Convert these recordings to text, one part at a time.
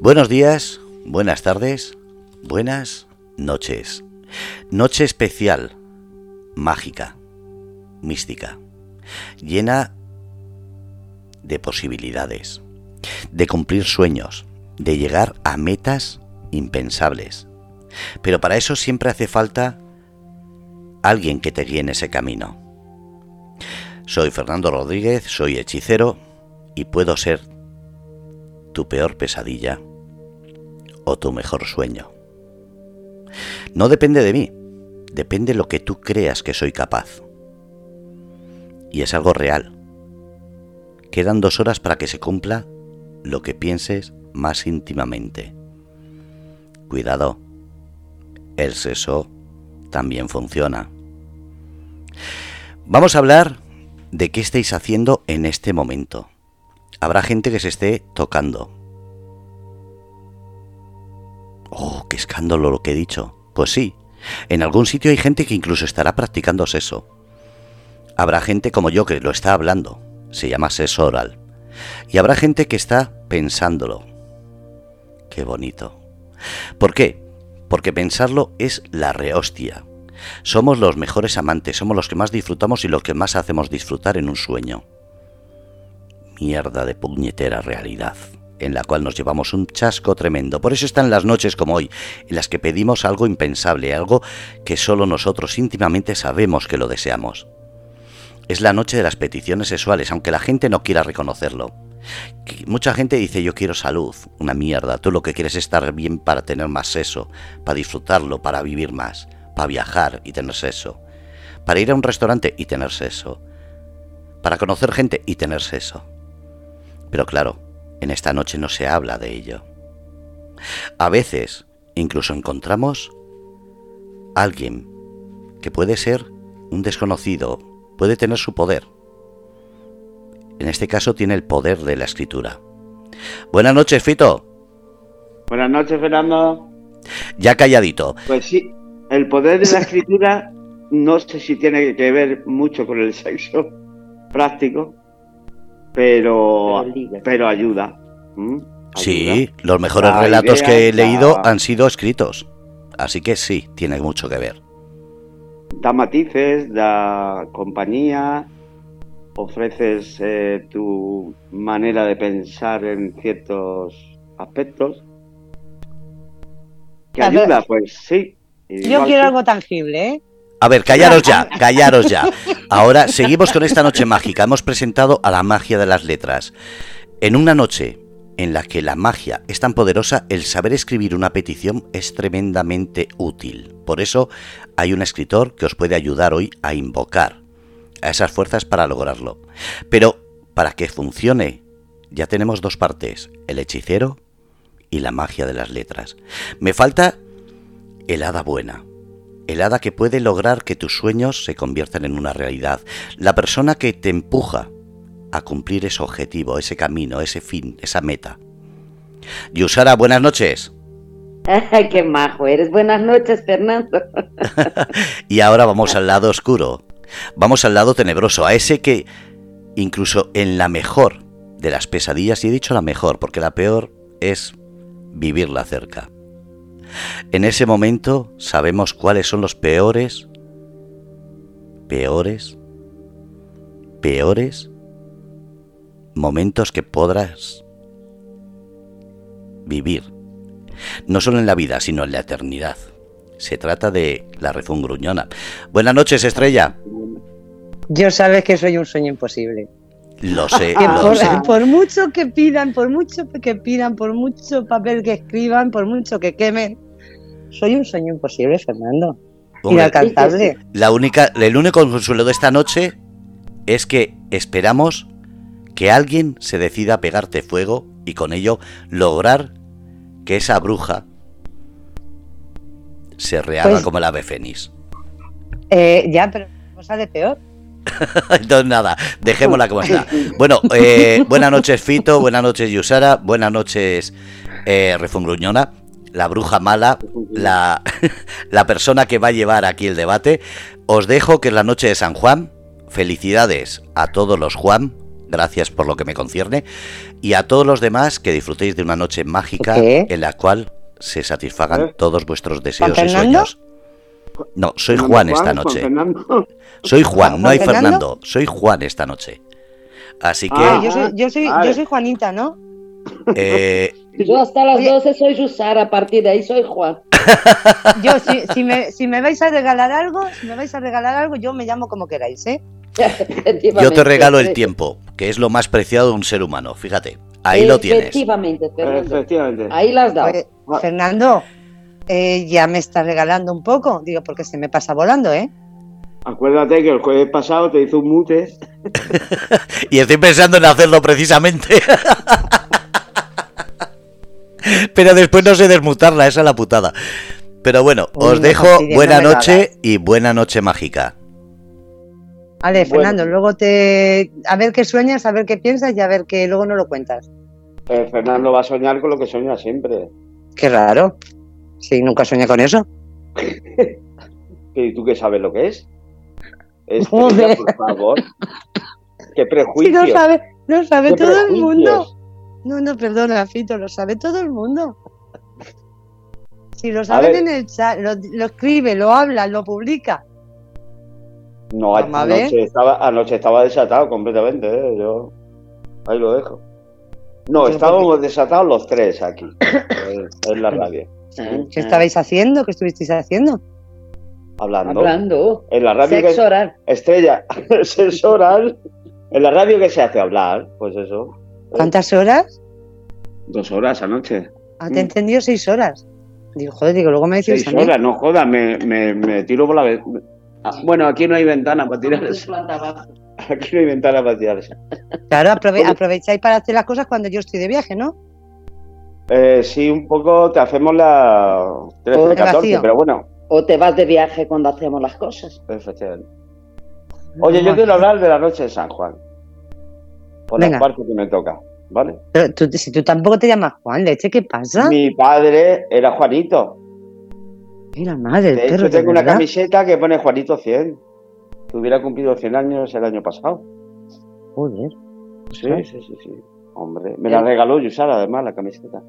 Buenos días, buenas tardes, buenas noches. Noche especial, mágica, mística, llena de posibilidades, de cumplir sueños, de llegar a metas impensables. Pero para eso siempre hace falta alguien que te guíe en ese camino. Soy Fernando Rodríguez, soy hechicero y puedo ser tu peor pesadilla o tu mejor sueño. No depende de mí, depende de lo que tú creas que soy capaz. Y es algo real. Quedan 2 horas para que se cumpla lo que pienses más íntimamente. Cuidado, el sexo también funciona. Vamos a hablar de qué estáis haciendo en este momento. Habrá gente que se esté tocando. ¡Oh, qué escándalo lo que he dicho! Pues sí, en algún sitio hay gente que incluso estará practicando sexo. Habrá gente como yo que lo está hablando, se llama sexo oral. Y habrá gente que está pensándolo. ¡Qué bonito! ¿Por qué? Porque pensarlo es la rehostia. Somos los mejores amantes, somos los que más disfrutamos y los que más hacemos disfrutar en un sueño. Mierda de puñetera realidad, en la cual nos llevamos un chasco tremendo. Por eso están las noches como hoy, en las que pedimos algo impensable, algo que solo nosotros íntimamente sabemos que lo deseamos. Es la noche de las peticiones sexuales, aunque la gente no quiera reconocerlo. Mucha gente dice: yo quiero salud. Una mierda, tú lo que quieres es estar bien para tener más sexo, para disfrutarlo, para vivir más, para viajar y tener sexo, para ir a un restaurante y tener sexo, para conocer gente y tener sexo. Pero claro, en esta noche no se habla de ello. A veces incluso encontramos a alguien que puede ser un desconocido, puede tener su poder. En este caso tiene el poder de la escritura. Buenas noches, Fito. Buenas noches, Fernando. Ya calladito. Pues sí, el poder de la escritura no sé si tiene que ver mucho con el sexo práctico, pero ayuda. Sí, los mejores relatos que he leído han sido escritos. Así que sí, tiene mucho que ver. Da matices, da compañía, ofreces tu manera de pensar en ciertos aspectos. ¿Qué ayuda? Pues sí. Yo quiero algo tangible, ¿eh? A ver, callaros ya, callaros ya. Ahora seguimos con esta noche mágica. Hemos presentado a la magia de las letras. En una noche en la que la magia es tan poderosa, el saber escribir una petición es tremendamente útil. Por eso hay un escritor que os puede ayudar hoy a invocar a esas fuerzas para lograrlo. Pero para que funcione, ya tenemos 2 partes, el hechicero y la magia de las letras. Me falta el hada buena. El hada que puede lograr que tus sueños se conviertan en una realidad. La persona que te empuja a cumplir ese objetivo, ese camino, ese fin, esa meta. Yusara, buenas noches. Ay, qué majo eres. Buenas noches, Fernando. Y ahora vamos al lado oscuro. Vamos al lado tenebroso, a ese que incluso en la mejor de las pesadillas, y he dicho la mejor porque la peor es vivirla cerca. En ese momento sabemos cuáles son los peores momentos que podrás vivir, no solo en la vida, sino en la eternidad. Se trata de la refungruñona. Buenas noches, Estrella. Yo sabes que soy un sueño imposible. Lo sé, Por mucho que pidan, por mucho papel que escriban, por mucho que quemen, soy un sueño imposible, Fernando. Hombre, inalcanzable. El único consuelo de esta noche es que esperamos que alguien se decida a pegarte fuego y con ello lograr que esa bruja se rehaga como el ave fénix. Ya, pero cosa de peor. Entonces nada, dejémosla como está. Bueno, buenas noches, Fito, buenas noches, Yusara, buenas noches, Refungruñona, la bruja mala, la persona que va a llevar aquí el debate. Os dejo, que es la noche de San Juan. Felicidades a todos los Juan, gracias por lo que me concierne, y a todos los demás que disfrutéis de una noche mágica en la cual se satisfagan todos vuestros deseos y sueños. No, soy Juan esta noche. Soy Juan, no hay Fernando, soy Juan esta noche. Así que... Yo soy Juanita, ¿no? Yo hasta las 12 soy Susara, a partir de ahí soy Juan. Yo, si me vais a regalar algo, yo me llamo como queráis, ¿eh? Yo te regalo el tiempo, que es lo más preciado de un ser humano, fíjate. Ahí lo tienes. Efectivamente, Fernando. Ahí las has dado. Oye, Fernando, ya me estás regalando un poco, digo, porque se me pasa volando, ¿eh? Acuérdate que el jueves pasado te hizo un mute. Y estoy pensando en hacerlo precisamente. Pero después no sé desmutarla, esa es la putada. Pero bueno, os dejo buena noche y buena noche mágica. Vale, Fernando, luego a ver qué sueñas, a ver qué piensas y a ver que luego no lo cuentas. Fernando va a soñar con lo que sueña siempre. Qué raro. Sí, nunca sueña con eso. ¿Y tú qué sabes lo que es? Estrella, por favor. Qué prejuicio. Sí, lo sabe todo el mundo. No, perdona, Fito, lo sabe todo el mundo. Si lo saben en el chat, lo escribe, lo habla, lo publica. No, anoche estaba desatado completamente, yo ahí lo dejo. No, estábamos desatados los tres aquí, en la radio. ¿Qué estabais haciendo? ¿Qué estuvisteis haciendo? Hablando. En la radio sexo oral. Estrella, sexo oral. En la radio que se hace hablar, pues eso. ¿Cuántas horas? 2 horas anoche. Te he entendido 6 horas. Digo, luego me decís 6 horas, no jodas, me tiro por la ventana. Bueno, aquí no hay ventana para tirarse. Aquí no hay ventana para tirarse. Claro, aprovecháis para hacer las cosas cuando yo estoy de viaje, ¿no? Sí, un poco te hacemos la 13-14, pero bueno. O te vas de viaje cuando hacemos las cosas. Efectivamente. Oye, yo quiero hablar de la noche de San Juan. Por la parte que me toca, ¿vale? Pero si tú tampoco te llamas Juan, leche, ¿qué pasa? Mi padre era Juanito. Mira, madre, de hecho, tengo una camiseta que pone Juanito 100. Que hubiera cumplido 100 años el año pasado. Joder. Sí. Hombre, me la regaló Yusara, además, la camiseta.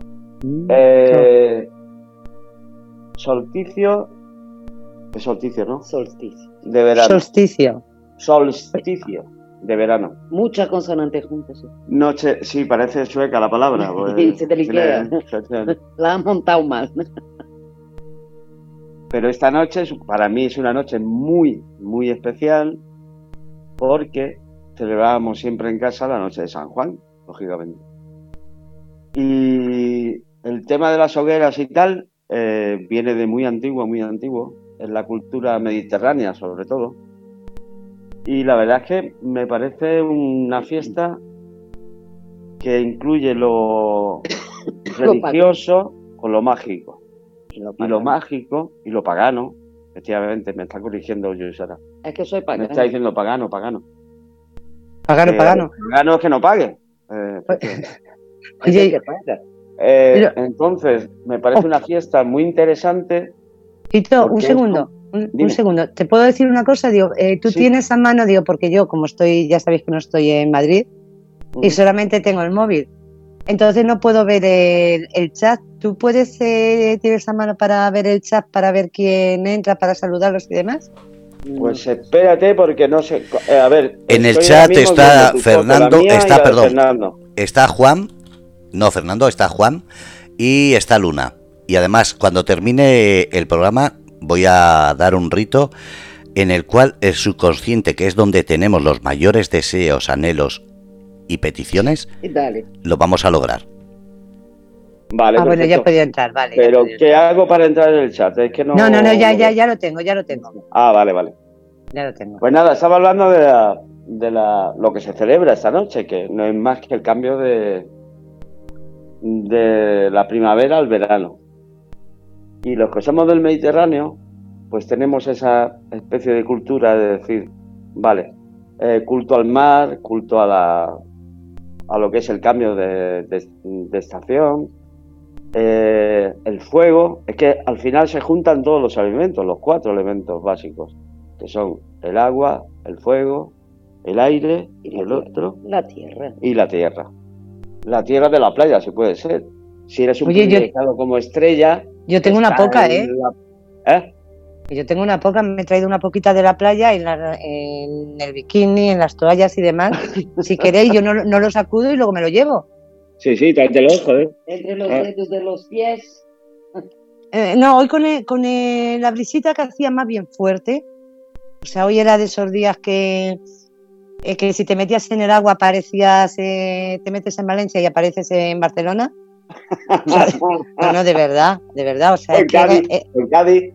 Solsticio. Es solsticio, ¿no? Solsticio. De verano. Solsticio de verano. Muchas consonantes juntas. Noche, sí, parece sueca la palabra. Pues, se te liquea. La han montado mal. Pero esta noche, para mí, es una noche muy, muy especial porque celebrábamos siempre en casa la noche de San Juan, lógicamente. Y el tema de las hogueras y tal viene de muy antiguo, en la cultura mediterránea sobre todo. Y la verdad es que me parece una fiesta que incluye lo religioso con lo mágico. Y lo mágico y lo pagano. Efectivamente, me está corrigiendo Yusara. Es que soy pagano. Me está diciendo pagano. Pagano. Pagano es que no pague. Oye, entonces, me parece una fiesta muy interesante. Fito, un segundo. ¿Te puedo decir una cosa? Digo, tú tienes a mano, digo, porque yo, como ya sabéis que no estoy en Madrid, y solamente tengo el móvil. Entonces no puedo ver el chat. ¿Tú tienes a mano para ver el chat, para ver quién entra, para saludarlos y demás? Pues espérate porque no sé... a ver... En el chat está Fernando, está Juan, no Fernando, está Juan y está Luna. Y además, cuando termine el programa, voy a dar un rito en el cual el subconsciente, que es donde tenemos los mayores deseos, anhelos y peticiones, lo vamos a lograr. Vale, bueno, ya podía entrar, vale. Pero, ¿qué hago para entrar en el chat? Es que no, ya lo tengo. Ah, vale. Ya lo tengo. Pues nada, estaba hablando de lo que se celebra esta noche, que no es más que el cambio de la primavera al verano. Y los que somos del Mediterráneo, pues tenemos esa especie de cultura de decir, vale, culto al mar, culto a lo que es el cambio de estación, el fuego. Es que al final se juntan todos los elementos, los 4 elementos básicos, que son el agua, el fuego, el aire y el otro... La tierra. Y la tierra. La tierra de la playa, si puede ser. Si eres un privilegiado como Estrella... Yo tengo una poca, ¿eh? ¿Eh? Yo tengo una poca, me he traído una poquita de la playa en el bikini, en las toallas y demás. Si queréis, yo no lo sacudo y luego me lo llevo. Sí, tráetelo, joder. Entre los dedos de los pies. No, hoy con la brisita que hacía más bien fuerte. O sea, hoy era de esos días que si te metías en el agua aparecías, te metes en Valencia y apareces en Barcelona. No, de verdad. O sea, en Cádiz.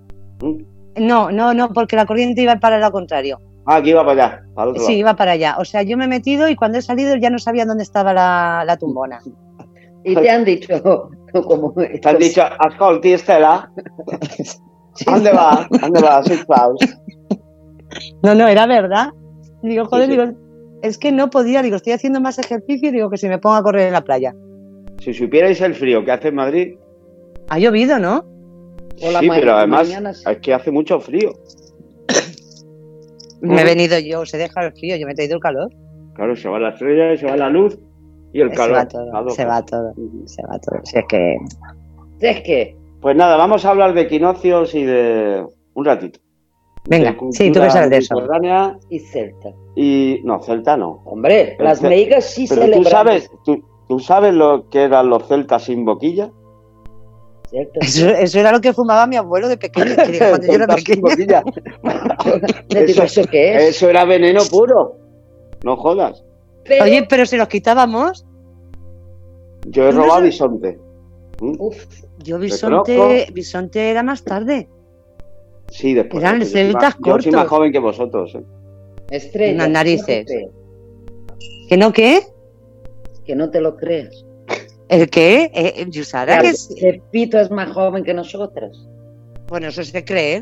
No, porque la corriente iba para lo contrario. Que iba para allá, para el otro lado. Sí, iba para allá. O sea, yo me he metido y cuando he salido ya no sabía dónde estaba la tumbona. Y te han dicho, como... Te han dicho, ascolti, Estela, ¿dónde va? Sisplau. No, era verdad. Digo, joder, digo, es que no podía, digo, estoy haciendo más ejercicio y digo que si me pongo a correr en la playa. Si supierais el frío que hace en Madrid... Ha llovido, ¿no? Sí, pero además es que hace mucho frío. Me he venido yo, se deja el frío, yo me he traído el calor. Claro, se va la estrella, se va la luz y el calor. Se va todo. Si es que... Pues nada, vamos a hablar de equinoccios y de... Un ratito. Venga, sí, tú que sabes de eso. Y celta. No, celta no. Hombre, las meigas sí pero celebran. ¿tú sabes lo que eran los celtas sin boquilla? Eso era lo que fumaba mi abuelo de pequeño, cuando yo era pequeña. ¿Eso qué es? Eso era veneno puro. No jodas. Oye, pero si los quitábamos. Yo he robado bisonte. Yo bisonte era más tarde. Sí, después. Eran celtas cortos. Yo soy más joven que vosotros. Estrella. Unas narices. ¿Que no qué? Que no te lo creas. ¿El qué? Yusara, que Pito es más joven que nosotras. Bueno, eso se cree.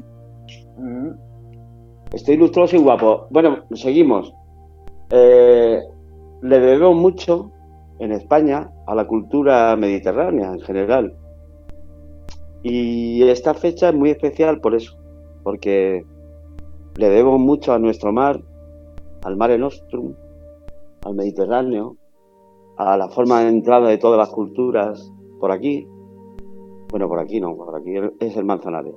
Estoy lustroso y guapo. Bueno, seguimos. Le debemos mucho en España a la cultura mediterránea en general. Y esta fecha es muy especial por eso. Porque le debemos mucho a nuestro mar, al Mare Nostrum, al Mediterráneo, a la forma de entrada de todas las culturas por aquí. Bueno, por aquí no, por aquí es el Manzanares.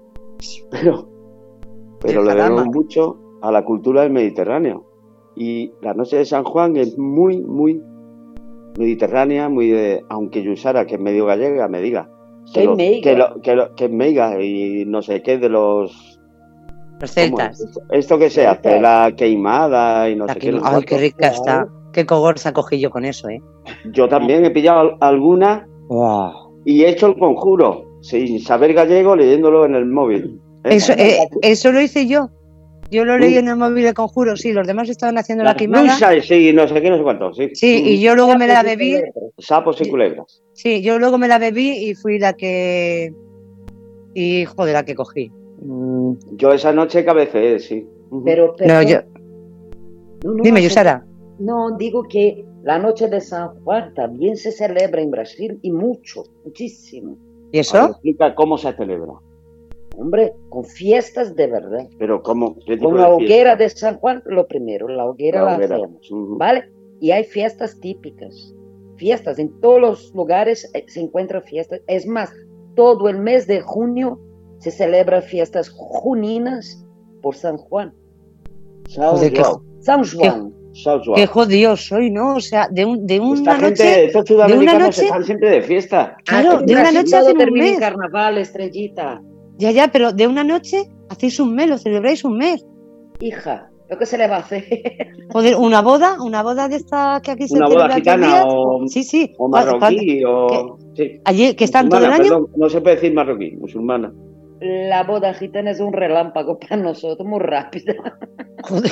Pero le debemos mucho a la cultura del Mediterráneo. Y la noche de San Juan es muy, muy mediterránea, muy de... Aunque Yusara, que es medio gallega, me diga. Que es meiga y no sé qué de los celtas. Esto que se hace, la queimada y no sé qué. Ay, qué rica está. Qué cogorza cogí yo con eso, ¿eh? Yo también he pillado alguna y he hecho el conjuro, sin saber gallego, leyéndolo en el móvil. Eso lo hice yo. Yo lo leí en el móvil de conjuro, sí. Los demás estaban haciendo la quemada. Sí, no sé qué, no sé cuánto. Sí, y yo luego me la bebí. Sapos y culebras. Sí, yo luego me la bebí y fui la que... Y, joder, la que cogí. Yo esa noche cabeceé, sí. Pero no, yo... Dime, Yusara. No, digo que la noche de San Juan también se celebra en Brasil y muchísimo. ¿Y eso? Ver, explica cómo se celebra. Hombre, con fiestas de verdad. Pero ¿cómo? Con la hoguera de San Juan, lo primero, la hoguera la hacemos, ¿vale? Y hay fiestas típicas. Fiestas, en todos los lugares se encuentran fiestas. Es más, todo el mes de junio se celebran fiestas juninas por San Juan. San Juan. Qué jodido soy, ¿no? O sea, de una noche... Estos sudamericanos están siempre de fiesta. Claro, de una noche hacen un mes. Carnaval, Estrellita. Ya, pero de una noche hacéis un mes, lo celebráis un mes. Hija, ¿lo que se le va a hacer? Joder, una boda de esta que aquí se celebra. Una boda gitana sí. O marroquí o... Sí. Allí, que están todo el año. Perdón, no se puede decir marroquí, musulmana. La boda gitana es un relámpago para nosotros, muy rápida. Joder.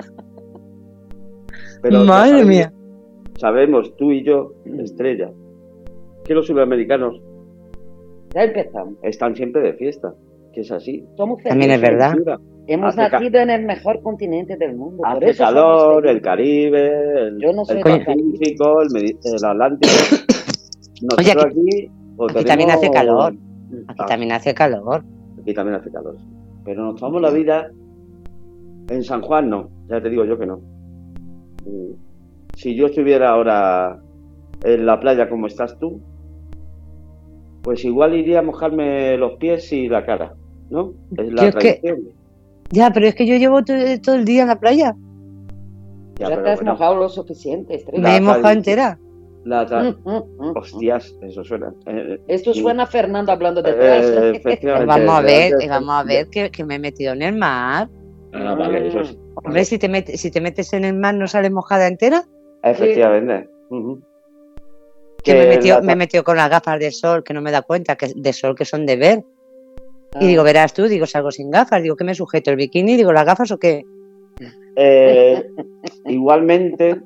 Pero madre mía. Sabemos, tú y yo, Estrella, que los sudamericanos ya empezamos. Están siempre de fiesta, que es así. Somos felices. También es verdad. Hemos nacido en el mejor continente del mundo. Hace por eso calor, el Caribe, el Pacífico, el Atlántico. Nosotros aquí también hace calor. Aquí también hace calor. Aquí también hace calor. Pero nos tomamos la vida En San Juan no, ya te digo yo que no. Si yo estuviera ahora en la playa como estás tú, pues igual iría a mojarme los pies y la cara, ¿no? Es la tradición. Ya, pero es que yo llevo todo el día en la playa. Ya te has mojado lo suficiente, Estrella. Me he mojado entera. Hostias, eso suena. Esto suena a Fernando hablando detrás. Vamos a ver que me he metido en el mar. Vale, eso sí. Hombre, si te metes en el mar, ¿no sale mojada entera? Efectivamente. Que me he metido con las gafas de sol, que no me da cuenta, de sol que son de ver. Y digo, verás tú, salgo sin gafas, digo, ¿qué me sujeto? ¿El bikini? Digo, ¿las gafas o qué? Igualmente,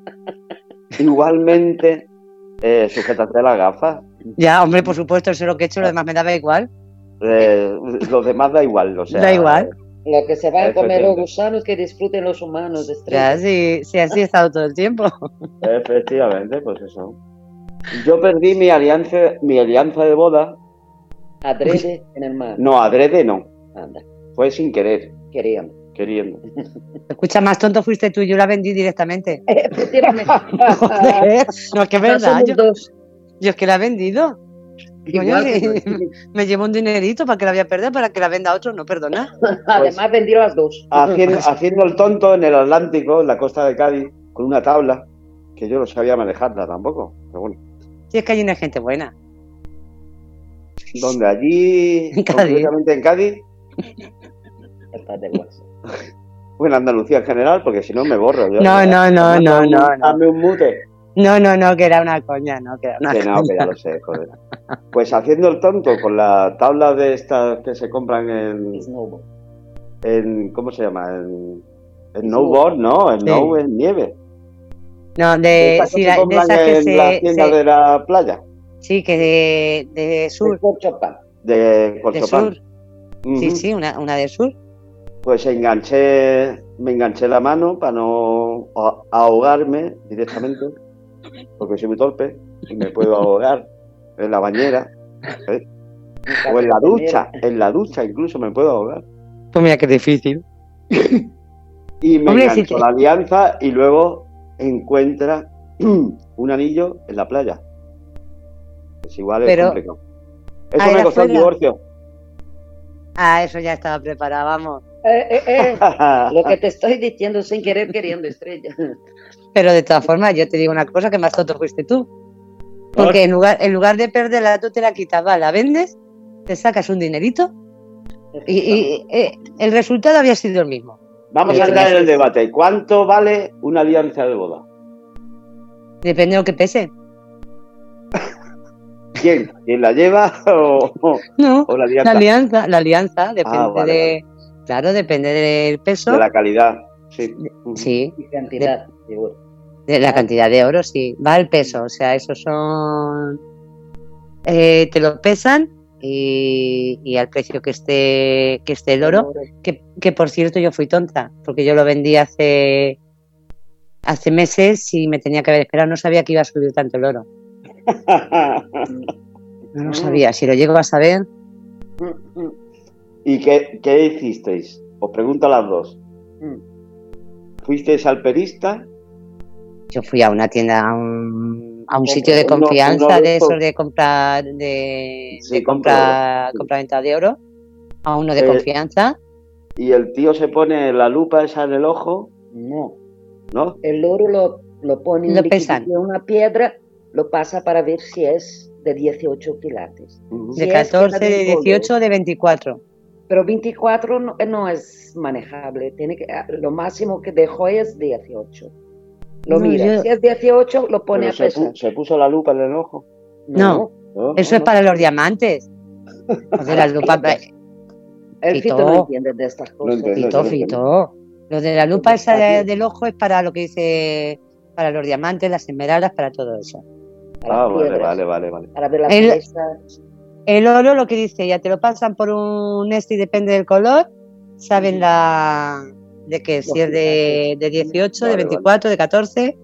sujétate las gafas. Ya, hombre, por supuesto, eso es lo que he hecho, lo demás me daba igual. Los demás da igual, o sea. Da igual. Lo que se va a comer los gusanos, que disfruten los humanos, Estrella. Ya, sí, así he estado todo el tiempo. Efectivamente, pues eso. Yo perdí mi alianza de boda. ¿Adrede en el mar? No, adrede no. Anda. Fue sin querer. Queriendo. Escucha, más tonto fuiste tú, yo la vendí directamente. Efectivamente. Joder, no, es que es verdad. Yo es que la he vendido. Igual, me llevo un dinerito para que la voy a perder, para que la venda a otro, no, perdona. Además vendí las dos. Haciendo el tonto en el Atlántico, en la costa de Cádiz, con una tabla, que yo no sabía manejarla tampoco, pero bueno. Sí, es que hay una gente buena. Donde allí, concretamente en Cádiz. Estás de WhatsApp. O en Andalucía en general, porque si no me borro. No. Dame un mute. No, que era una coña, que ya lo sé, joder. Pues haciendo el tonto con la tabla de estas que se compran en ¿cómo se llama? En snowboard, ¿no? En snow es nieve. No, de esas que en la tienda de la playa. Sí, que de sur. De sur. Sí, una de sur. Pues me enganché la mano para no ahogarme directamente, porque soy muy torpe y me puedo ahogar en la bañera, ¿eh? O en la ducha incluso me puedo ahogar. Pues mira qué difícil. Y me engancho la alianza y luego encuentra un anillo en la playa. Pues igual es complicado. Eso me costó el divorcio. Eso ya estaba preparado, vamos. Lo que te estoy diciendo sin querer queriendo, Estrella. Pero de todas formas, yo te digo una cosa, que más tonto fuiste tú. Porque en lugar de perderla, tú te la quitabas, la vendes, te sacas un dinerito y el resultado había sido el mismo. Vamos a entrar en el debate. ¿Cuánto vale una alianza de boda? Depende de lo que pese. ¿Quién la lleva o la alianza? La alianza depende vale. Claro, depende del peso. De la calidad, sí. Sí. Y cantidad de oro. De la cantidad de oro, sí. Va el peso, o sea, esos son... te lo pesan y al precio que esté el oro, que por cierto yo fui tonta, porque yo lo vendí hace meses y me tenía que haber esperado, no sabía que iba a subir tanto el oro. No lo sabía, si lo llego a saber. ¿Y qué hicisteis? Os pregunto a las dos. ¿Fuisteis al perista? Yo fui a una tienda, a un sitio de confianza de esos de comprar compra-venta de oro, a uno de confianza. ¿Y el tío se pone la lupa esa en el ojo? No. ¿No? El oro lo pone en una piedra, lo pasa para ver si es de 18 quilates. De 14, de 18 o de 24. Pero 24 no es manejable. Lo máximo que dejó es 18. Si es 18, lo pone a pesar. ¿Se puso la lupa en el ojo? No, eso es para los diamantes. De la lupa. El Fito no entiende de estas cosas. Fito. Lo de la lupa esa del ojo es para lo que dice, para los diamantes, las esmeraldas, para todo eso. Vale. Para ver las piezas. El oro, lo que dice, ya te lo pasan por un y depende del color, saben de que si es de 18, de 24, de 14.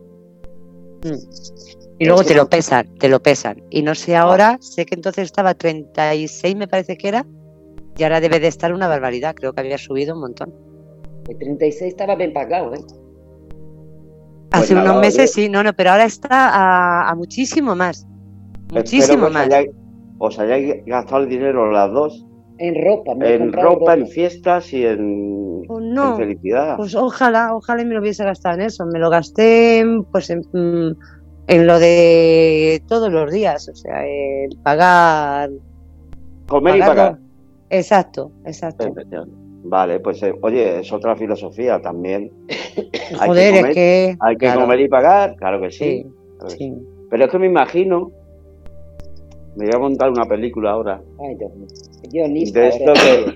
Y luego te lo pesan. Y no sé ahora, sé que entonces estaba 36, me parece que era, y ahora debe de estar una barbaridad, creo que había subido un montón. El 36 estaba bien pagado, ¿eh? Hace unos meses sí, no, pero ahora está a muchísimo más. Muchísimo más. Os hayáis gastado el dinero las dos. En ropa, en fiestas y en felicidad. Pues ojalá me lo hubiese gastado en eso. Me lo gasté pues en lo de todos los días, o sea, en pagar. Comer y pagar. Exacto. Vale, pues oye, es otra filosofía también. Joder, es que... Hay que comer y pagar, claro que sí. Sí. Pero es que me imagino... Me voy a montar una película ahora. Ay, Dios mío. Guionista. De esto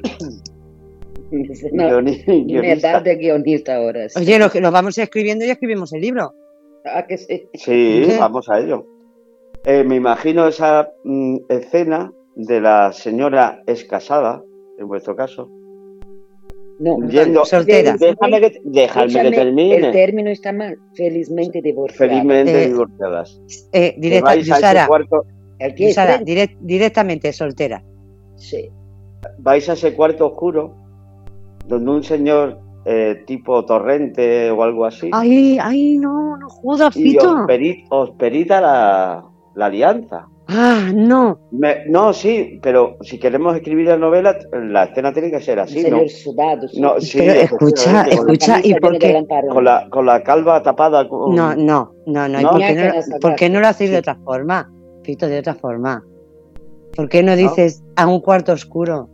Me da de guionista ahora. Sí. Oye, lo vamos escribiendo y escribimos el libro. Ah, que sí. Sí, vamos a ello. Me imagino esa escena de la señora excasada, en vuestro caso. No, soltera. Déjame que termine. El término está mal. Felizmente divorciadas. Yusara, directamente soltera. Sí. Vais a ese cuarto oscuro donde un señor tipo Torrente o algo así. Ay, no jodas, Fito. Y os perita la alianza. No. No, sí, pero si queremos escribir la novela, la escena tiene que ser así, ¿no? Sudado, sí. No, sí, pero escucha, ¿y por qué? Con la calva tapada. No. ¿Por qué no lo hacéis de otra forma? Fito, de otra forma. ¿Por qué no dices a un cuarto oscuro?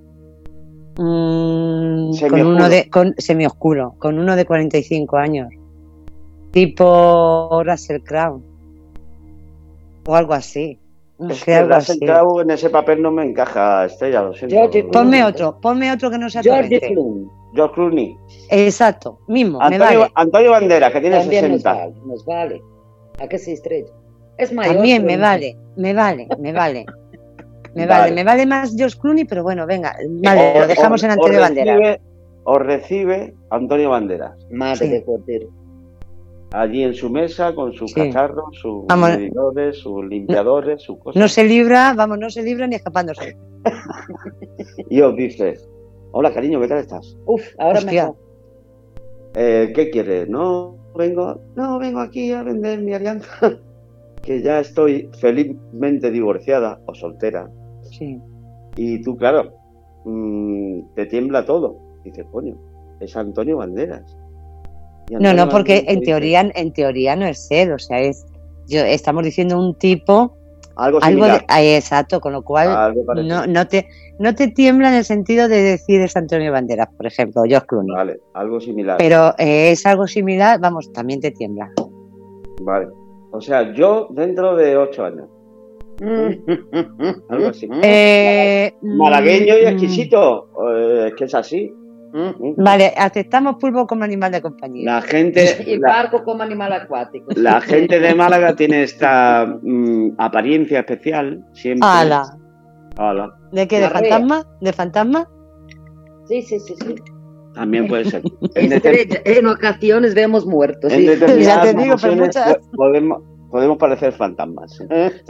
Semioscuro, con uno de 45 años. Tipo Russell Crowe. O algo así. Es que Russell Crowe en ese papel no me encaja, Estrella, lo siento. Ponme otro que no sea Torrente. George Clooney. Exacto, mismo, Antonio Banderas, que tiene también 60. Nos vale. ¿A qué se Estrella? Es mayor. También me vale. Me vale más George Clooney, pero bueno, venga, vale, lo dejamos en Antonio Banderas. Os recibe Antonio Banderas. Madre de Cordero. Allí en su mesa, con sus cacharros, sus medidores, sus limpiadores, sus cosas. No se libra ni escapándose. Y os dice, hola cariño, ¿qué tal estás? Ahora mejor. ¿Qué quieres? No, vengo aquí a vender mi alianza. Que ya estoy felizmente divorciada o soltera. Sí. Y tú, claro, te tiembla todo. Dices, coño, es Antonio Banderas. No, porque en teoría no es él, o sea, estamos diciendo un tipo algo similar. Exacto, con lo cual no te tiembla en el sentido de decir es Antonio Banderas, por ejemplo, George Clooney. Vale, algo similar. Pero es algo similar, vamos, también te tiembla. Vale, o sea, yo dentro de 8 años. Algo así. Malagueño y exquisito, es que es así. Vale, aceptamos pulpo como animal de compañía. La gente y barco como animal acuático. La gente de Málaga tiene esta apariencia especial siempre. ¡Hala! ¿De qué? ¿De fantasma? ¿De fantasma? Sí. También puede ser. En ocasiones vemos muertos. En ya te digo, pero muchas podemos parecer fantasmas.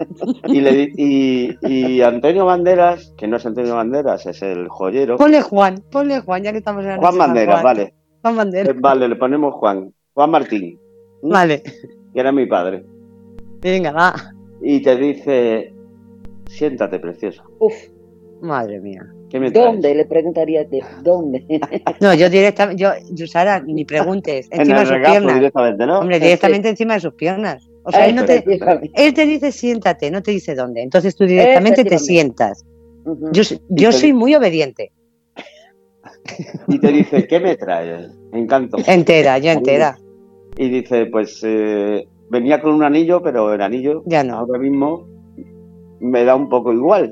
Y Antonio Banderas, que no es Antonio Banderas, es el joyero. Ponle Juan, ya que estamos en la Juan Banderas, vale. Juan Banderas. Vale, le ponemos Juan Martín. Vale. Que era mi padre. Venga, va. Y te dice, siéntate, preciosa. Madre mía. ¿Qué me traes? ¿Dónde? Le preguntaría ¿dónde? No, yo directamente, Sara, ni preguntes. Encima de sus piernas. Directamente, ¿no? Hombre, directamente encima de sus piernas. O sea, él te dice siéntate, no te dice dónde. Entonces tú directamente te sientas. Yo soy muy obediente. Y te dice, ¿qué me traes? Encanto. Entera. Y dice, pues venía con un anillo, pero el anillo ya no. Ahora mismo me da un poco igual.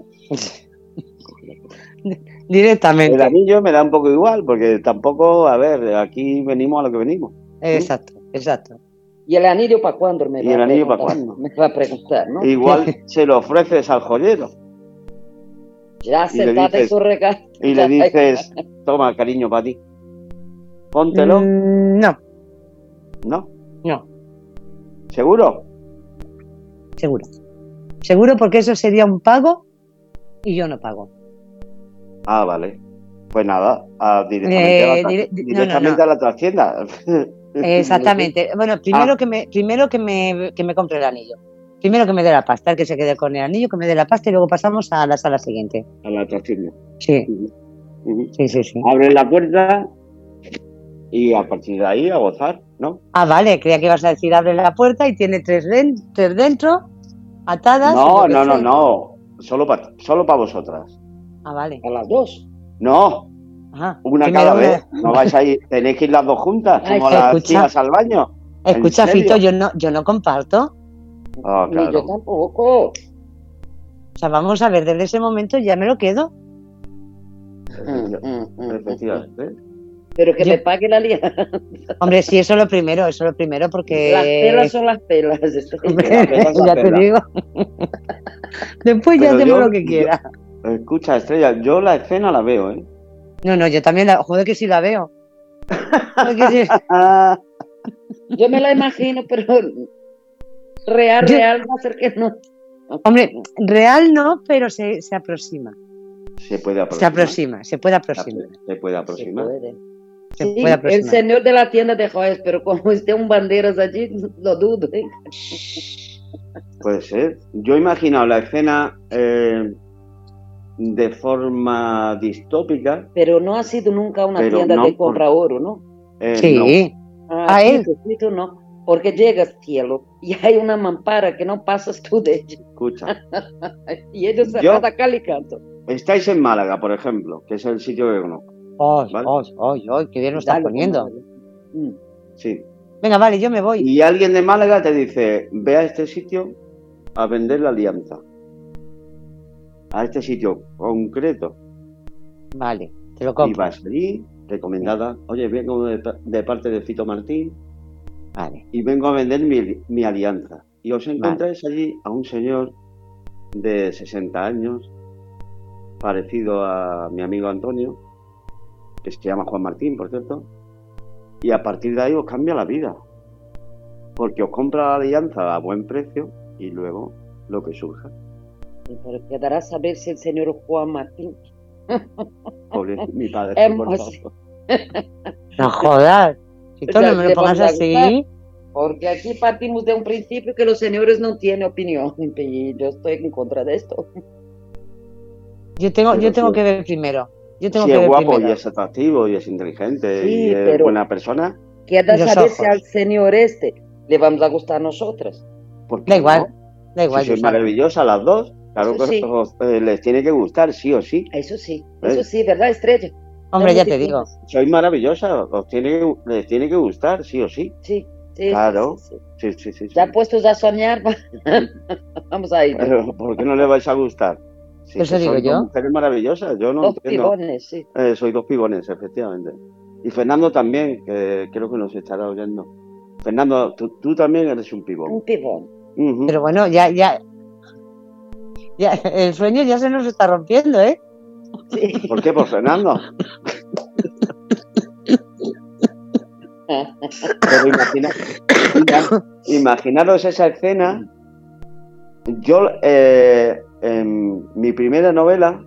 Directamente. El anillo me da un poco igual, porque tampoco, a ver, aquí venimos a lo que venimos. Exacto. ¿Y el anillo para cuándo? Me va a preguntar, ¿no? Igual se lo ofreces al joyero. Ya se está de su regalo. Y le dices, toma, cariño, para ti. Póntelo. No. ¿Seguro? Seguro porque eso sería un pago y yo no pago. Vale. Pues nada, directamente a la trastienda. Directamente a la trastienda. Exactamente. Bueno, primero que me compre el anillo. Primero que me dé la pasta, el que se quede con el anillo, que me dé la pasta y luego pasamos a la sala siguiente. A la trastienda. Sí. Sí. Abres la puerta y a partir de ahí a gozar, ¿no? Ah, vale, creía que ibas a decir abre la puerta y tiene tres dentro, atadas. No. Solo para vosotras. Ah, vale. ¿A las dos? No. Ajá. Una cada vez. No vais a ir, tenéis que ir las dos juntas, como las tías al baño. Escucha, Fito, yo no comparto. Oh, claro. Ni yo tampoco. O sea, vamos a ver, desde ese momento ya me lo quedo. Efectivamente. Pero que me pague la alianza. Hombre, sí, eso es lo primero, porque... Las pelas son las pelas. Ya te digo. Después ya hacemos lo que quiera. Escucha, Estrella, yo la escena la veo, ¿eh? No, yo también joder que sí la veo. Yo me la imagino, pero real va a ser que no. Hombre, real no, pero se aproxima. Se puede aproximar. Se puede aproximar. El señor de la tienda de joyas, pero como esté un banderas allí, lo dudo, ¿eh? Puede ser. Yo he imaginado la escena de forma distópica. Pero no ha sido nunca una tienda de compra oro, ¿no? Sí. No. Escrito no. Porque llegas, cielo, y hay una mampara que no pasas tú de ella. Escucha. Y ellos se van acá y canto. Estáis en Málaga, por ejemplo, que es el sitio que conozco. ¡Ay, qué bien lo estás poniendo! Sí. Venga, vale, yo me voy. Y alguien de Málaga te dice, ve a este sitio a vender la alianza. A este sitio concreto. Vale, te lo compro. Y vas allí, recomendada. Oye, vengo de parte de Fito Martín. Vale. Y vengo a vender mi alianza. Y os encontráis allí a un señor de 60 años, parecido a mi amigo Antonio, que se llama Juan Martín, por cierto. Y a partir de ahí os cambia la vida. Porque os compra la alianza a buen precio y luego lo que surja. Pero quedará saber si el señor Juan Martín. Pobre, mi padre. No jodas. Si tú no me lo pongas así. Porque aquí partimos de un principio que los señores no tienen opinión. Y yo estoy en contra de esto. Yo tengo que ver primero. Si es guapo y es atractivo y es inteligente y es buena persona. Queda saber si al señor le vamos a gustar a nosotras. Da igual. Si sois maravillosas las dos, claro que les tiene que gustar, sí o sí. Eso sí, ¿verdad, Estrella? Hombre, ya te digo. Sois maravillosas, les tiene que gustar, sí o sí. Sí. Claro. Sí. Ya puestos a soñar, vamos a ir. Pero ¿por qué no le vais a gustar? Sí, eso digo yo. Dos mujeres maravillosas, yo no entiendo. Dos pibones, sí. Soy dos pibones, efectivamente. Y Fernando también, que creo que nos estará oyendo. Fernando, tú también eres un pibón. Un pibón. Pero bueno, ya el sueño ya se nos está rompiendo, ¿eh? Sí. ¿Por qué? ¿Por Fernando? Pero imaginaros esa escena. Yo, en mi primera novela,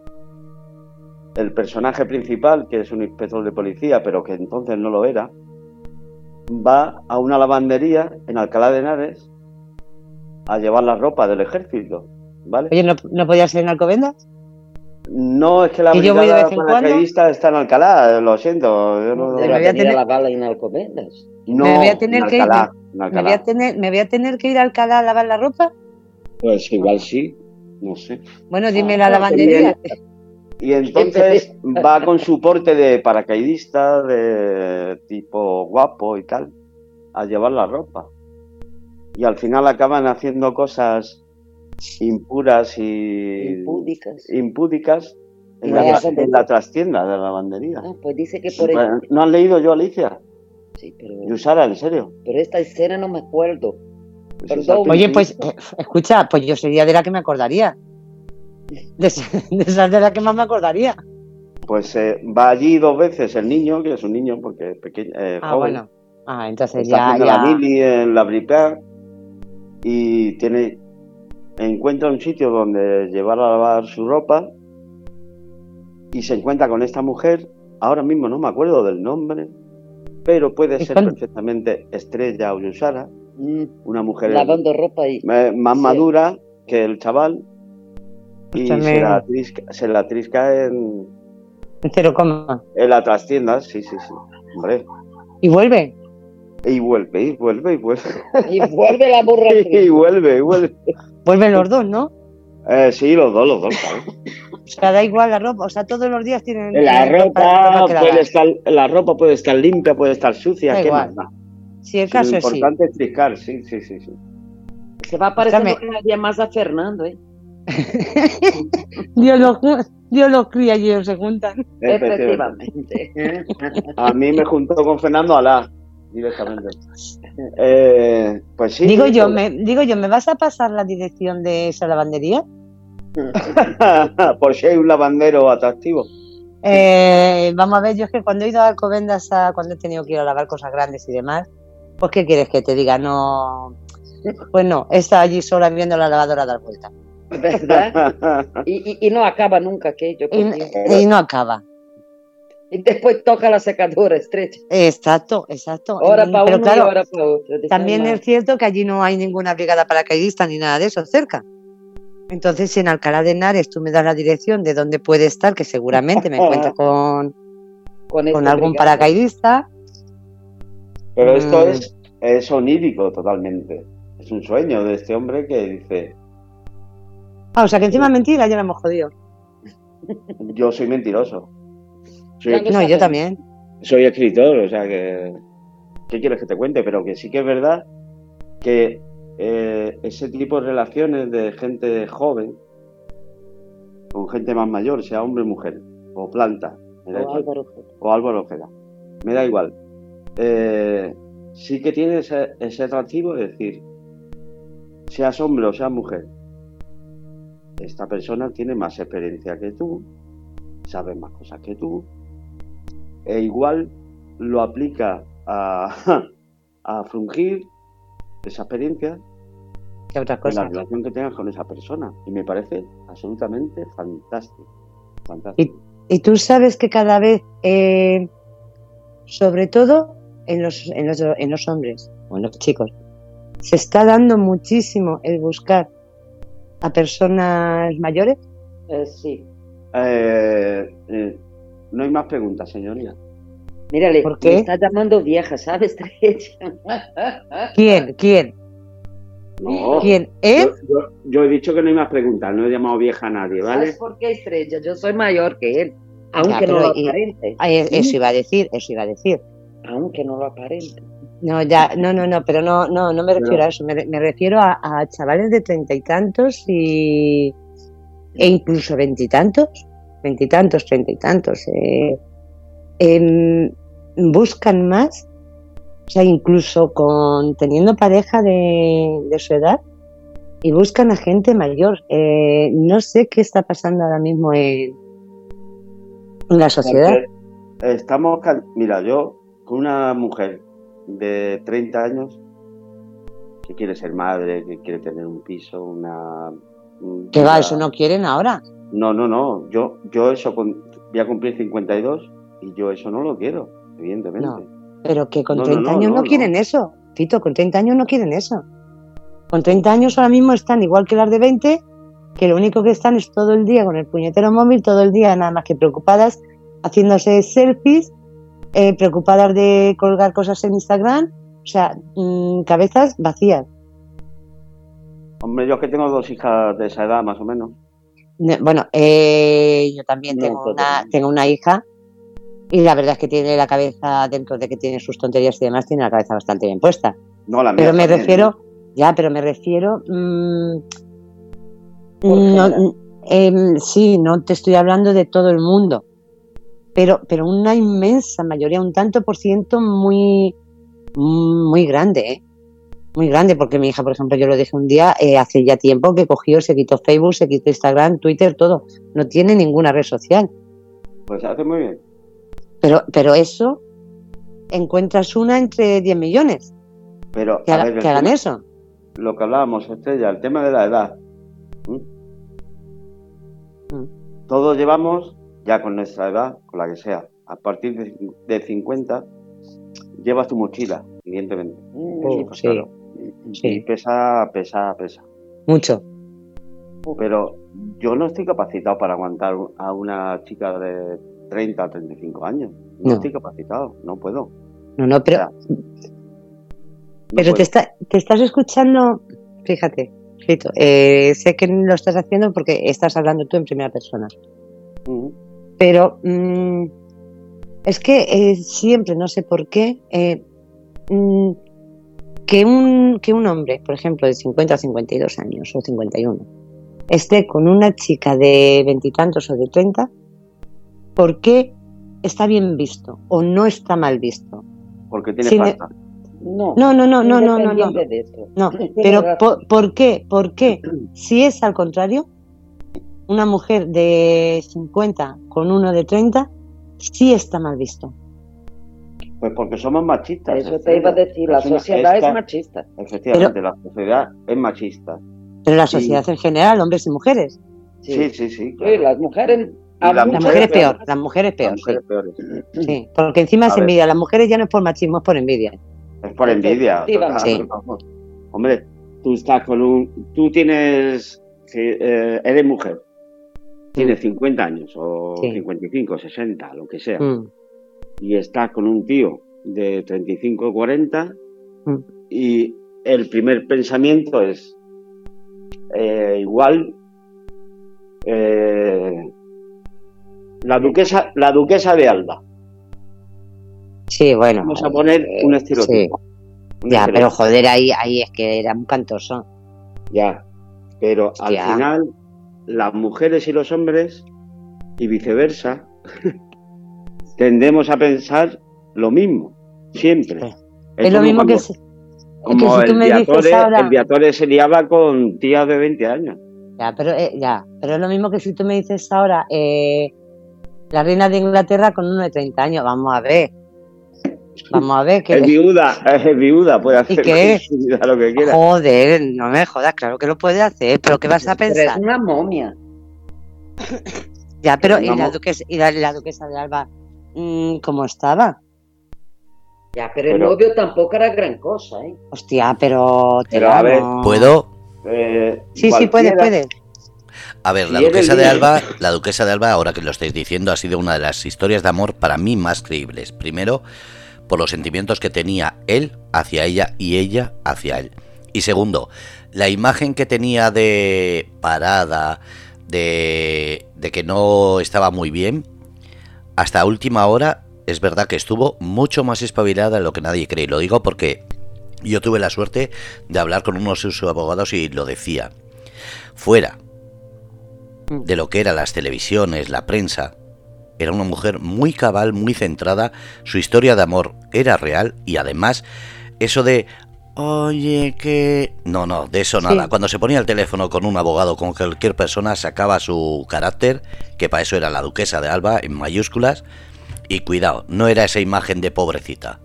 el personaje principal, que es un inspector de policía, pero que entonces no lo era, va a una lavandería en Alcalá de Henares a llevar la ropa del ejército, ¿vale? Oye, ¿no podía ser en Alcobendas? No, es que la brigada paracaidista está en Alcalá, lo siento. Yo no me voy a tener la bala en Alcobendas. No, me voy a tener en Alcalá, me voy a tener que ir a Alcalá a lavar la ropa. Pues igual sí, no sé. Bueno, dime la lavandería. Y entonces va con su porte de paracaidista, de tipo guapo y tal, a llevar la ropa. Y al final acaban haciendo cosas impuras y impúdicas en la trastienda de la lavandería. Pues dice que por eso. ¿No has leído yo, Alicia? Sí, pero... Yusara, ¿en serio? Pero esta escena no me acuerdo. Oye, pues, escucha, pues yo sería de la que me acordaría. De esas de la que más me acordaría. Pues va allí 2 veces el niño, que es un niño porque es pequeño, joven. Bueno. Entonces está haciendo la mili en la Bripea y encuentra un sitio donde llevar a lavar su ropa y se encuentra con esta mujer, ahora mismo no me acuerdo del nombre, pero puede ser perfectamente Estrella o Yusara, una mujer lavando ropa ahí. Más madura que el chaval, y se la trisca en 0, en la trastienda, sí, hombre. ¿Y vuelve? Y vuelve. Y vuelve la burra. Y vuelve. Vuelven los dos, ¿no? Sí, los dos, claro. O sea, da igual la ropa, o sea, todos los días tienen... La ropa puede estar limpia, puede estar sucia, da igual. Más? Si el caso lo es importante es triscar, sí. Se va a parecer cada día más a Fernando, ¿eh? Dios los cría y ellos se juntan. Efectivamente. A mí me juntó con Fernando Alá, directamente. Pues sí. Digo yo, ¿me vas a pasar la dirección de esa lavandería? Por si hay un lavandero atractivo. Vamos a ver, yo es que cuando he ido a Alcobendas, cuando he tenido que ir a lavar cosas grandes y demás, pues ¿qué quieres que te diga? No, pues no, he estado allí sola viendo la lavadora dar vuelta. ¿Verdad? Y no acaba nunca aquello. Y no acaba. Y después toca la secadora estrecha. Exacto. Ahora para uno claro, y ahora para otro. También es cierto que allí no hay ninguna brigada paracaidista ni nada de eso cerca. Entonces, si en Alcalá de Henares tú me das la dirección de dónde puede estar, que seguramente me encuentro con algún paracaidista. Pero esto es onírico totalmente. Es un sueño de este hombre que dice... o sea que encima mentira, ya lo hemos jodido. Yo soy mentiroso. Yo también. Soy escritor, o sea que... ¿Qué quieres que te cuente? Pero que sí que es verdad que ese tipo de relaciones de gente joven con gente más mayor, sea hombre o mujer, o planta, o Álvaro Ojeda, me da igual. Sí que tiene ese atractivo de decir, seas hombre o seas mujer, esta persona tiene más experiencia que tú, sabe más cosas que tú, e igual lo aplica a frungir esa experiencia ¿qué otra cosa? En la relación que tengas con esa persona, y me parece absolutamente fantástico. Y tú sabes que cada vez, sobre todo en los hombres o en los chicos, se está dando muchísimo el buscar a personas mayores. Sí. No hay más preguntas, señoría. Mírale, ¿por qué? Me está llamando vieja, ¿sabes? ¿Quién? No, ¿Quién? Yo he dicho que no hay más preguntas, no he llamado vieja a nadie, ¿vale? ¿Sabes por qué, Estrella? Yo soy mayor que él, aunque no lo aparente. Eso iba a decir. Aunque no lo aparente. No, pero no me refiero a eso, me refiero a chavales de 30 y tantos e incluso 20 y tantos, 30 y tantos. Buscan más, o sea, incluso teniendo pareja de su edad, y buscan a gente mayor. No sé qué está pasando ahora mismo en la sociedad. Mira, yo con una mujer de 30 años que quiere ser madre, que quiere tener un piso, ¿Qué va? ¿Eso no quieren ahora? No. Yo eso voy a cumplir 52 y yo eso no lo quiero, evidentemente. No, pero que con 30 años no quieren eso. Tito, con 30 años no quieren eso. Con 30 años ahora mismo están igual que las de 20, que lo único que están es todo el día con el puñetero móvil, todo el día nada más que preocupadas, haciéndose selfies, preocupadas de colgar cosas en Instagram, o sea, cabezas vacías. Hombre, yo es que tengo 2 hijas de esa edad, más o menos. Bueno, yo también tengo una hija, y la verdad es que tiene la cabeza, dentro de que tiene sus tonterías y demás, tiene la cabeza bastante bien puesta. No, la mía pero me también, refiero, pero me refiero, sí, no te estoy hablando de todo el mundo, pero una inmensa mayoría, un tanto por ciento muy grande, muy grande, porque mi hija, por ejemplo, yo lo dije un día, hace ya tiempo que cogió, se quitó Facebook, se quitó Instagram, Twitter, todo, no tiene ninguna red social. Pues hace muy bien. Pero eso, encuentras una entre 10 millones pero que hagan eso. Lo que hablábamos, Estrella, el tema de la edad. Todos llevamos ya con nuestra edad, con la que sea, a partir de 50, llevas tu mochila, evidentemente. Sí. Claro. Y pesa. Mucho. Pero yo no estoy capacitado para aguantar a una chica de 30 a 35 años. No estoy capacitado, no puedo. No, pero... O sea, pero te estás escuchando, fíjate, Fito, sé que lo estás haciendo porque estás hablando tú en primera persona. Pero es que siempre, no sé por qué, que un hombre, por ejemplo, de 50 a 52 años o 51, esté con una chica de 20 y tantos o de 30, ¿por qué está bien visto o no está mal visto? Porque tiene pasta. No, pero ¿por qué? Si es al contrario, una mujer de 50 con uno de 30 sí está mal visto. Pues porque somos machistas. Eso te iba a decir, la sociedad es machista. Efectivamente, la sociedad es machista. Pero la sociedad en general, hombres y mujeres. Sí. Claro. Sí, las mujeres... La mujer es peor. Sí, porque encima es envidia. Las mujeres ya no es por machismo, es por envidia. Es por envidia. Sí. Hombre, tú estás tú tienes... eres mujer. Tienes 50 años o 55, 60, lo que sea. Y estás con un tío de 35 o 40 y el primer pensamiento es igual la duquesa de Alba. Sí, bueno. Vamos a poner un estereotipo. Sí. Pero joder, ahí es que era muy cantoso. Ya, pero al final las mujeres y los hombres y viceversa tendemos a pensar lo mismo, siempre. Es lo mismo que... Como el Viatore se liaba con tías de 20 años. Pero es lo mismo que si tú me dices ahora la reina de Inglaterra con uno de 30 años. Vamos a ver que... Es viuda, puede hacer lo que quiera. Joder, no me jodas, claro que lo puede hacer, pero ¿qué vas a pensar? Pero es una momia. Ya, pero ¿y la duquesa de Alba cómo estaba? Ya, pero el novio tampoco era gran cosa, ¿eh? Hostia, pero a ver, ¿puedo? Sí, puede. A ver, la duquesa de Alba, ahora que lo estáis diciendo, ha sido una de las historias de amor para mí más creíbles. Primero, por los sentimientos que tenía él hacia ella y ella hacia él. Y segundo, la imagen que tenía de parada, de que no estaba muy bien, hasta última hora es verdad que estuvo mucho más espabilada de lo que nadie cree. Lo digo porque yo tuve la suerte de hablar con uno de sus abogados y lo decía. Fuera de lo que eran las televisiones, la prensa, era una mujer muy cabal, muy centrada, su historia de amor era real y además eso de... Oye, que... No, de eso nada. Cuando se ponía el teléfono con un abogado, con cualquier persona, sacaba su carácter, que para eso era la duquesa de Alba, en mayúsculas, y cuidado, no era esa imagen de pobrecita.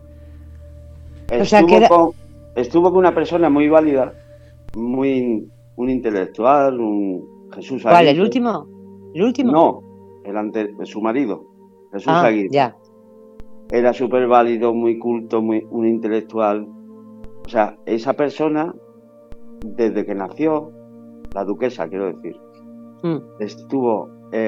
Estuvo con una persona muy válida, un intelectual, un Jesús Aguirre. ¿Cuál, el último? No, su marido, Jesús Aguirre. Ya. Era súper válido, muy culto, un intelectual. O sea, esa persona, desde que nació, la duquesa, quiero decir, estuvo...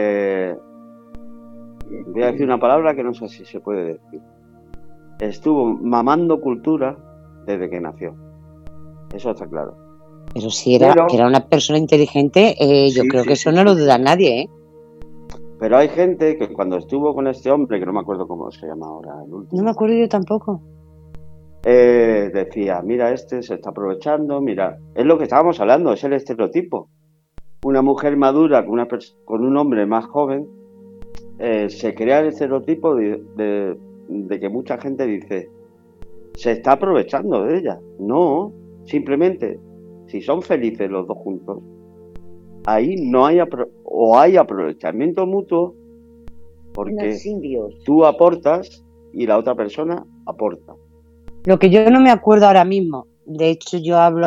voy a decir una palabra que no sé si se puede decir. Estuvo mamando cultura desde que nació. Eso está claro. Pero si era una persona inteligente, yo creo que eso no lo duda nadie, ¿eh? Pero hay gente que cuando estuvo con este hombre, que no me acuerdo cómo se llama ahora, el último. No me acuerdo yo tampoco. Decía, mira, este se está aprovechando, mira, es lo que estábamos hablando, es el estereotipo. Una mujer madura con un hombre más joven, se crea el estereotipo de que mucha gente dice, se está aprovechando de ella. No, simplemente, si son felices los dos juntos, ahí no hay hay aprovechamiento mutuo, porque tú aportas y la otra persona aporta. Lo que yo no me acuerdo ahora mismo, de hecho yo hablo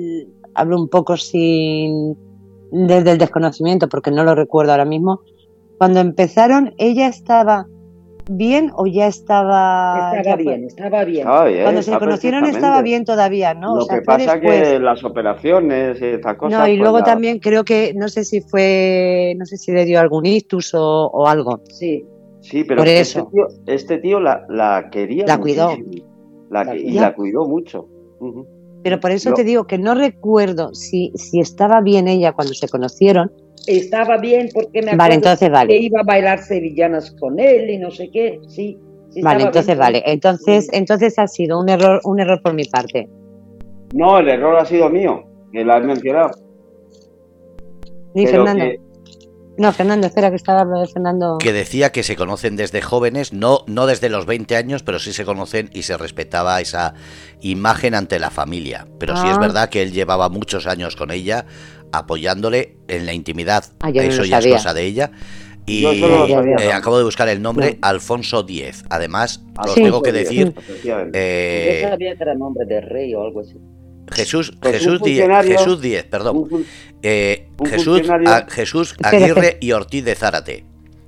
un poco desde el desconocimiento, porque no lo recuerdo ahora mismo, Cuando empezaron, ¿ella estaba bien o ya estaba...? Estaba bien. Cuando se conocieron estaba bien todavía, ¿no? Lo que pasa es que las operaciones y estas cosas... No, y luego también creo que, no sé si le dio algún ictus o algo. Sí, pero por eso. Este tío la quería la cuidó. Y la cuidó mucho. Pero por eso te digo que no recuerdo si estaba bien ella cuando se conocieron. Estaba bien porque me acuerdo entonces que iba a bailar sevillanas con él y no sé qué, sí. Vale, entonces bien, entonces ha sido un error por mi parte. No, el error ha sido mío, que la has mencionado. Ni Fernando. No, Fernando, espera, que estaba hablando de Fernando. Que decía que se conocen desde jóvenes, no desde los 20 años, pero sí se conocen y se respetaba esa imagen ante la familia. Pero sí es verdad que él llevaba muchos años con ella, apoyándole en la intimidad. Eso ya es cosa de ella. Y acabo de buscar el nombre, Alfonso X. Además, os tengo que decir... yo sabía que era nombre de rey o algo así. Jesús Díez, perdón. Jesús Aguirre y Ortiz de Zárate.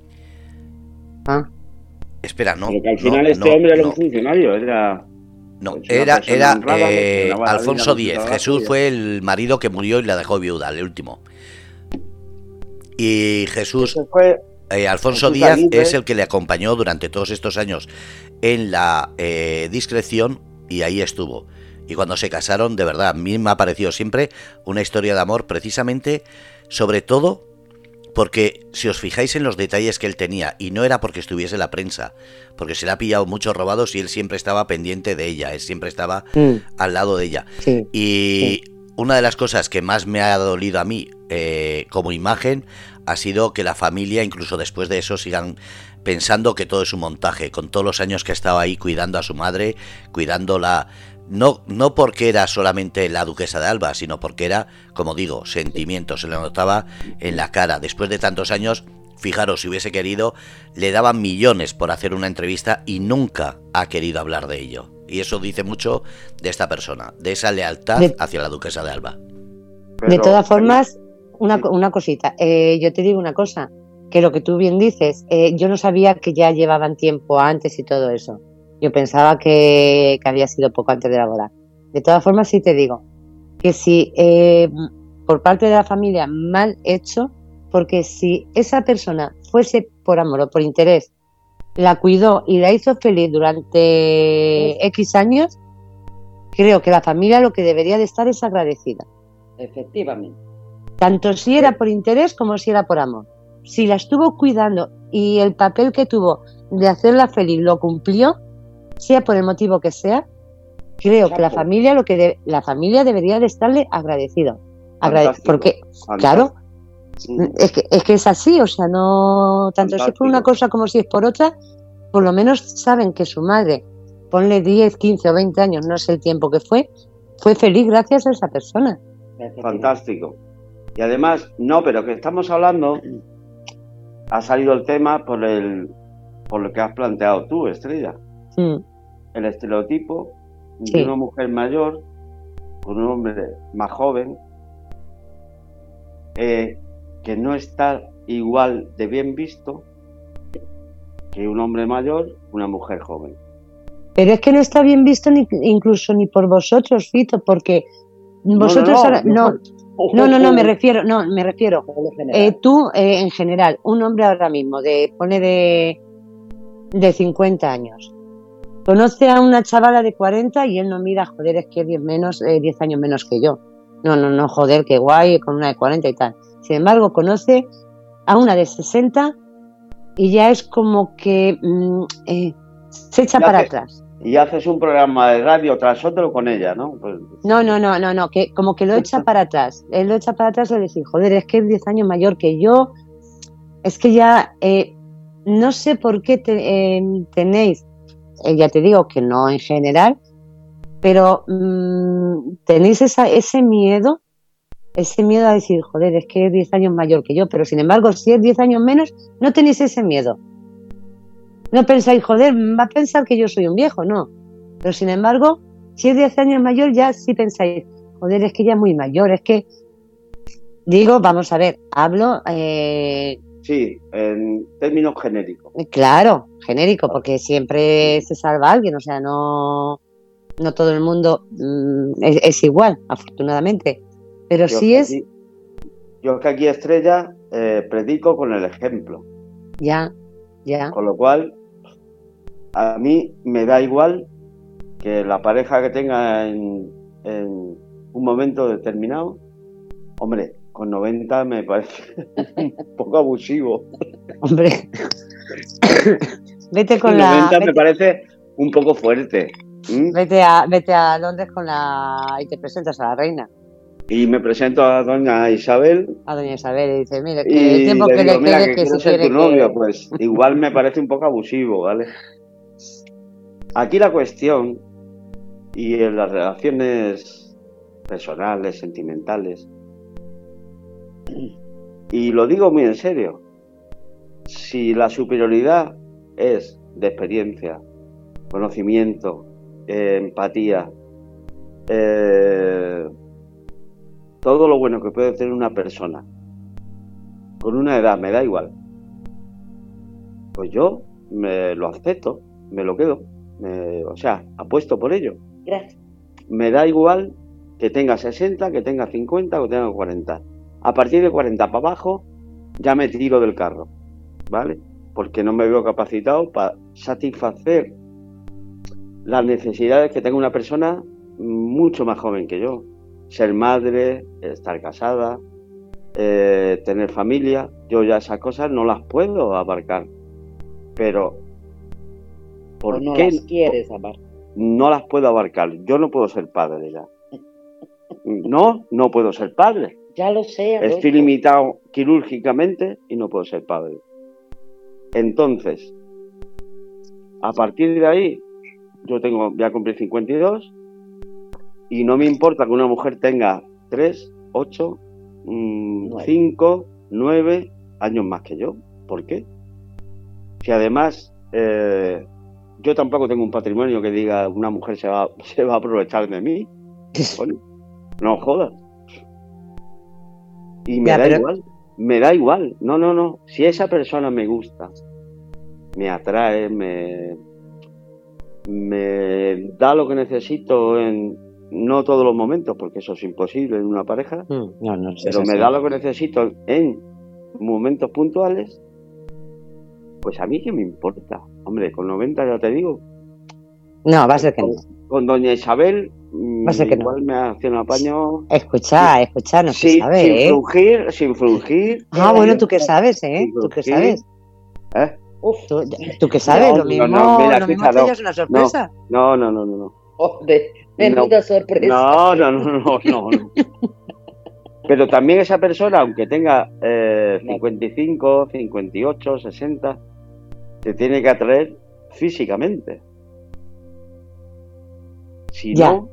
Espera, no. Pero que al final hombre era un funcionario, era... No, era Alfonso X. Jesús fue el marido que murió y la dejó viuda, el último. Y Alfonso Díaz es el que le acompañó durante todos estos años en la discreción, y ahí estuvo. Y cuando se casaron, de verdad, a mí me ha parecido siempre una historia de amor, precisamente, sobre todo, porque si os fijáis en los detalles que él tenía, y no era porque estuviese en la prensa, porque se le ha pillado muchos robados y él siempre estaba pendiente de ella, él siempre estaba al lado de ella. Una de las cosas que más me ha dolido a mí como imagen ha sido que la familia, incluso después de eso, sigan pensando que todo es un montaje, con todos los años que ha estado ahí cuidando a su madre, cuidándola. No porque era solamente la duquesa de Alba, sino porque era, como digo, sentimiento, se le notaba en la cara. Después de tantos años, fijaros, si hubiese querido, le daban millones por hacer una entrevista y nunca ha querido hablar de ello. Y eso dice mucho de esta persona, de esa lealtad hacia la duquesa de Alba. De todas formas, una cosita, yo te digo una cosa, que lo que tú bien dices, yo no sabía que ya llevaban tiempo antes y todo eso. Yo pensaba que había sido poco antes de la boda. De todas formas, sí te digo que si por parte de la familia mal hecho, porque si esa persona fuese por amor o por interés, la cuidó y la hizo feliz durante X años, creo que la familia lo que debería de estar es agradecida. Efectivamente. Tanto si era por interés como si era por amor. Si la estuvo cuidando y el papel que tuvo de hacerla feliz lo cumplió, sea por el motivo que sea, creo que la familia la familia debería de estarle agradecido. Porque, claro, es que es así, o sea, no tanto si es por una cosa como si es por otra, por lo menos saben que su madre, ponle 10, 15 o 20 años, no sé el tiempo que fue feliz gracias a esa persona. Fantástico. Y además, pero que estamos hablando, ha salido el tema por lo que has planteado tú, Estrella. El estereotipo de una mujer mayor con un hombre más joven que no está igual de bien visto que un hombre mayor, una mujer joven. Pero es que no está bien visto incluso ni por vosotros, Fito, porque vosotros me refiero tú en general, un hombre ahora mismo pone de 50 años. Conoce a una chavala de 40 y él no mira, joder, es que 10 años menos que yo. No, joder, qué guay, con una de 40 y tal. Sin embargo, conoce a una de 60 y ya es como que se echa para atrás. Y haces un programa de radio tras otro con ella, ¿no? Pues... No, que como que lo echa para atrás. Él lo echa para atrás y le dice, joder, es que es 10 años mayor que yo. Es que ya, no sé por qué tenéis... ya te digo que no en general, pero tenéis ese miedo a decir, joder, es que es 10 años mayor que yo, pero sin embargo, si es 10 años menos, no tenéis ese miedo. No pensáis, joder, va a pensar que yo soy un viejo, no. Pero sin embargo, si es 10 años mayor, ya sí pensáis, joder, es que ya es muy mayor, es que... Digo, vamos a ver, hablo Sí, en términos genéricos. Claro, genérico, porque siempre se salva alguien, o sea, no todo el mundo es igual, afortunadamente. Pero sí es... Yo que aquí, Estrella, predico con el ejemplo. Ya. Con lo cual, a mí me da igual que la pareja que tenga en un momento determinado, hombre, con 90 me parece un poco abusivo. Hombre, vete con 90 me parece un poco fuerte. Vete a Londres y te presentas a la reina. Y me presento a doña Isabel. A doña Isabel y dice, mire, que el tiempo que le quede, que si quiero ser tu novio, pues igual me parece un poco abusivo, ¿vale? Aquí la cuestión, y en las relaciones personales, sentimentales, y lo digo muy en serio, si la superioridad es de experiencia, conocimiento, empatía, todo lo bueno que puede tener una persona con una edad, me da igual, pues yo me lo acepto, me lo quedo, o sea, apuesto por ello. Gracias. Me da igual que tenga 60, que tenga 50 o que tenga 40. A partir de 40 para abajo ya me tiro del carro, ¿vale? Porque no me veo capacitado para satisfacer las necesidades que tenga una persona mucho más joven que yo. Ser madre, estar casada, tener familia. Yo ya esas cosas no las puedo abarcar. Pero ¿por qué las quieres abarcar? No las puedo abarcar. Yo no puedo ser padre ya. No puedo ser padre. Ya lo sé. Estoy limitado quirúrgicamente y no puedo ser padre. Entonces, a partir de ahí, voy a cumplir 52 y no me importa que una mujer tenga 3, 8, 5, 9 años más que yo. ¿Por qué? Si además yo tampoco tengo un patrimonio que diga una mujer se va a aprovechar de mí. Bueno, no jodas. Y me da igual. No. Si esa persona me gusta, me atrae, me da lo que necesito no todos los momentos, porque eso es imposible en una pareja, pero me da lo que necesito en momentos puntuales, pues a mí qué me importa. Hombre, con 90 ya te digo. No, va a ser que no. Con doña Isabel, va a ser que igual me hace un apaño. Escucha, no se sabe, sin frungir. Bueno, ¿tú qué sabes, ¿Tú qué sabes? ¿Tú qué sabes? Lo mismo que ella es una sorpresa. No. Menuda sorpresa. No. Pero también esa persona, aunque tenga 55, 58, 60, te tiene que atraer físicamente. Si no,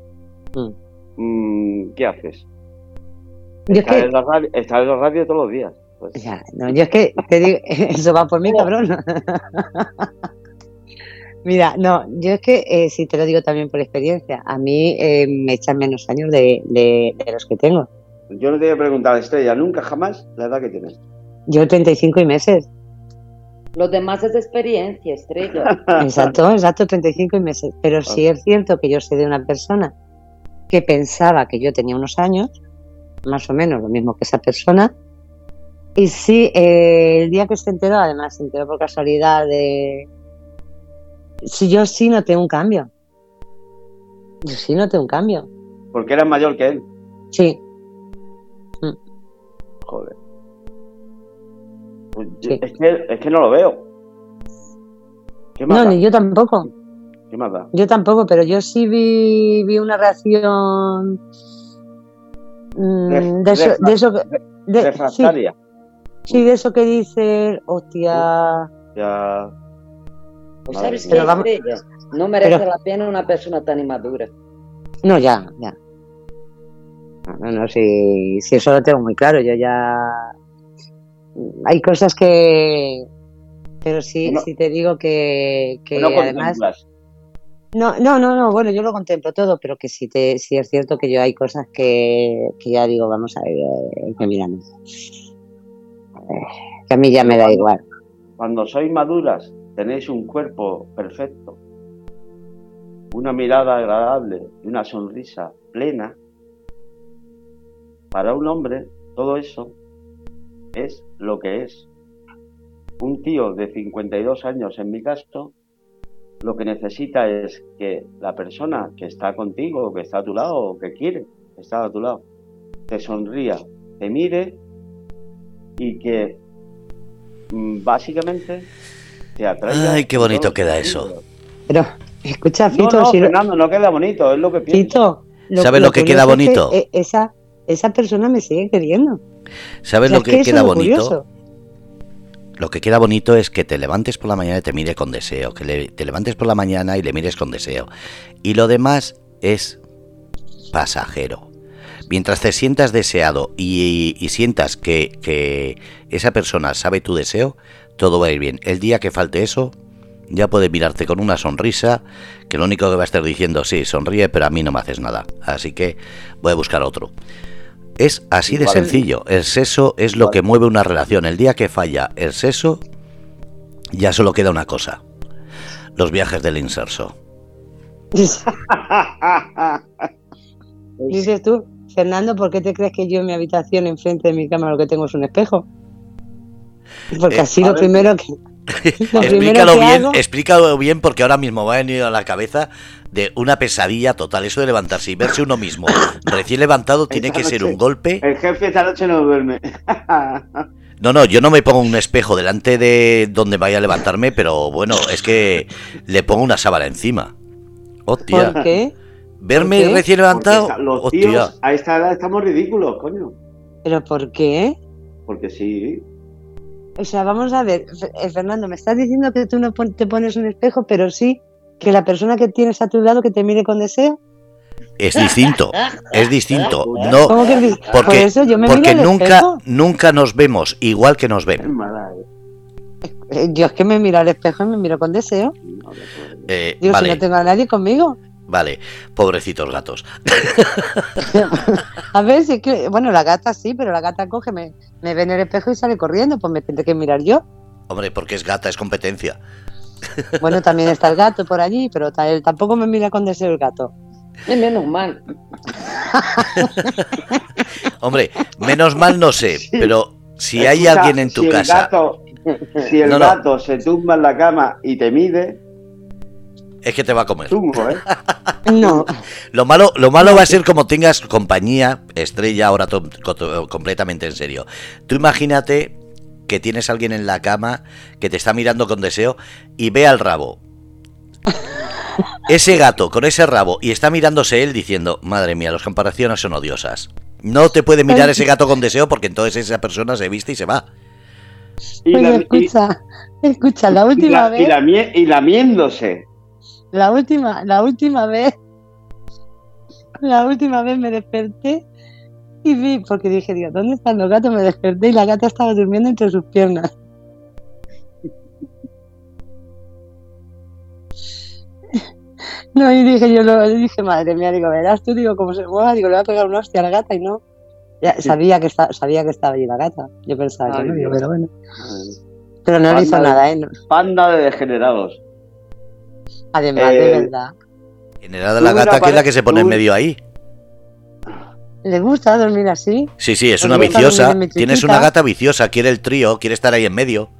¿qué haces? Estar en la radio todos los días. Pues. Ya, no, yo es que te digo, eso va por mí, cabrón. Mira, no, yo es que si te lo digo también por experiencia, a mí me echan menos años de los que tengo. Yo no te voy a preguntar, Estrella, nunca jamás la edad que tienes. Yo 35 y meses. Los demás es experiencia, Estrella. Exacto, 35 y meses. Pero sí es cierto que yo sé de una persona que pensaba que yo tenía unos años, más o menos lo mismo que esa persona. Y sí, el día que se enteró, además se enteró por casualidad yo sí noté un cambio. ¿Porque eras mayor que él? Sí. Joder. Pues sí. Es que no lo veo. ¿Qué más da? Ni yo tampoco. ¿Qué más da? Yo tampoco, pero yo sí vi una reacción refractaria. Sí, de eso que dices, hostia. Ya. Pues sabes que Estrella, no merece la pena una persona tan inmadura. No, ya. No, si eso lo tengo muy claro, yo ya. Hay cosas que. Pero sí te digo que no además. No, bueno, yo lo contemplo todo, pero que sí es cierto que yo hay cosas que ya digo, vamos a ver, que miramos. Que a mí ya me da igual. Cuando sois maduras, tenéis un cuerpo perfecto, una mirada agradable y una sonrisa plena. Para un hombre, todo eso es lo que es. Un tío de 52 años, en mi caso, lo que necesita es que la persona que está contigo, o que está a tu lado, o que quiere estar a tu lado, te sonría, te mire y que básicamente te atraiga. Ay, qué bonito queda eso. Pero, escucha, Fito... No, Fernando, no queda bonito, es lo que pienso. Fito, ¿sabes lo que queda bonito? Es que esa persona me sigue queriendo. ¿Sabes lo que queda bonito? Curioso. Lo que queda bonito es que te levantes por la mañana y te mire con deseo, que te levantes por la mañana y le mires con deseo. Y lo demás es pasajero. Mientras te sientas deseado y sientas que esa persona sabe tu deseo, todo va a ir bien. El día que falte eso, ya puedes mirarte con una sonrisa, que lo único que va a estar diciendo, sí, sonríe, pero a mí no me haces nada. Así que voy a buscar otro. Es así de sencillo. El sexo es lo que mueve una relación. El día que falla el sexo, ya solo queda una cosa: los viajes del inserso. Dices tú, Fernando, ¿por qué te crees que yo en mi habitación, enfrente de mi cama, lo que tengo es un espejo? Porque así lo primero que... Explícalo bien, porque ahora mismo me ha venido a la cabeza de una pesadilla total. Eso de levantarse y verse uno mismo recién levantado tiene que ser un golpe. El jefe esta noche no duerme. No, yo no me pongo un espejo delante de donde vaya a levantarme, pero bueno, es que le pongo una sábana encima. Hostia. ¿Por qué? Verme ¿Por qué? recién levantado. Porque los tíos a esta edad estamos ridículos, coño. ¿Pero por qué? Porque sí. O sea, vamos a ver, Fernando, me estás diciendo que tú no te pones un espejo, pero sí que la persona que tienes a tu lado que te mire con deseo. Es distinto, es distinto. No, ¿Cómo que porque, por eso yo me porque miro al espejo. nunca nos vemos igual que nos ven. Yo es que me miro al espejo y me miro con deseo. Digo, vale. si no tengo a nadie conmigo. Vale, pobrecitos gatos. A ver, si es que, bueno, la gata sí, pero la gata coge, me ve en el espejo y sale corriendo, pues me tendré que mirar yo. Hombre, porque es gata, es competencia. Bueno, también está el gato por allí, pero él tampoco me mira con deseo el gato. Menos mal. Hombre, menos mal no sé, pero si hay alguien en tu casa... Si el gato se tumba en la cama y te mide... Es que te va a comer. Chungo, ¿eh? No. Lo malo va a ser como tengas compañía, Estrella, ahora completamente en serio. Tú imagínate que tienes a alguien en la cama que te está mirando con deseo y ve al rabo. Ese gato con ese rabo y está mirándose él diciendo, madre mía, las comparaciones son odiosas. No te puede mirar ese gato con deseo porque entonces esa persona se viste y se va. Oye, escucha, la última vez... Y lamiéndose. La última vez me desperté y vi, porque dije, Dios, ¿dónde están los gatos? Me desperté y la gata estaba durmiendo entre sus piernas. No, y dije, madre mía, digo, verás tú, digo, cómo se mueva, digo, le voy a pegar una hostia a la gata y no. Ya, sabía que estaba allí la gata. Yo pensaba que no, digo, pero bueno. Pero no le hizo nada, ¿eh? Panda de degenerados. Además, de verdad. Generada la gata, que es la que se pone en medio ahí. ¿Le gusta dormir así? Sí, es una viciosa. Tienes una gata viciosa, quiere el trío, quiere estar ahí en medio.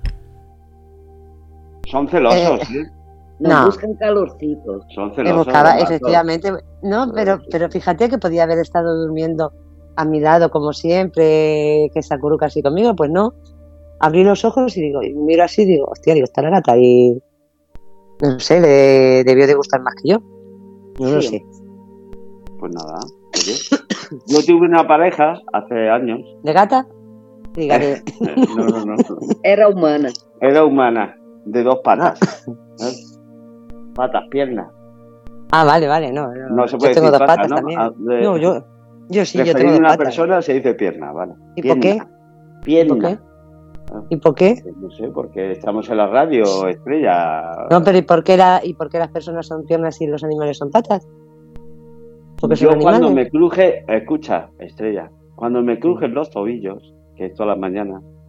Son celosos, ¿sí? No, buscan calorcitos. Son celosos. Buscaba, efectivamente. No, pero fíjate que podía haber estado durmiendo a mi lado, como siempre, que se acurruca así conmigo. Pues no. Abrí los ojos y miro así, digo, hostia, está la gata y... No sé, le debió de gustar más que yo. No lo sé. Pues nada. Oye, yo tuve una pareja hace años. ¿De gata? Dígale. No. Era humana. Era humana, de 2 patas. Patas, piernas. Ah, vale, no se puede yo tengo decir 2 patas ¿no? también. No, yo sí, yo tengo 2 patas. Una persona se dice pierna, vale. ¿Y por qué? Pierna. ¿Y por qué? No sé, porque estamos en la radio, Estrella. No, pero ¿y por qué las personas son piernas y los animales son patas? Porque yo son cuando me cruje, escucha, Estrella, cuando me crujen los tobillos, que es todas las mañanas,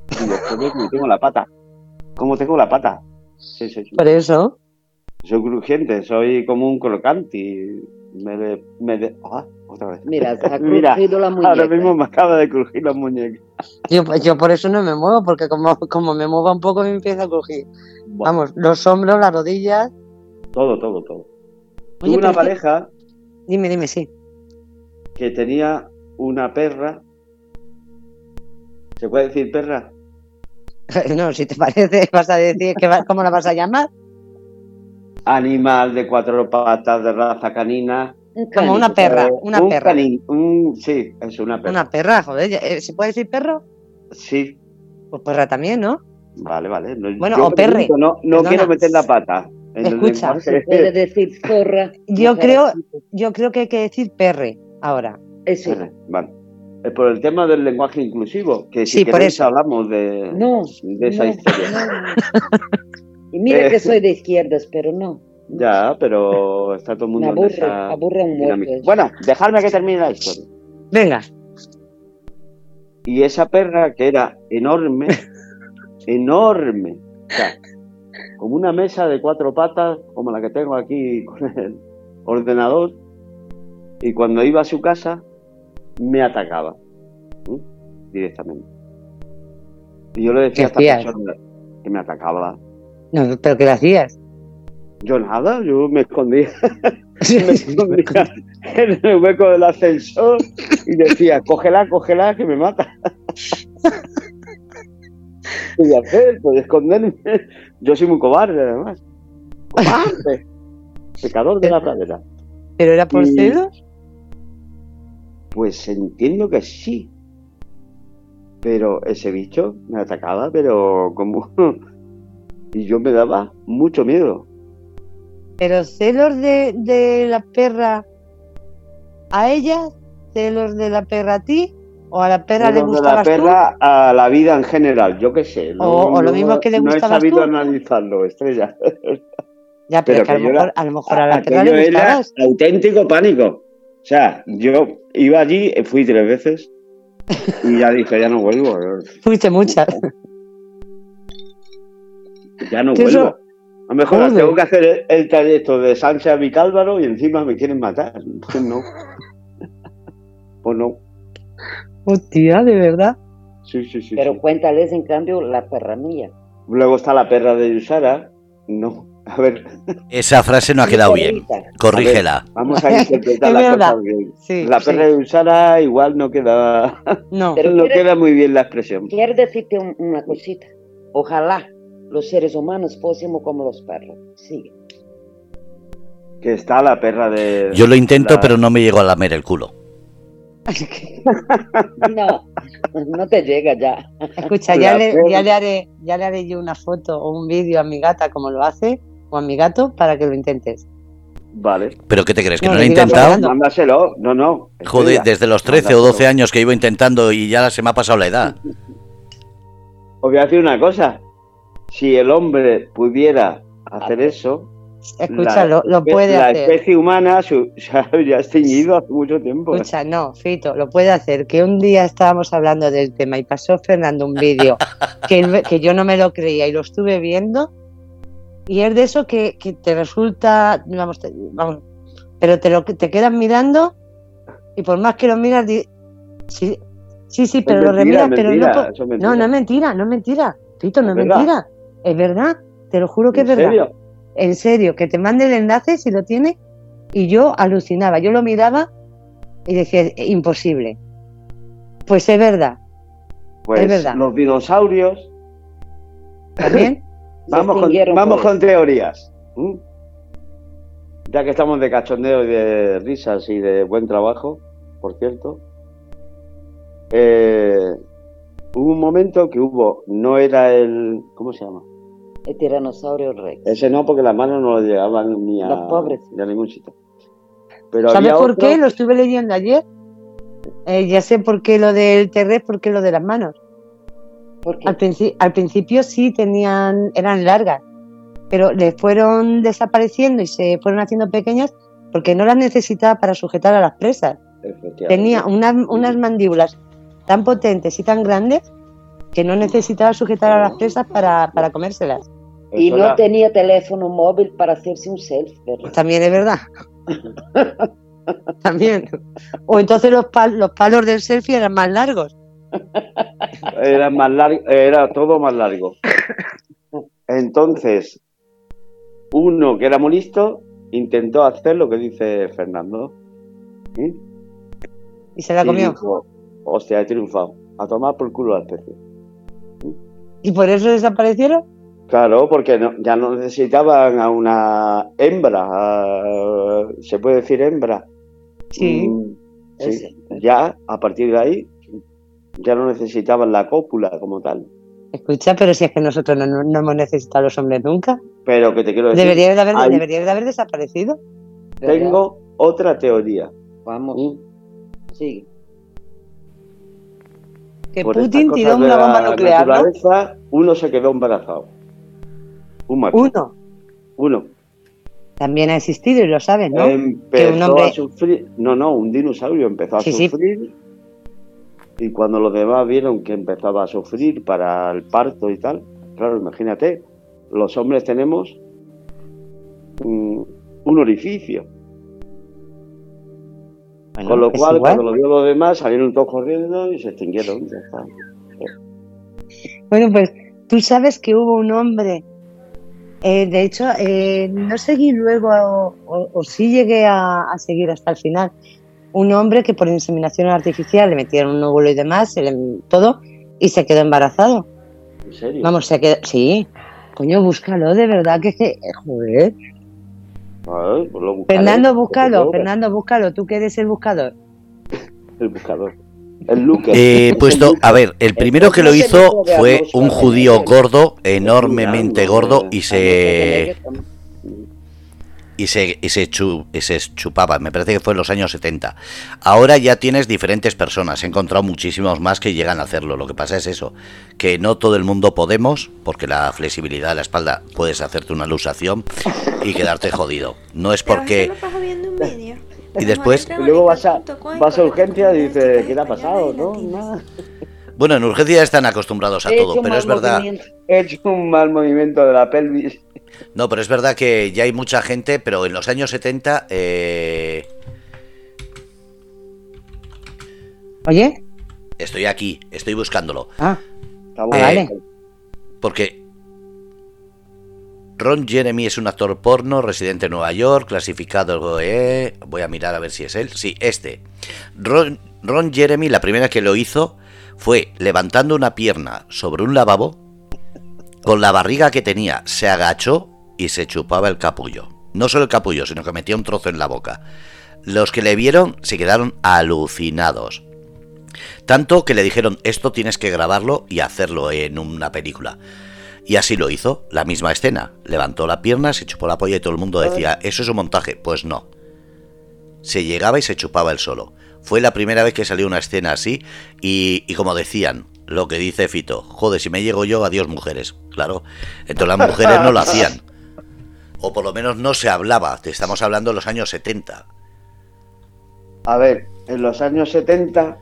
Y después veo como tengo la pata. ¿Cómo tengo la pata? Sí. Por eso. Soy crujiente, soy como un crocante y otra vez. Mira, ha crujido la muñeca. Ahora mismo me acaba de crujir la muñeca. Yo por eso no me muevo, porque como me mueva un poco me empieza a crujir. Bueno. Vamos, los hombros, las rodillas. Todo. Tuve una pareja. Dime, sí. Que tenía una perra. ¿Se puede decir perra? No, si te parece, vas a decir ¿cómo la vas a llamar? Animal de 4 patas de raza canina. Como una perra, una perra. Sí, es una perra. Una perra, joder. ¿Se puede decir perro? Sí. Pues perra también, ¿no? Vale. Bueno, o perre. No quiero meter la pata. Escucha. Se puede decir zorra. Yo creo que hay que decir perre ahora. Eso. Vale. Por el tema del lenguaje inclusivo, que sí, por eso hablamos de esa historia. No. Y mira que soy de izquierdas, pero no. Ya, pero está todo el mundo me aburre un muerto. Bueno, dejadme que termine la historia. Venga. Y esa perra, que era enorme, o sea, como una mesa de 4 patas, como la que tengo aquí con el ordenador, y cuando iba a su casa, me atacaba directamente. Y yo le decía a esta persona que me atacaba. No, pero ¿qué le hacías? Yo nada, yo me escondía. Me escondía en el hueco del ascensor y decía, cógela, que me mata. ¿Qué voy a hacer? Pues esconderme. Yo soy muy cobarde, además. ¡Cobarde! Pecador de la pradera. ¿Pero era por celos? Pues entiendo que sí. Pero ese bicho me atacaba, pero como... Y yo me daba mucho miedo. ¿Pero celos de la perra a ella? ¿Celos de la perra a ti? ¿O a la perra le gustabas tú? De la perra a la vida en general, yo qué sé. O lo mismo que le gustabas tú. No he sabido analizarlo, Estrella. Ya, pero que a lo mejor a la perra le gustabas. Era auténtico pánico. O sea, yo iba allí, fui 3 veces y ya dije, ya no vuelvo. Fuiste muchas. Ya no vuelvo. A lo mejor tengo que hacer el trayecto de Sánchez a Vicálvaro y encima me quieren matar. Pues no. Pues no. Hostia, ¿de verdad? Sí. Pero cuéntales, en cambio, la perra mía. Luego está la perra de Yusara. No, a ver. Esa frase no ha quedado bien. Corrígela. Ver, vamos a interpretar la cosa bien. Sí, la perra de Yusara igual no queda... No, pero no queda muy bien la expresión. Quiero decirte una cosita. Ojalá los seres humanos fuésemos como los perros. Sigue. Que está la perra de... Yo lo intento, pero no me llego a lamer el culo. No te llega ya. Escucha, ya le haré yo una foto o un vídeo a mi gata como lo hace, o a mi gato, para que lo intentes. Vale. ¿Pero qué te crees? ¿Que no lo he intentado? Mándaselo, no. Joder, desde los 13 o 12 años que iba intentando y ya se me ha pasado la edad. Os voy a decir una cosa. Si el hombre pudiera hacer eso... Escucha, lo puede hacer. La especie humana ya ha extinguido hace mucho tiempo. Escucha, no, Fito, lo puede hacer. Que un día estábamos hablando del tema y pasó Fernando un vídeo que yo no me lo creía y lo estuve viendo, y es de eso que te resulta, vamos, pero te quedas mirando y por más que lo miras, sí, pero lo remiras, pero no es mentira, Fito, no es mentira, es verdad, te lo juro que es verdad. ¿En serio? En serio, que te mande el enlace si lo tiene. Y yo alucinaba, yo lo miraba y decía, imposible. Pues es verdad. Pues es verdad. Los dinosaurios también. Vamos con teorías. Ya que estamos de cachondeo y de risas y de buen trabajo, por cierto. Hubo un momento que no era el... ¿Cómo se llama? El tiranosaurio rex. Ese no, porque las manos no lo llegaban ni a ningún sitio. Pero ¿sabes por qué? Lo estuve leyendo ayer. Ya sé por qué lo del T-Rex, por qué lo de las manos. ¿Por qué? Al principio sí eran largas, pero le fueron desapareciendo y se fueron haciendo pequeñas porque no las necesitaba para sujetar a las presas. Tenía unas mandíbulas tan potentes y tan grandes que no necesitaba sujetar a las presas para comérselas. Y no tenía teléfono móvil para hacerse un selfie, ¿verdad? También es verdad. También. O entonces los palos del selfie eran más largos. Era todo más largo. Entonces, uno que era muy listo intentó hacer lo que dice Fernando. ¿Sí? Y se la comió. Dijo, hostia, he triunfado. A tomar por culo la especie. ¿Y por eso desaparecieron? Claro, porque ya no necesitaban a una hembra. ¿Se puede decir hembra? Sí. Sí. Ya, a partir de ahí, ya no necesitaban la cópula como tal. Escucha, pero si es que nosotros no hemos necesitado a los hombres nunca. Pero que te quiero decir... Debería de haber desaparecido. Tengo otra teoría. Vamos. Sí. Que por Putin tiró una bomba nuclear, ¿no? Uno se quedó embarazado. Un macho. Uno. También ha existido y lo sabes, ¿no? Empezó a sufrir... No, un dinosaurio empezó a sufrir... Sí. Y cuando los demás vieron que empezaba a sufrir para el parto y tal, claro, imagínate, los hombres tenemos un orificio. Bueno, con lo cual, cuando lo vio los demás, salieron todos corriendo y se extinguieron. Ya está. Bueno, pues tú sabes que hubo un hombre, de hecho, no seguí luego, o sí llegué a seguir hasta el final, un hombre que por inseminación artificial le metieron un óvulo y demás, todo, y se quedó embarazado. ¿En serio? Vamos, se quedó... Sí. Coño, búscalo, de verdad que joder. Pues lo buscaré. Fernando, búscalo, tú que eres el buscador. El buscador. El Lucas. Puesto, a ver, el primero que lo hizo fue un judío gordo, enormemente gordo, y se chupaba, me parece que fue en los años 70. Ahora ya tienes diferentes personas, he encontrado muchísimos más que llegan a hacerlo. Lo que pasa es eso, que no todo el mundo podemos, porque la flexibilidad de la espalda puedes hacerte una luxación y quedarte jodido. No es porque... Y después... Y luego vas a urgencia y dices, ¿qué te ha pasado? ¿No? Nada. Bueno, en urgencia ya están acostumbrados a todo, pero es verdad... He hecho un mal movimiento de la pelvis. No, pero es verdad que ya hay mucha gente, pero en los años 70... ¿Oye? Estoy aquí, estoy buscándolo. Vale. Porque Ron Jeremy es un actor porno residente en Nueva York, clasificado... voy a mirar a ver si es él. Sí, este. Ron Jeremy, la primera que lo hizo fue levantando una pierna sobre un lavabo. Con la barriga que tenía, se agachó y se chupaba el capullo. No solo el capullo, sino que metía un trozo en la boca. Los que le vieron se quedaron alucinados. Tanto que le dijeron, esto tienes que grabarlo y hacerlo en una película. Y así lo hizo, la misma escena. Levantó la pierna, se chupó la polla y todo el mundo decía, ¿eso es un montaje? Pues no. Se llegaba y se chupaba él solo. Fue la primera vez que salió una escena así y como decían, lo que dice Fito, joder, si me llego yo, adiós mujeres. Claro, entonces las mujeres no lo hacían. O por lo menos no se hablaba, te estamos hablando de los años 70. A ver, en los años 70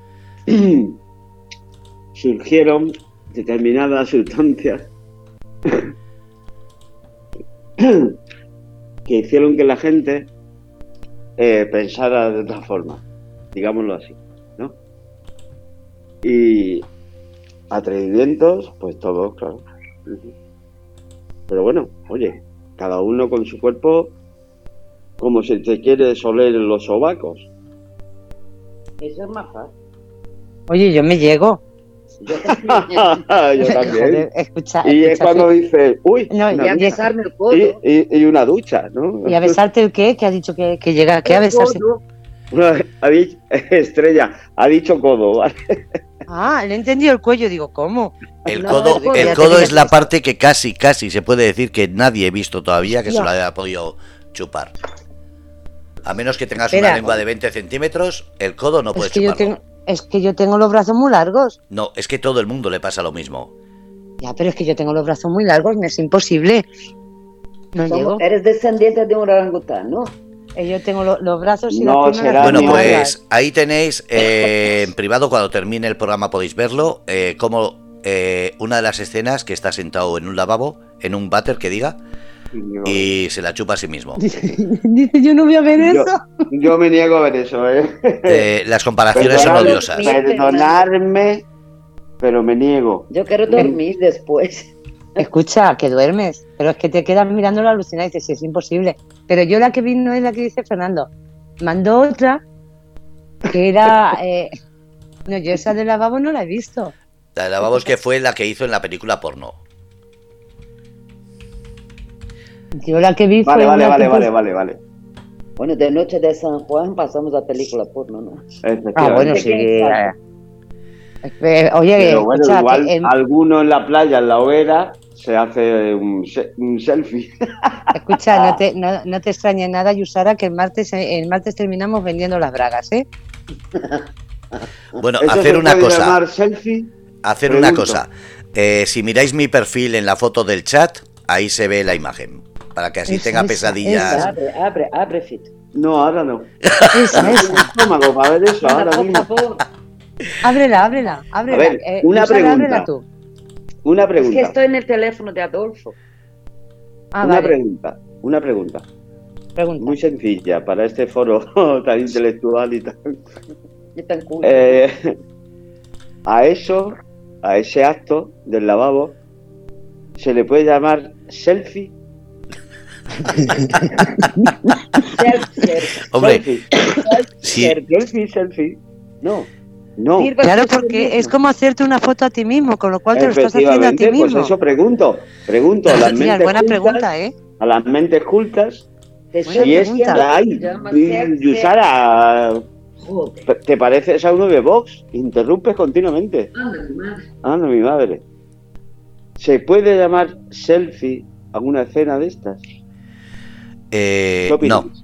surgieron determinadas sustancias que hicieron que la gente pensara de otra forma, digámoslo así, ¿no? Y atrevimientos, pues todos, claro. Pero bueno, oye, cada uno con su cuerpo, como si te quiere soler en los sobacos. Eso es más fácil. Oye, yo me llego. Yo también. Joder, escucha, y es cuando dices, uy, no, y a besarme el codo. Y una ducha, ¿no? ¿Y a besarte el qué? ¿Qué ha dicho que llega? ¿Qué a besarse? Estrella, ha dicho codo, ¿vale? Le he entendido el cuello, digo, ¿cómo? El codo es la parte que casi se puede decir que nadie he visto todavía que se lo haya podido chupar. A menos que tengas una lengua de 20 centímetros, el codo no puedes chuparlo. Es que yo tengo los brazos muy largos. No, es que todo el mundo le pasa lo mismo. Ya, pero es que yo tengo los brazos muy largos, me es imposible. No llego. Eres descendiente de un orangután, ¿no? Yo tengo los brazos y no, las piernas. Bueno, pues ahí tenéis, en privado, cuando termine el programa podéis verlo, cómo una de las escenas que está sentado en un lavabo, en un váter que diga, y se la chupa a sí mismo. Dice, yo no voy a ver eso. Yo me niego a ver eso, Las comparaciones son odiosas. Perdonadme, pero me niego. Yo quiero dormir después. Escucha, que duermes, pero es que te quedas mirándolo alucinado y dices, sí, es imposible. Pero yo la que vi no es la que dice Fernando. Mandó otra que era... no, yo esa de lavabo no la he visto. La de lavabo es que fue la que hizo en la película porno. Yo la que vi vale, fue... Vale. Bueno, de Noche de San Juan pasamos a película porno, ¿no? Bueno, sí. Oye, pero bueno, escucha, igual alguno en la playa, en la hoguera, se hace un selfie. Escucha, no te extrañe nada, Yusara, que el martes terminamos vendiendo las bragas, ¿eh? Bueno, ¿Eso hacer se una puede cosa. llamar selfie? Hacer Pregunto. una cosa. Si miráis mi perfil en la foto del chat, ahí se ve la imagen. Para que así tenga pesadillas. Abre, Fit. No, ahora no. Esa. Estómago para ver eso, ahora Por mismo. favor. Ábrela. A ver, una Yusara, pregunta. ábrela tú. Una Es pregunta. que estoy en el teléfono de Adolfo. Una pregunta. Pregunta. Muy sencilla para este foro tan intelectual y tan... Y tan cool. A ese acto del lavabo, ¿se le puede llamar selfie? Hombre, Selfie. No. Claro, porque es como hacerte una foto a ti mismo, con lo cual te lo estás haciendo a ti mismo. Pues eso pregunto a las mentes buena cultas, pregunta, ¿eh? a las mentes cultas, Buena si es pregunta. la hay, Yusara, Joder. ¿te pareces a uno de Vox? Interrumpes continuamente. Anda, mi madre. ¿Se puede llamar selfie alguna escena de estas? ¿Qué opinas? no,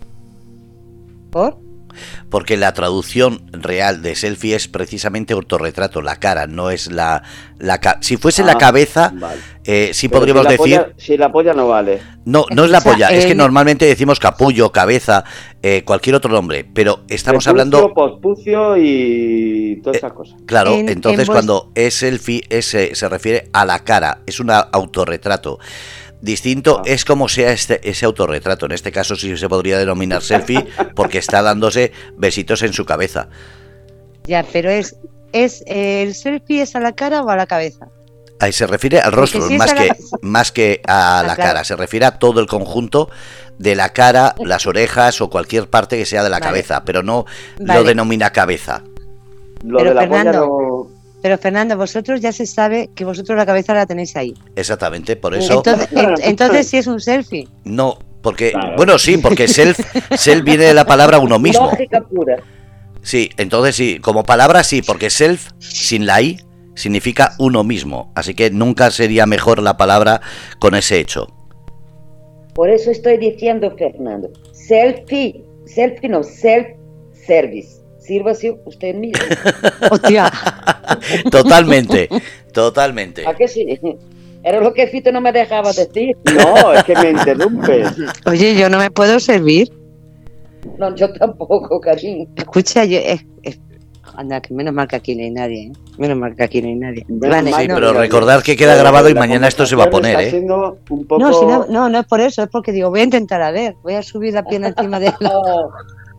¿Por? porque la traducción real de selfie es precisamente autorretrato, la cara, no es si fuese la cabeza, vale. sí Pero podríamos decir... si la polla no vale. No es la polla, es que el- normalmente decimos capullo, cabeza, cualquier otro nombre, pero estamos Prepucio, hablando... pospucio y todas esas cosas. Claro, En entonces vues- cuando es selfie se refiere a la cara, es un autorretrato. Distinto es como sea ese autorretrato. En este caso sí se podría denominar selfie porque está dándose besitos en su cabeza. Ya, pero ¿el selfie es a la cara o a la cabeza? Ahí se refiere al rostro, si es más que a la claro. cara. Se refiere a todo el conjunto de la cara, las orejas o cualquier parte que sea de la cabeza, pero no lo denomina cabeza. Lo Pero de la Fernando, polla no... Pero Fernando, vosotros ya se sabe que vosotros la cabeza la tenéis ahí. Exactamente, por eso... Entonces sí es un selfie. No, porque... Claro. Bueno, sí, porque self viene de la palabra uno mismo. Lógica pura. Sí, entonces sí, como palabra sí, porque self, sin la I, significa uno mismo. Así que nunca sería mejor la palabra con ese hecho. Por eso estoy diciendo, Fernando, selfie no, self-service. Sírvase usted mismo. Hostia. Totalmente. ¿A qué sí? Era lo que Fito no me dejaba decir. No, es que me interrumpes. Oye, yo no me puedo servir. No, yo tampoco, cariño. Escucha, anda, que menos mal que aquí no hay nadie, ¿eh? Menos mal que aquí no hay nadie. Vale, Sí, no, pero recordar que queda grabado y mañana esto se va a poner, ¿eh? Un poco... no, si no es por eso, es porque digo, voy a intentar a ver, voy a subir la pierna encima de la... Oh.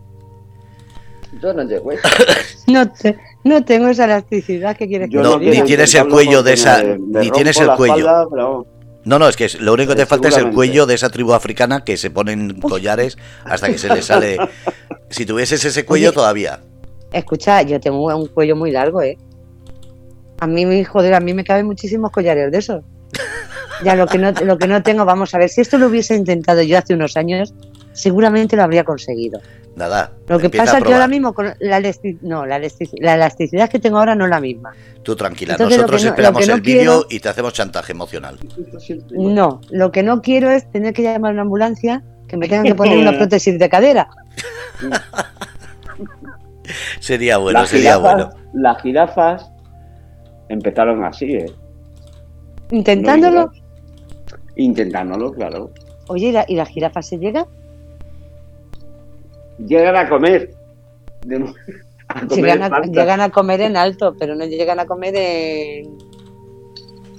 Yo no llego. No tengo esa elasticidad que quieres que Yo No, te ni diga. tienes el cuello de esa... Ni tienes el cuello. No, es que lo único que te falta es el Seguramente. cuello de esa tribu africana que se ponen collares hasta que se les sale... Si tuvieses ese cuello Oye, todavía. Escucha, yo tengo un cuello muy largo, ¿eh? A mí me caben muchísimos collares de esos. Ya lo que no tengo, vamos a ver, si esto lo hubiese intentado yo hace unos años, seguramente lo habría conseguido. Nada. Lo que empieza pasa a es que ahora probar. mismo con la elasticidad que tengo ahora no es la misma. Tú tranquila, Entonces, nosotros lo que esperamos no el vídeo quiero- y te hacemos chantaje emocional. No, lo que no quiero es tener que llamar a una ambulancia que me tengan que poner una prótesis de cadera. Sería bueno, sería bueno. Las jirafas empezaron así, ¿eh? Intentándolo. No, intentándolo, claro. Oye, ¿y la jirafa se llega? Llegan a comer. A comer Llegan plantas. a comer en alto, pero no llegan a comer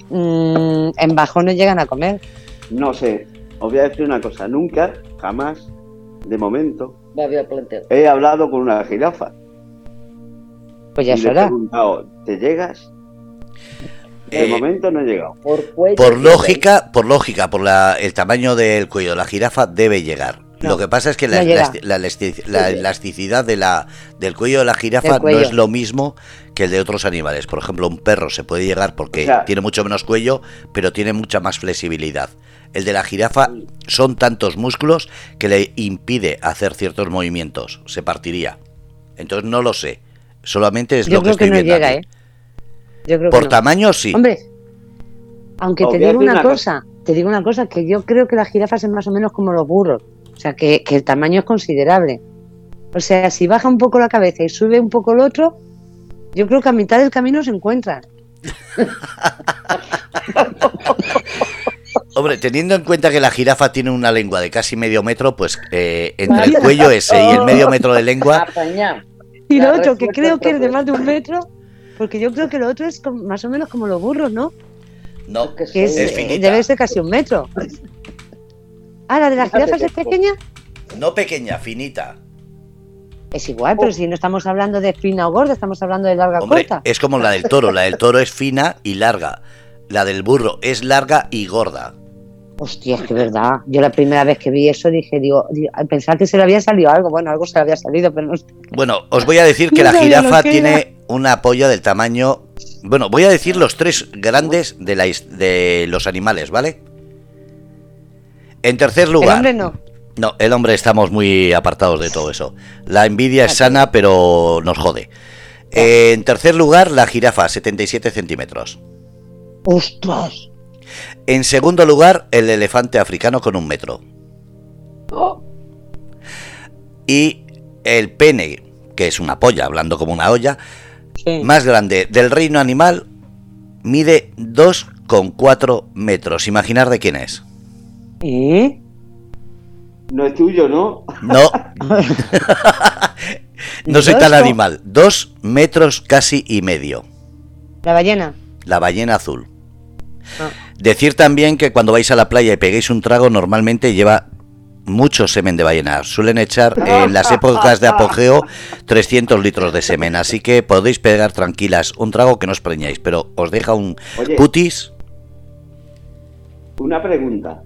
en bajones llegan a comer. No sé, os voy a decir una cosa, nunca, jamás, de momento, he hablado con una jirafa. Pues ya y le he será. preguntado, ¿te llegas? De momento no he llegado. Por lógica, el tamaño del cuello de la jirafa debe llegar. No, lo que pasa es que no la llega. elasticidad del cuello de la jirafa Del cuello. no es lo mismo que el de otros animales. Por ejemplo, un perro se puede llegar porque O sea, tiene mucho menos cuello, pero tiene mucha más flexibilidad. El de la jirafa son tantos músculos que le impide hacer ciertos movimientos. Se partiría. Entonces no lo sé. Solamente es Yo lo que creo que estoy no viendo llega, aquí. ¿eh? Yo creo Por que no. tamaño sí. Hombre, aunque Os te voy a digo decir una una cosa, que yo creo que las jirafas son más o menos como los burros. O sea, que el tamaño es considerable. O sea, si baja un poco la cabeza y sube un poco el otro, yo creo que a mitad del camino se encuentran. Hombre, teniendo en cuenta que la jirafa tiene una lengua de casi medio metro, pues entre el cuello ese y el medio metro de lengua, Y lo otro, que creo que es de más de 1 metro, porque yo creo que lo otro es más o menos como los burros, ¿no? no, Que es finita. debe ser casi 1 metro. Ah, ¿la de las jirafas es pequeña? No pequeña, finita. Es igual, pero si no estamos hablando de fina o gorda, estamos hablando de larga o Hombre, corta. es como la del toro. La del toro es fina y larga. La del burro es larga y gorda. Hostia, es que verdad. Yo la primera vez que vi eso dije, al pensar que se le había salido algo, bueno, algo se le había salido, pero no sé. Bueno, os voy a decir que No la sabía jirafa lo que tiene una polla del tamaño... Bueno, voy a decir los 3 grandes de los animales, ¿vale? En tercer lugar... El hombre no. No, el hombre estamos muy apartados de todo eso. La envidia es sana, pero nos jode. En tercer lugar, la jirafa, 77 centímetros. ¡Ostras! En segundo lugar, el elefante africano con 1 metro. Y el pene, que es una polla, hablando como una olla, Sí. más grande del reino animal, mide 2,4 metros. Imaginar de quién es. ¿Eh? No es tuyo, ¿no? No. No soy tan ¿Dos? animal. 2 metros casi y medio. La ballena. La ballena azul. Ah. Decir también que cuando vais a la playa y peguéis un trago, normalmente lleva mucho semen de ballena. Suelen echar en las épocas de apogeo 300 litros de semen. Así que podéis pegar tranquilas un trago que no os preñáis, pero os deja un Oye. putis. Una pregunta.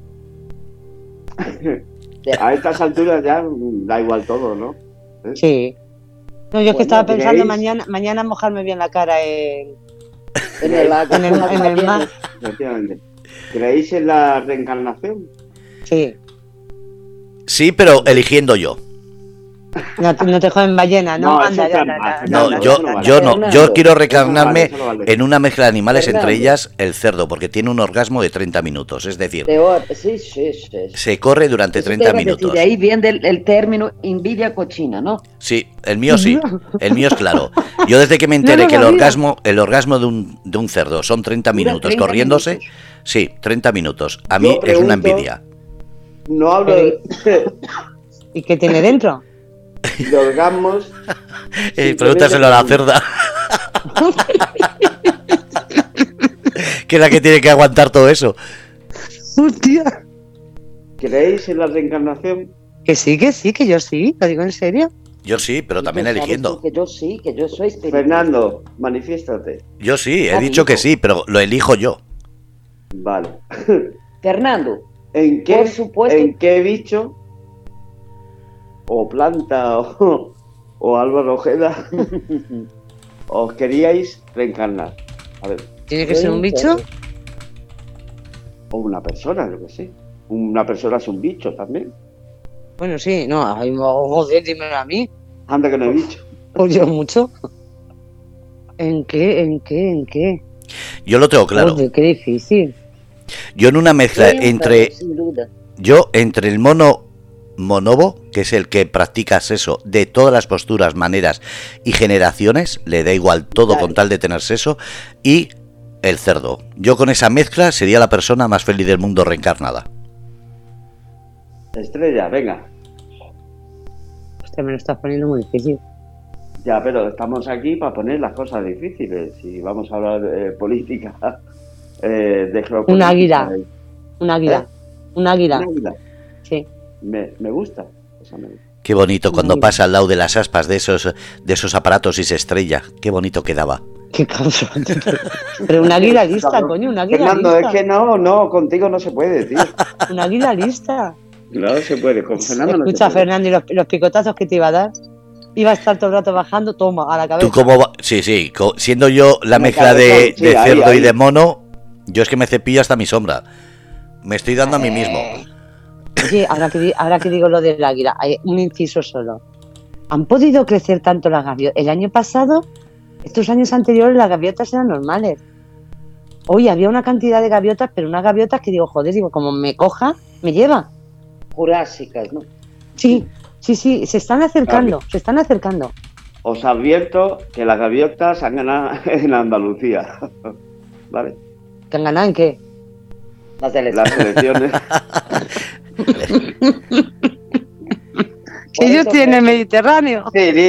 A estas alturas ya da igual todo, ¿no? Sí. No, yo es que Bueno, estaba pensando ¿creéis? mañana mojarme bien la cara En el lago. en el mar. Efectivamente. ¿Creéis en la reencarnación? Sí. Sí, pero eligiendo yo. No te joden ballena, ¿no? No, Anda, eso ya, es trampa, ya, No, no, yo, eso no vale. yo no. Fernando, Yo quiero eso reencarnarme no vale. en una mezcla de animales, entre Fernando. ellas el cerdo, porque tiene un orgasmo de 30 minutos. Es decir, Sí. se corre durante Eso 30 te iba a decir, minutos. de ahí viene el término envidia cochina, ¿no? Sí, el mío sí. El mío es claro. Yo desde que me enteré No que el sabía. orgasmo de un cerdo son 30 Dura minutos 30 corriéndose, minutos. sí, 30 minutos. A Yo mí es una pregunto- envidia. No hablo de ¿Y qué tiene dentro? orgasmos. Pregúntaselo a la cerda. Que es la que tiene que aguantar todo eso. Hostia. ¿Creéis en la reencarnación? Que sí, que yo sí, lo digo en serio. Yo sí, pero también Tú sabes eligiendo. tú Que yo sí, que yo soy espiritual. Fernando, manifiéstate. Yo sí, he Ah, dicho que hijo. sí, pero lo elijo yo. Vale. Fernando, ¿En Por supuesto. qué bicho o planta o Álvaro Ojeda os queríais reencarnar? A ver, ¿Tiene que ser un bicho? o una persona, yo que sé. Una persona es un bicho también. Bueno, sí, no, ay, joder, dímelo a mí. Anda que no he dicho. Pues yo mucho. ¿En qué? Yo lo tengo claro. Joder, qué difícil. Yo en una mezcla soy un entre... perro, sin duda. Yo entre el monobo, que es el que practica sexo de todas las posturas, maneras y generaciones, le da igual todo Dale. con tal de tener sexo, y el cerdo. Yo con esa mezcla sería la persona más feliz del mundo reencarnada. Estrella, venga. Hostia, me lo estás poniendo muy difícil. Ya, pero estamos aquí para poner las cosas difíciles. Si vamos a hablar de política Un águila. Un águila. Un águila. Sí. Me gusta. Esa me gusta. Qué bonito cuando pasa al lado de las aspas de esos aparatos y se estrella. Qué bonito quedaba. Qué cansón. Pero un águila lista, coño, un águila Fernando, lista. es que no, contigo no se puede, tío. Un águila lista. No se puede, con Fernando no se Escucha, puede. Fernando, y los picotazos que te iba a dar. Iba a estar todo el rato bajando, toma, a la cabeza. ¿Tú cómo va? Sí, siendo yo la mezcla de cerdo y de mono, yo es que me cepillo hasta mi sombra. Me estoy dando a mí mismo. Oye, ahora que digo lo del águila, hay un inciso solo. ¿Han podido crecer tanto las gaviotas? El año pasado, estos años anteriores, las gaviotas eran normales. Hoy había una cantidad de gaviotas, pero unas gaviotas que digo, joder, como me coja, me lleva. Jurásicas, ¿no? Sí, se están acercando, Os advierto que las gaviotas han ganado en Andalucía. ¿Vale? ¿Que han ganado en qué? Las elecciones. Que ellos tienen el Mediterráneo.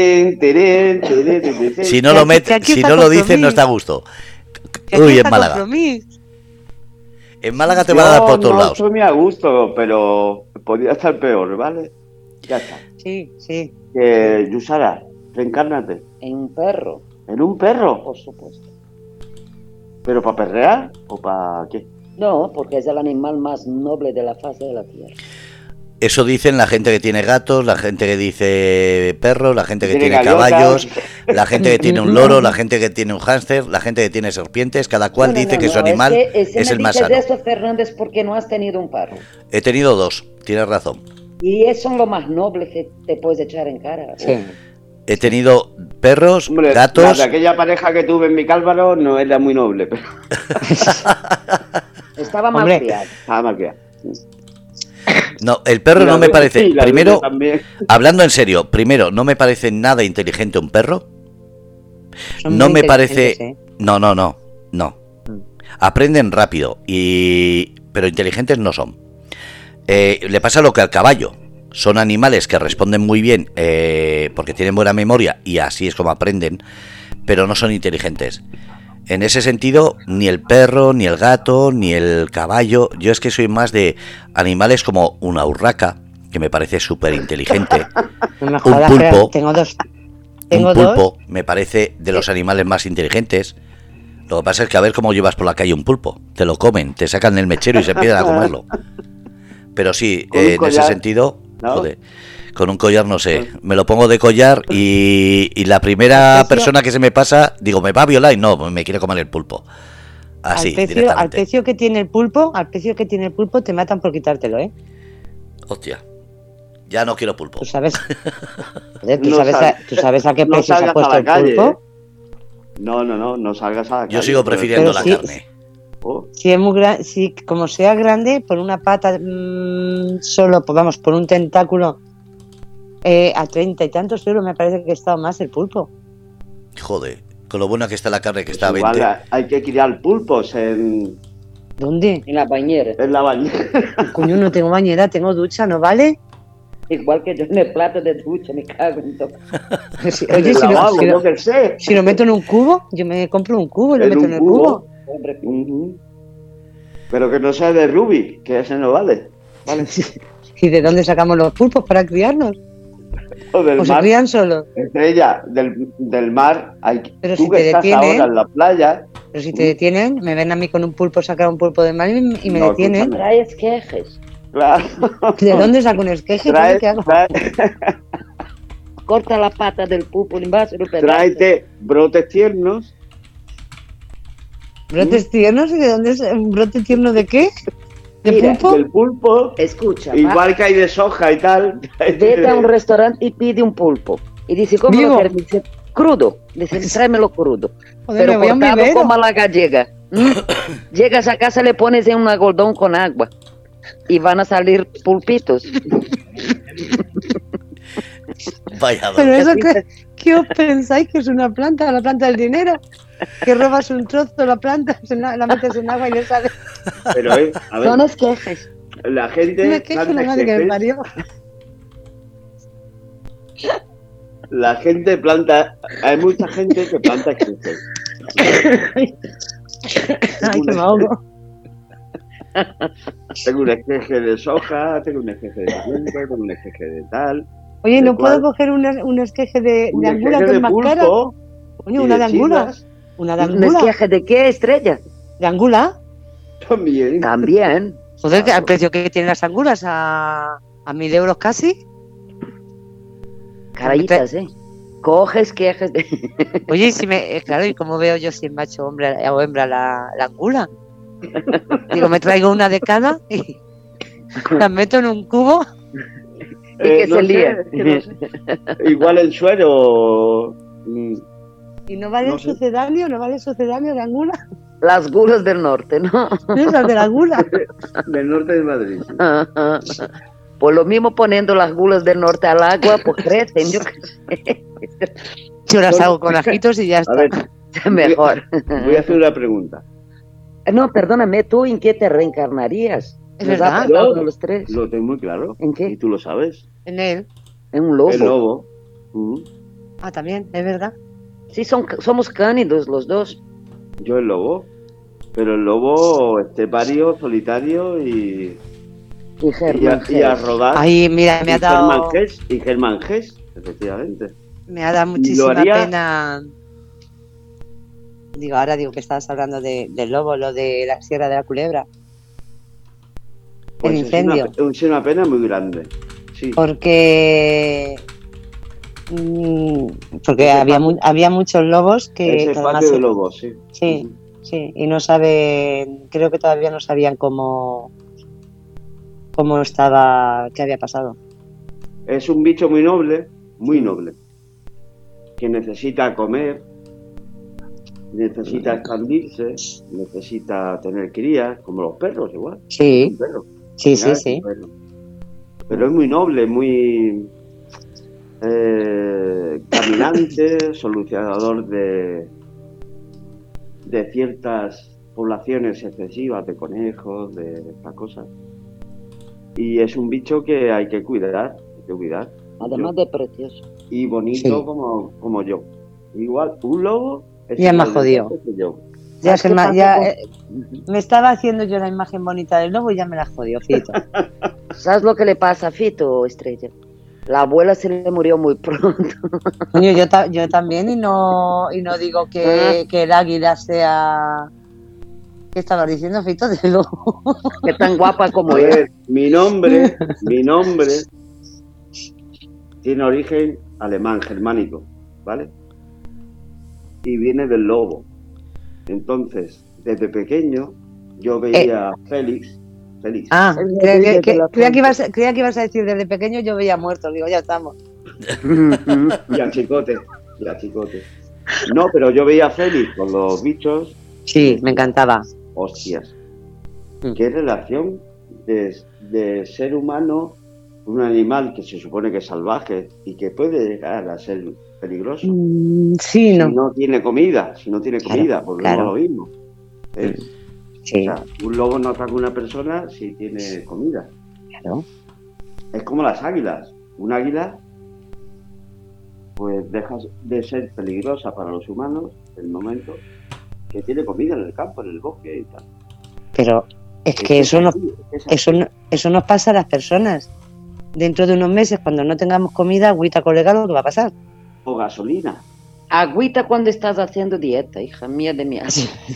Si no lo dicen, no está a gusto. Uy, en Málaga. En Málaga te va a dar por todos lados. Estoy muy a gusto, pero podría estar peor, ¿vale? Ya está. Sí. Yusara, reencárnate. En un perro. ¿En un perro? Por supuesto. ¿Pero para perrear o para qué? No, porque es el animal más noble de la faz de la tierra. Eso dicen la gente que tiene gatos, la gente que dice perros, la gente que tiene caballos, la gente que tiene un loro, la gente que tiene un hámster, la gente que tiene serpientes. Cada cual dice que su animal es el más sano. Eso, Fernández, porque no has tenido un perro. He tenido 2, tienes razón. Y eso es lo más noble que te puedes echar en cara. Sí. He tenido perros, gatos. La de aquella pareja que tuve en mi Cálvaro no era muy noble, pero estaba mal criado. Estaba mal criado. No, el perro no me parece. Sí, primero, hablando en serio, primero, no me parece nada inteligente un perro. No me parece. No. Aprenden rápido, pero inteligentes no son. Le pasa lo que al caballo. Son animales que responden muy bien porque tienen buena memoria y así es como aprenden, pero no son inteligentes. En ese sentido, ni el perro, ni el gato, ni el caballo. Yo es que soy más de animales como una urraca, que me parece súper inteligente. Un pulpo. Tengo dos. Un pulpo me parece de los animales más inteligentes. Lo que pasa es que a ver cómo llevas por la calle un pulpo. Te lo comen, te sacan el mechero y se empiezan a comerlo. Pero sí, en ese sentido, ¿no? Joder, con un collar no sé, me lo pongo de collar y la primera persona que se me pasa, digo, me va a violar y no, me quiere comer el pulpo. Así, directamente. Al precio que tiene el pulpo, te matan por quitártelo, ¿eh? Hostia, ya no quiero pulpo. ¿Tú sabes a qué precio se ha puesto el pulpo? No salgas a la calle. Yo sigo prefiriendo la carne. Si es muy grande, si como sea grande, por una pata solo, pues vamos, por un tentáculo a 30 y tantos euros me parece que está más el pulpo. Joder, con lo buena que está la carne, que está a 20. Igual hay que criar pulpos en... ¿Dónde? En la bañera. En la bañera. Coño, no tengo bañera, tengo ducha, ¿no vale? Igual que yo en el plato de ducha, me cago en todo. Oye, si lo meto en un cubo, yo me compro un cubo y lo meto en el cubo. Pero que no sea de Rubik, que ese no vale. ¿Y de dónde sacamos los pulpos para criarnos? ¿O se crían solos? Estrella, del mar. Pero tú si que te estás detienen, ahora en la playa. Pero si te detienen, me ven a mí con un pulpo, sacar un pulpo del mar y me detienen. Trae esquejes. Claro. ¿De dónde saco un esqueje? ¿Qué hago? Corta la pata del pulpo y vas a tráete brotes tiernos. ¿Brotes tiernos? ¿Y de dónde es? ¿Un brote tierno de qué? ¿De pulpo? Del pulpo. Escucha. Igual que hay de soja y tal. Vete a un restaurante y pide un pulpo. Y dice, ¿cómo lo quieres? Dice, crudo. Dice, tráemelo crudo. Joder, pero cortado como la gallega. Llegas a casa, le pones en un algodón con agua. Y van a salir pulpitos. Vaya. Pero eso, ¿qué os pensáis que es una planta? La planta del dinero. Que robas un trozo de la planta, la metes en agua y le sale. Pero, a ver, son esquejes. La gente. Me quejo la madre que me parió. La gente planta. Hay mucha gente que planta esquejes. Ay, que me ahogo. Tengo un esqueje de soja, tengo un esqueje de pimiento, tengo un esqueje de tal. Oye, ¿no puedo coger un esqueje de angula que es más cara? Oye, una de angula. Una de angula. ¿Un esqueje de qué, Estrella? ¿De angula? También. Joder, al precio que tienen las angulas, a 1.000 euros casi. Carayitas, Coges quejes de... Oye, claro, ¿y cómo veo yo si es macho hombre o hembra la angula? Digo, me traigo una de cada y las meto en un cubo. Y que se líe. No sé. Igual el suero. ¿Y no vale el sucedáneo? ¿No vale el sucedáneo de angula? Las gulas del norte, ¿no? Esas de la gula. Del norte de Madrid. Por lo mismo poniendo las gulas del norte al agua, pues crecen. Yo las hago con ajitos y ya está. A ver, mejor. Voy a hacer una pregunta. No, perdóname, ¿tú en qué te reencarnarías? Es verdad. Los tres. Lo tengo muy claro. ¿En qué? Y tú lo sabes. En él. En un lobo. El lobo. Ah, también, es verdad. Sí, somos cánidos los dos. Yo el lobo. Pero el lobo estepario, solitario y a rodar. Ay, mira, me ha dado... Germán Gess, efectivamente. Me ha dado muchísima pena... Ahora que estabas hablando del lobo, lo de la Sierra de la Culebra. Pues el incendio. Es una pena muy grande, sí. Porque había muchos lobos que... Ese patio de lobos, sí. Sí, sí, y no saben, creo que todavía no sabían cómo estaba, qué había pasado. Es un bicho muy noble, que necesita comer, necesita expandirse, necesita tener crías, como los perros igual. Sí, un perro. Sí. Pero es muy noble, muy caminante, solucionador de ciertas poblaciones excesivas de conejos, de estas cosas. Y es un bicho que hay que cuidar, Además de precioso. Y bonito, sí. como yo. Igual, un lobo es ya me ha jodido. Ya me estaba haciendo yo la imagen bonita del lobo y ya me la jodió, Fito. ¿Sabes lo que le pasa a Fito, Estrella? La abuela se le murió muy pronto. Coño, yo también y no digo que el águila sea... ¿Qué estabas diciendo, Fito? De lobo. Que tan guapa como ella. Mi nombre tiene origen alemán, germánico, ¿vale? Y viene del lobo. Entonces, desde pequeño, yo veía a Félix. Ah, creía que ibas a decir desde pequeño yo veía muertos. Digo, ya estamos. Y a Chicote. No, pero yo veía a Félix con los bichos. Sí, me encantaba. Hostias. ¿Qué relación de ser humano con un animal que se supone que es salvaje y que puede llegar a ser peligroso? Sí, si no tiene comida, porque claro. no lo mismo. Sí. O sea, un lobo no ataca a una persona si tiene comida. Claro. Es como las águilas. Un águila pues deja de ser peligrosa para los humanos en el momento que tiene comida en el campo, en el bosque y tal. Pero es que eso nos pasa a las personas. Dentro de unos meses, cuando no tengamos comida, agüita, colega, lo que va a pasar. O gasolina. Agüita cuando estás haciendo dieta, hija mía de mi alma.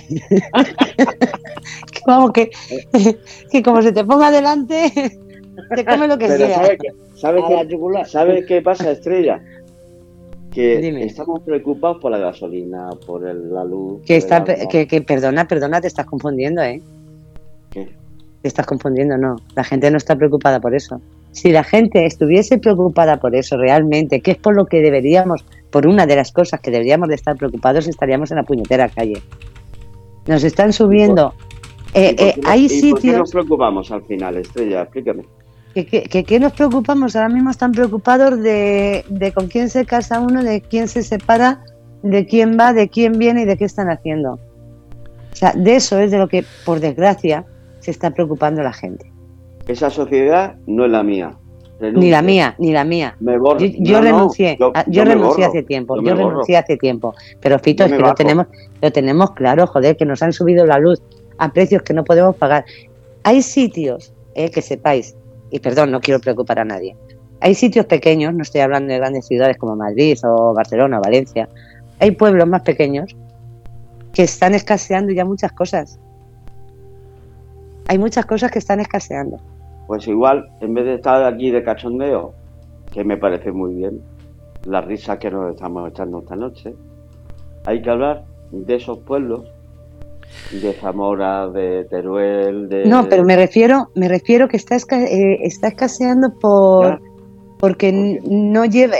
Vamos, que como se te ponga delante, te come lo que sea. ¿Sabes qué pasa, Estrella? Que estamos preocupados por la gasolina, por la luz. Perdona, te estás confundiendo, ¿eh? ¿Qué? Te estás confundiendo, no. La gente no está preocupada por eso. Si la gente estuviese preocupada por eso realmente, que es por lo que deberíamos, por una de las cosas que deberíamos de estar preocupados, estaríamos en la puñetera calle. Nos están subiendo. Hay sitios. ¿Por qué nos preocupamos al final, Estrella? Explícame. ¿Qué nos preocupamos? Ahora mismo están preocupados de con quién se casa uno, de quién se separa, de quién va, de quién viene y de qué están haciendo. O sea, de eso es de lo que, por desgracia, se está preocupando la gente. Esa sociedad no es la mía. Ni la mía, ni la mía. Me borro. Yo renuncié, yo renuncié hace tiempo, yo renuncié hace tiempo. Pero Fito, es que lo tenemos claro, joder, que nos han subido la luz a precios que no podemos pagar. Hay sitios, que sepáis, y perdón, no quiero preocupar a nadie, hay sitios pequeños, no estoy hablando de grandes ciudades como Madrid o Barcelona o Valencia, hay pueblos más pequeños que están escaseando ya muchas cosas. Hay muchas cosas que están escaseando. Pues igual, en vez de estar aquí de cachondeo, que me parece muy bien, la risa que nos estamos echando esta noche, hay que hablar de esos pueblos, de Zamora, de Teruel, de... No, pero me refiero que está escaseando porque no lleva...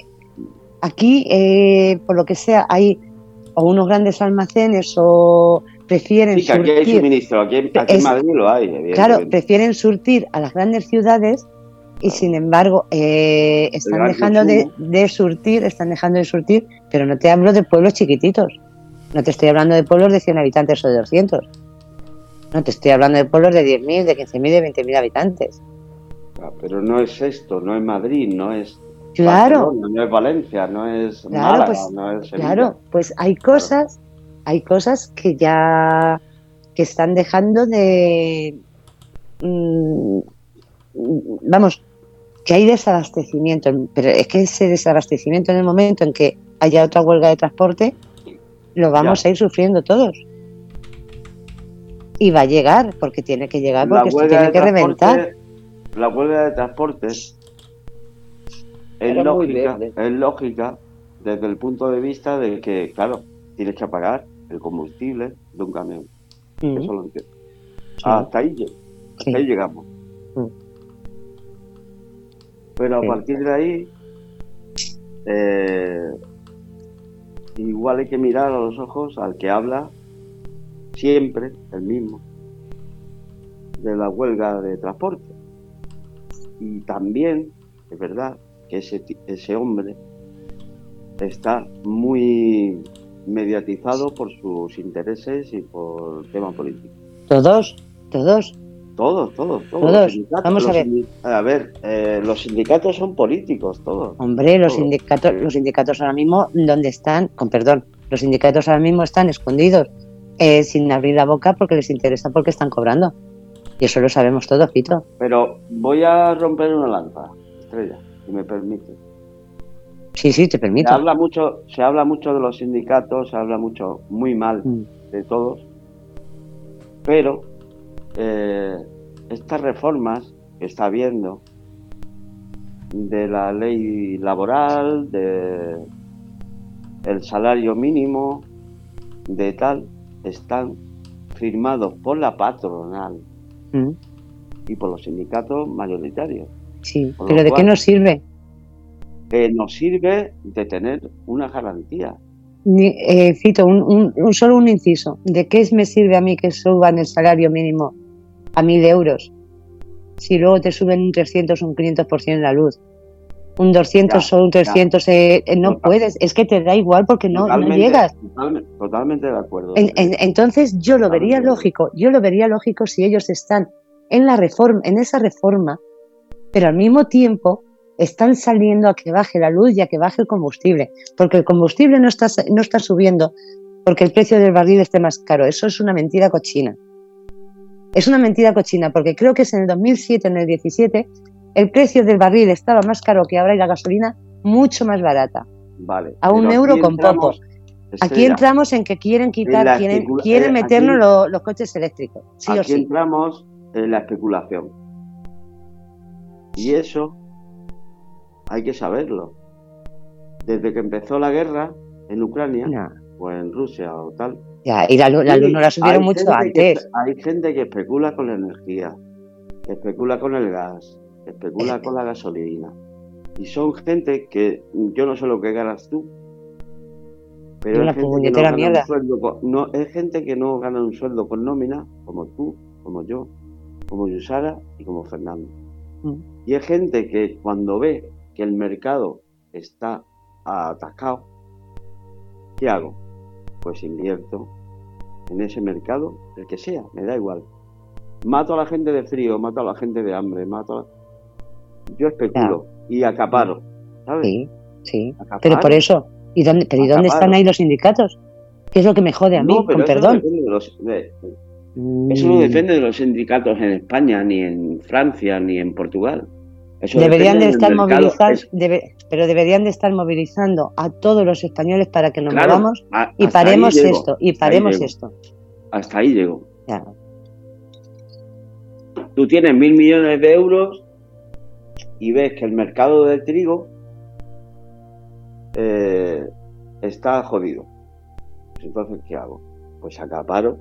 aquí, por lo que sea, hay o unos grandes almacenes o prefieren surtir... aquí hay suministro, aquí en Madrid lo hay. Claro, prefieren surtir a las grandes ciudades y sin embargo están dejando de surtir, pero no te hablo de pueblos chiquititos. No te estoy hablando de pueblos de 100 habitantes o de 200. No te estoy hablando de pueblos de 10.000, de 15.000, de 20.000 habitantes. Pero no es esto, no es Madrid, no es... Claro. Barcelona, no es Valencia, no es Málaga, pues, no es Sevilla. Claro, pues hay cosas que ya que están dejando de... vamos, que hay desabastecimiento, pero es que ese desabastecimiento en el momento en que haya otra huelga de transporte, lo vamos a ir sufriendo todos. Y va a llegar, porque tiene que llegar, porque esto tiene que reventar. La huelga de transporte es lógica desde el punto de vista de que, claro, tienes que pagar el combustible de un camión. Eso lo entiendo. Sí. Hasta ahí llegamos. Pero a partir de ahí, igual hay que mirar a los ojos al que habla siempre, el mismo, de la huelga de transporte. Y también, es verdad, que ese hombre está muy mediatizado por sus intereses y por temas políticos. Todos. Vamos a ver. Los sindicatos son políticos, todos. Hombre, los sindicatos ahora mismo, ¿dónde están? Los sindicatos ahora mismo están escondidos, sin abrir la boca porque les interesa, porque están cobrando. Y eso lo sabemos todos, Fito. Pero voy a romper una lanza, Estrella, si me permite. Sí, te permito. Se habla mucho de los sindicatos, se habla mucho, muy mal de todos, pero estas reformas que está habiendo de la ley laboral, de el salario mínimo, de tal, están firmados por la patronal y por los sindicatos mayoritarios. Sí, pero ¿de qué nos sirve? Nos sirve de tener una garantía. Fito, solo un inciso. ¿De qué me sirve a mí que suban el salario mínimo a 1.000 euros? Si luego te suben un 300 o un 500% en la luz. Un 200 o un 300, no puedes. Es que te da igual porque no llegas. Totalmente de acuerdo. Entonces yo lo vería lógico si ellos están en esa reforma, pero al mismo tiempo están saliendo a que baje la luz y a que baje el combustible, porque el combustible no está subiendo porque el precio del barril esté más caro. Eso es una mentira cochina. Es una mentira cochina porque creo que es en el 2007, en el 17, el precio del barril estaba más caro que ahora y la gasolina mucho más barata. Vale. A €1 con poco. Aquí entramos en que quieren meternos los coches eléctricos. Sí aquí o sí. Entramos en la especulación. Y eso hay que saberlo. Desde que empezó la guerra en Ucrania o en Rusia o tal. Ya, y la luz no la subieron mucho antes. Hay gente que especula con la energía, que especula con el gas, que especula con la gasolina. Y son gente que, yo no sé lo que ganas tú, pero es gente que no gana un sueldo es gente que no gana un sueldo con nómina, como tú, como yo, como Yusara y como Fernando. Y es gente que cuando ve que el mercado está atascado, ¿qué hago? Pues invierto en ese mercado, el que sea, me da igual. Mato a la gente de frío, mato a la gente de hambre, Yo especulo y acaparo, ¿sabes? Sí. Acaparo. Pero por eso, ¿y dónde están ahí los sindicatos? ¿Qué es lo que me jode a mí? Con perdón. Eso no depende de los sindicatos en España, ni en Francia, ni en Portugal. Eso deberían de estar movilizando, pero deberían de estar movilizando a todos los españoles para que nos movamos y paremos esto. Hasta ahí llego. Ya. Tú tienes 1.000 millones de euros y ves que el mercado del trigo está jodido. Pues entonces, ¿qué hago? Pues acaparo,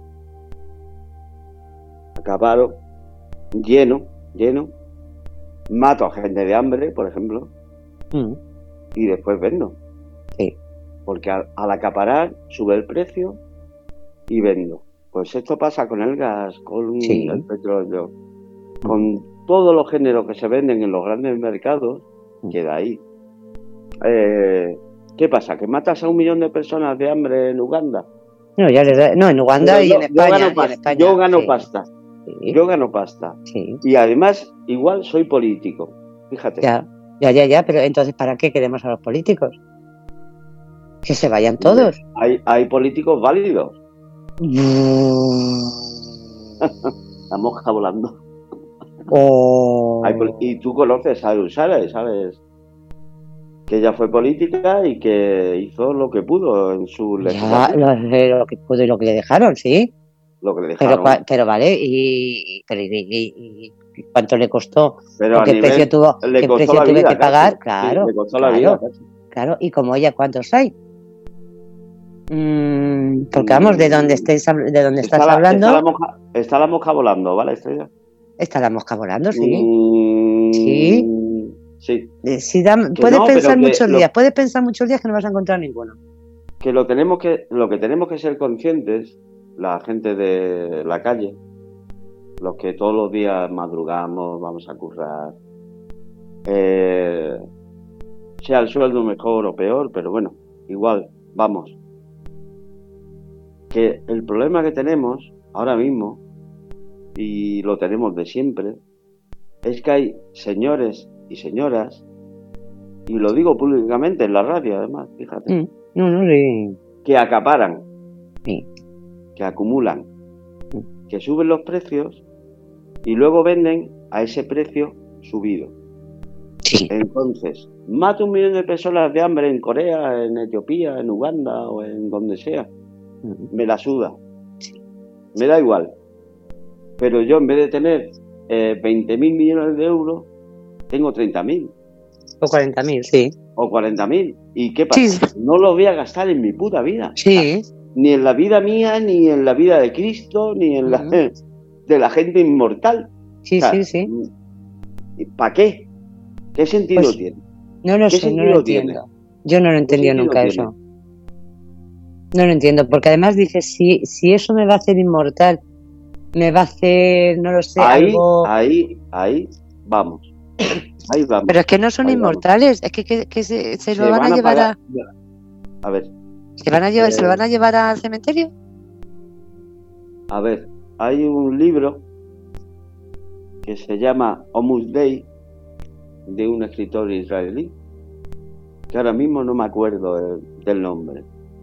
lleno, mato a gente de hambre, por ejemplo, y después vendo. Sí. Porque al acaparar sube el precio y vendo. Pues esto pasa con el gas, con el petróleo, con todos los géneros que se venden en los grandes mercados, queda ahí. ¿Qué pasa? ¿Que matas a 1 millón de personas de hambre en Uganda? No, en Uganda y en España. Yo gano pasta. Sí. Yo gano pasta. Sí. Y además, igual soy político. Fíjate. Ya, pero entonces, ¿para qué queremos a los políticos? Que se vayan todos. Hay políticos válidos. La mosca volando. Y tú conoces a Usara, ¿sabes? Que ella fue política y que hizo lo que pudo en su legislatura. Lo que pudo y lo que le dejaron, sí. Lo que le dejaron. Pero vale, ¿y cuánto le costó? ¿Qué precio tuvo que pagar? Claro. Sí, le costó la vida. Claro, y como ella, ¿cuántos hay? Porque vamos, de donde estás hablando. Está la mosca volando, ¿vale, Estrella? Está la mosca volando, sí. Sí. Puedes pensar muchos días que no vas a encontrar ninguno. Que lo que tenemos que ser conscientes, la gente de la calle, los que todos los días madrugamos, vamos a currar, sea el sueldo mejor o peor, pero bueno, igual, vamos. Que el problema que tenemos ahora mismo, y lo tenemos de siempre, es que hay señores y señoras, y lo digo públicamente en la radio además, fíjate, que acaparan, que acumulan, que suben los precios y luego venden a ese precio subido. Entonces, mata 1 millón de personas de hambre en Corea, en Etiopía, en Uganda o en donde sea, me la suda, me da igual, pero yo en vez de tener 20.000 millones de euros tengo 30.000 o 40.000, sí, o 40.000. ¿Y qué pasa? Sí. No los voy a gastar en mi puta vida. Sí. Ni en la vida mía, ni en la vida de Cristo, ni en la de la gente inmortal. Sí, sí. ¿Para qué? ¿Qué sentido tiene? No lo sé, no lo entiendo. Yo no lo he entendido nunca eso. No lo entiendo, porque además dices, si eso me va a hacer inmortal, me va a hacer, no lo sé, algo... Ahí vamos. Pero es que no son inmortales, es que se lo van a llevar a ver. ¿Se lo van a llevar al cementerio? A ver, hay un libro que se llama Opus Dei, de un escritor israelí, que ahora mismo no me acuerdo del nombre.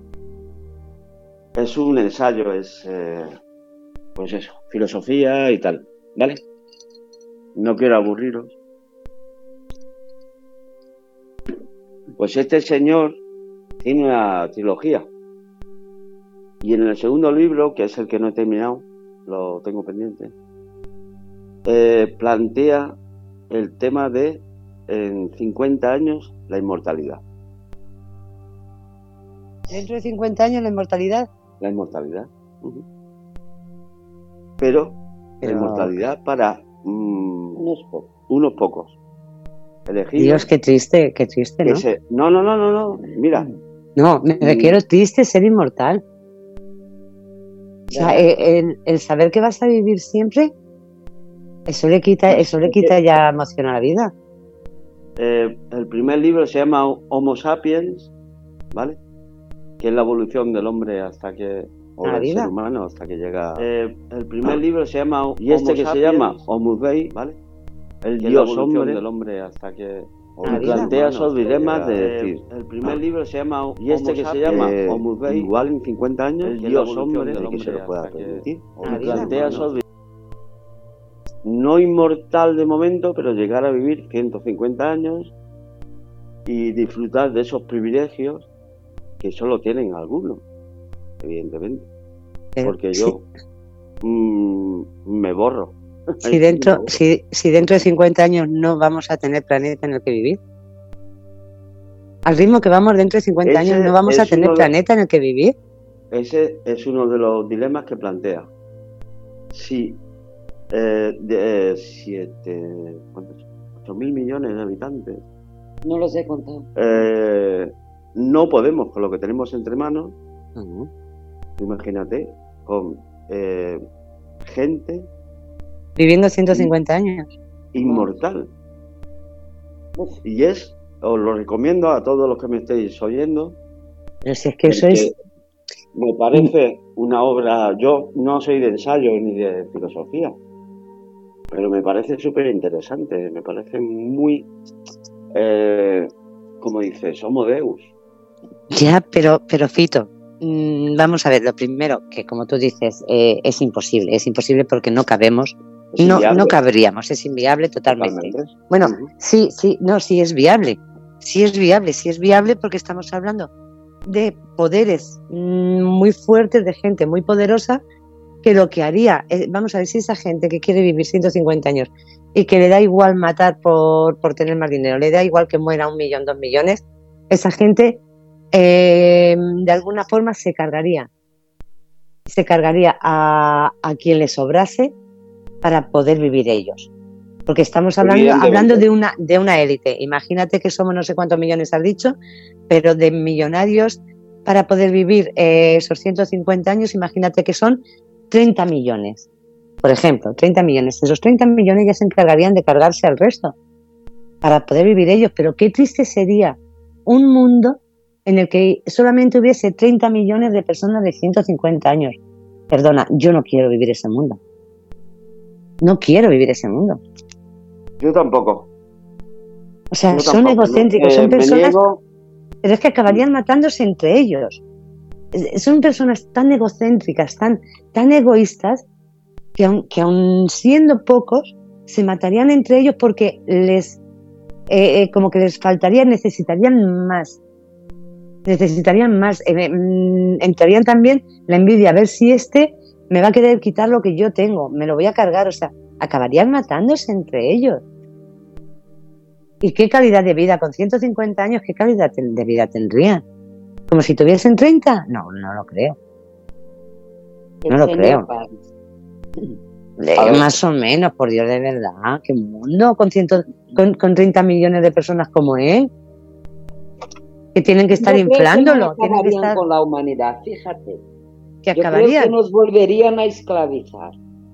Es un ensayo, pues eso, filosofía y tal, ¿vale? No quiero aburriros. Pues este señor tiene una trilogía. Y en el segundo libro, que es el que no he terminado, lo tengo pendiente, plantea el tema de, en 50 años, la inmortalidad. ¿Dentro de 50 años la inmortalidad? La inmortalidad. Pero la inmortalidad para unos pocos. Elegidos. Dios, qué triste, ¿no? No, mira. No, me refiero triste ser inmortal. O sea, el saber que vas a vivir siempre, eso le quita ya emoción a la vida. El primer libro se llama Homo Sapiens, ¿vale? Que es la evolución del hombre hasta que... o del ser humano hasta que llega... el primer libro se llama... Y este que se llama Opus Dei, ¿vale? el dios hombre del hombre hasta que plantea esos dilemas de decir, el primer libro se llama y este que se llama Homo Dei, igual en 50 años el dios hombre del que se lo pueda permitir, plantea esos dilemas. No inmortal de momento, pero llegar a vivir 150 años y disfrutar de esos privilegios que solo tienen algunos, evidentemente, porque yo me borro. Si dentro de 50 años no vamos a tener planeta en el que vivir, al ritmo que vamos dentro de 50 años no vamos a tener planeta en el que vivir. Ese es uno de los dilemas que plantea. Si 8.000 millones de habitantes, no los he contado, no podemos con lo que tenemos entre manos. Imagínate con gente viviendo 150 años inmortal. Y os lo recomiendo a todos los que me estéis oyendo. Pero si es que eso es... Me parece una obra, yo no soy de ensayo ni de filosofía, pero me parece súper interesante, me parece muy, como dices, Homo Deus. Ya, pero Fito, vamos a ver, lo primero, que como tú dices, es imposible porque no cabemos, no cabríamos, es inviable totalmente. Bueno, sí es viable porque estamos hablando de poderes muy fuertes, de gente muy poderosa, que lo que haría, vamos a ver, si esa gente que quiere vivir 150 años y que le da igual matar por tener más dinero, le da igual que muera 1 millón, 2 millones, esa gente de alguna forma se cargaría a quien le sobrase para poder vivir ellos. Porque estamos hablando de una élite. Imagínate que somos no sé cuántos millones, has dicho, pero de millonarios para poder vivir esos 150 años, imagínate que son 30 millones. Por ejemplo, 30 millones. Esos 30 millones ya se encargarían de cargarse al resto para poder vivir ellos. Pero qué triste sería un mundo en el que solamente hubiese 30 millones de personas de 150 años. Perdona, yo no quiero vivir ese mundo. No quiero vivir ese mundo. Yo tampoco. O sea, son egocéntricos, son personas... Pero es que acabarían matándose entre ellos. Son personas tan egocéntricas, tan egoístas, que aun siendo pocos, se matarían entre ellos porque como que les faltaría, necesitarían más. Entrarían también la envidia, a ver si me va a querer quitar lo que yo tengo, me lo voy a cargar, o sea, acabarían matándose entre ellos. ¿Y qué calidad de vida? Con 150 años, ¿qué calidad de vida tendrían? ¿Como si tuviesen 30? No lo creo. No lo creo. Más o menos, por Dios, de verdad. ¿Qué mundo con 30 millones de personas como él? Que tienen que estar inflándolo. Tienen que estar con la humanidad, fíjate. Que acabarían. Creo que nos volverían a esclavizar.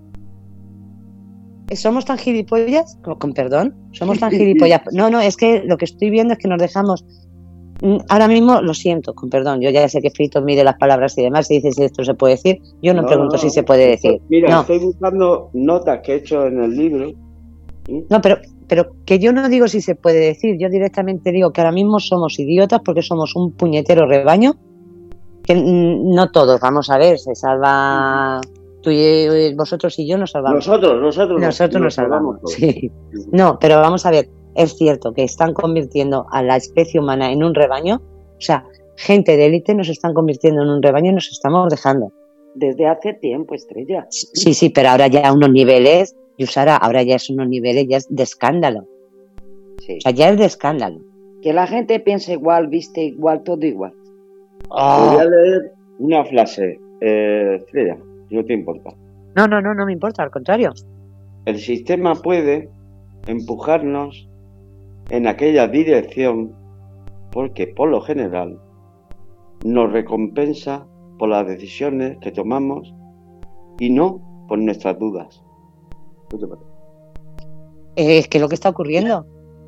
¿Somos tan gilipollas? Con perdón, somos tan gilipollas. No, es que lo que estoy viendo es que nos dejamos. Ahora mismo, lo siento, con perdón, yo ya sé que Fito mide las palabras y demás y dice si esto se puede decir. Yo no pregunto si se puede decir. Mira, estoy buscando notas que he hecho en el libro. No, pero que yo no digo si se puede decir, yo directamente digo que ahora mismo somos idiotas porque somos un puñetero rebaño, que no todos, vamos a ver, se salva... Tú y vosotros y yo nos salvamos. Nosotros nos salvamos. Sí. No, pero vamos a ver, es cierto que están convirtiendo a la especie humana en un rebaño, o sea, gente de élite nos están convirtiendo en un rebaño y nos estamos dejando. Desde hace tiempo, Estrella. Sí, pero ahora ya unos niveles, Yusara, ahora ya es unos niveles ya de escándalo. Sí. O sea, ya es de escándalo. Que la gente piense igual, viste igual, todo igual. Voy a leer una frase, Estrella. No te importa. No me importa, al contrario. El sistema puede empujarnos en aquella dirección porque, por lo general, nos recompensa por las decisiones que tomamos y no por nuestras dudas. ¿Qué te parece? Es que lo que está ocurriendo.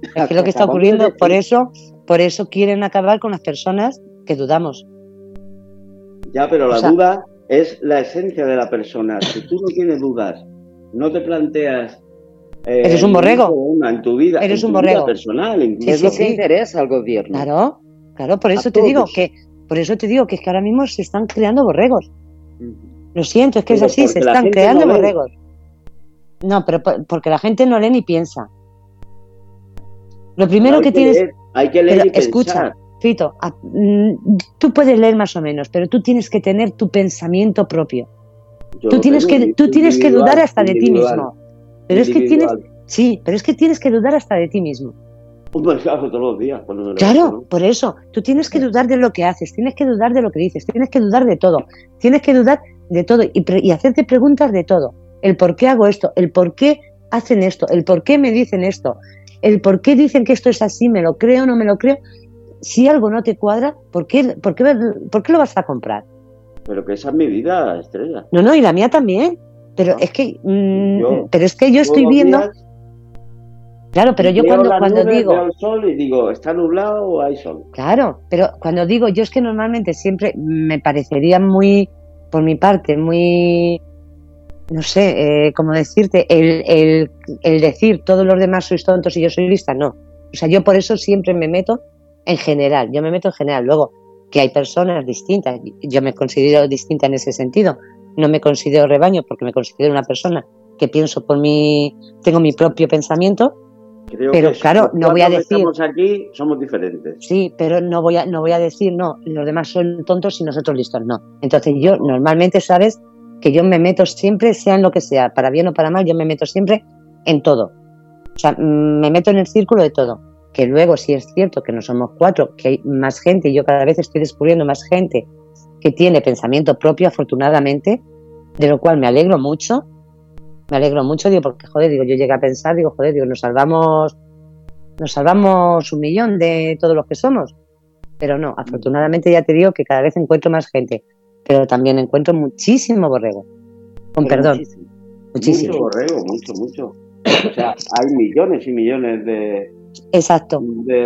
Por eso quieren acabar con las personas que dudamos. Ya, pero la duda es la esencia de la persona. Si tú no tienes dudas, no te planteas Eres un borrego. En tu vida, eres un borrego personal. Es lo que interesa al gobierno. Claro, por eso te digo que es que ahora mismo se están creando borregos. Lo siento, es que es así, se están creando borregos. No, pero porque la gente no lee ni piensa. Lo primero que tienes... Hay que leer y pensar. Escucha, Fito, tú puedes leer más o menos, pero tú tienes que tener tu pensamiento propio. Tú tienes que dudar hasta de ti mismo. Pero es que tienes que dudar hasta de ti mismo. Todos los días. Claro, por eso. Tú tienes que dudar de lo que haces, tienes que dudar de lo que dices, tienes que dudar de todo. Tienes que dudar de todo y hacerte preguntas de todo. El por qué hago esto, el por qué hacen esto, el por qué me dicen esto, el por qué dicen que esto es así, me lo creo o no me lo creo. Si algo no te cuadra, ¿por qué lo vas a comprar? Pero que esa es mi vida, Estrella. No, y la mía también. Pero es que yo estoy viendo... Claro, pero yo cuando digo... Veo el sol y digo, ¿está nublado o hay sol? Claro, pero cuando digo, yo es que normalmente siempre me parecería muy, por mi parte, muy... No sé, cómo decirte, el decir todos los demás sois tontos y yo soy lista, no. O sea, yo por eso siempre me meto en general, Luego, que hay personas distintas, yo me considero distinta en ese sentido, no me considero rebaño porque me considero una persona que pienso tengo mi propio pensamiento, pero claro, no voy a decir... Estamos aquí, somos diferentes. Sí, pero no voy a decir, no, los demás son tontos y nosotros listos, no. Entonces yo normalmente, sabes, que yo me meto siempre, sea en lo que sea, para bien o para mal, yo me meto siempre en todo. O sea, me meto en el círculo de todo. Que luego, si es cierto que no somos 4, que hay más gente, y yo cada vez estoy descubriendo más gente que tiene pensamiento propio, afortunadamente, de lo cual me alegro mucho, digo, porque, yo llegué a pensar, nos salvamos 1.000.000 de todos los que somos. Pero no, afortunadamente ya te digo que cada vez encuentro más gente, pero también encuentro muchísimo borrego. Con perdón. Muchísimo. Mucho borrego, mucho. O sea, hay millones y millones de... Exacto.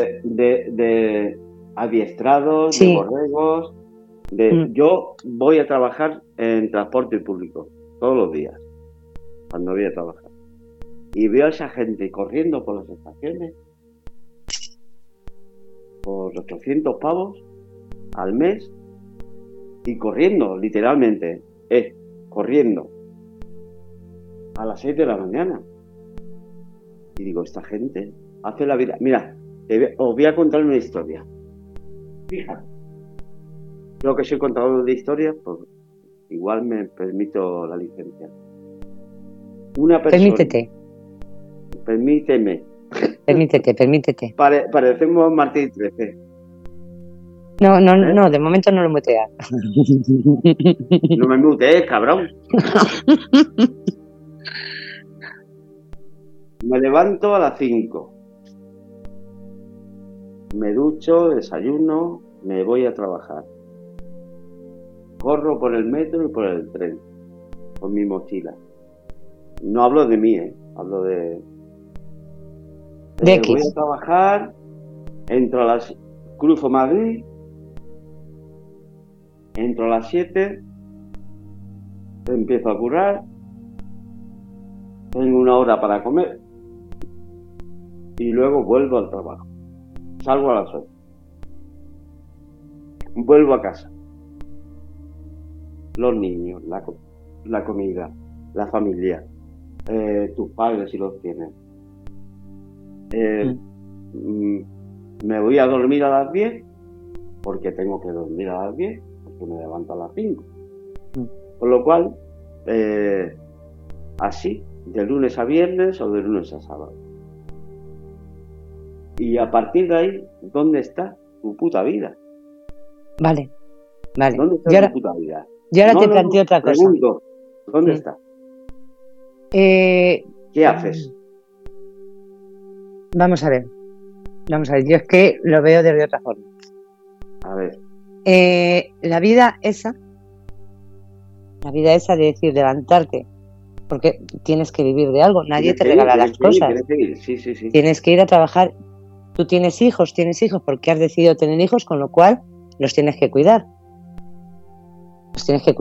De adiestrados, sí. De borregos. Yo voy a trabajar en transporte público todos los días, cuando voy a trabajar. Y veo a esa gente corriendo por las estaciones por 800 pavos al mes y corriendo, literalmente, corriendo a las 6 de la mañana. Y digo, esta gente hace la vida... Mira, os voy a contar una historia. Fíjate. Yo que soy contador de historias, pues igual me permito la licencia. Una persona... Permíteme. Permítete. Parecemos Martín 13. No, de momento no lo muteas. No me mutees, cabrón. Me levanto a las 5. Me ducho, desayuno, me voy a trabajar. Corro por el metro y por el tren, con mi mochila. No hablo de mí, hablo de X. Voy a trabajar, entro a las... Cruzo Madrid, entro a las 7, empiezo a currar, tengo 1 hora para comer y luego vuelvo al trabajo. Salgo a las 8. Vuelvo a casa. Los niños, la comida, la familia, tus padres si los tienes. Me voy a dormir a las 10 porque tengo que dormir a las 10 porque me levanto a las 5. Con lo cual, así, de lunes a viernes o de lunes a sábado. Y a partir de ahí, ¿dónde está tu puta vida? Vale. ¿Dónde está tu puta vida? Yo ahora te planteo otra cosa. Pregunto, ¿dónde está? ¿Qué haces? Vamos a ver, yo es que lo veo de otra forma. A ver. La vida esa de decir, levantarte, porque tienes que vivir de algo, nadie te regala las cosas. Sí. Tienes que ir a trabajar. Tú tienes hijos porque has decidido tener hijos, con lo cual los tienes que cuidar.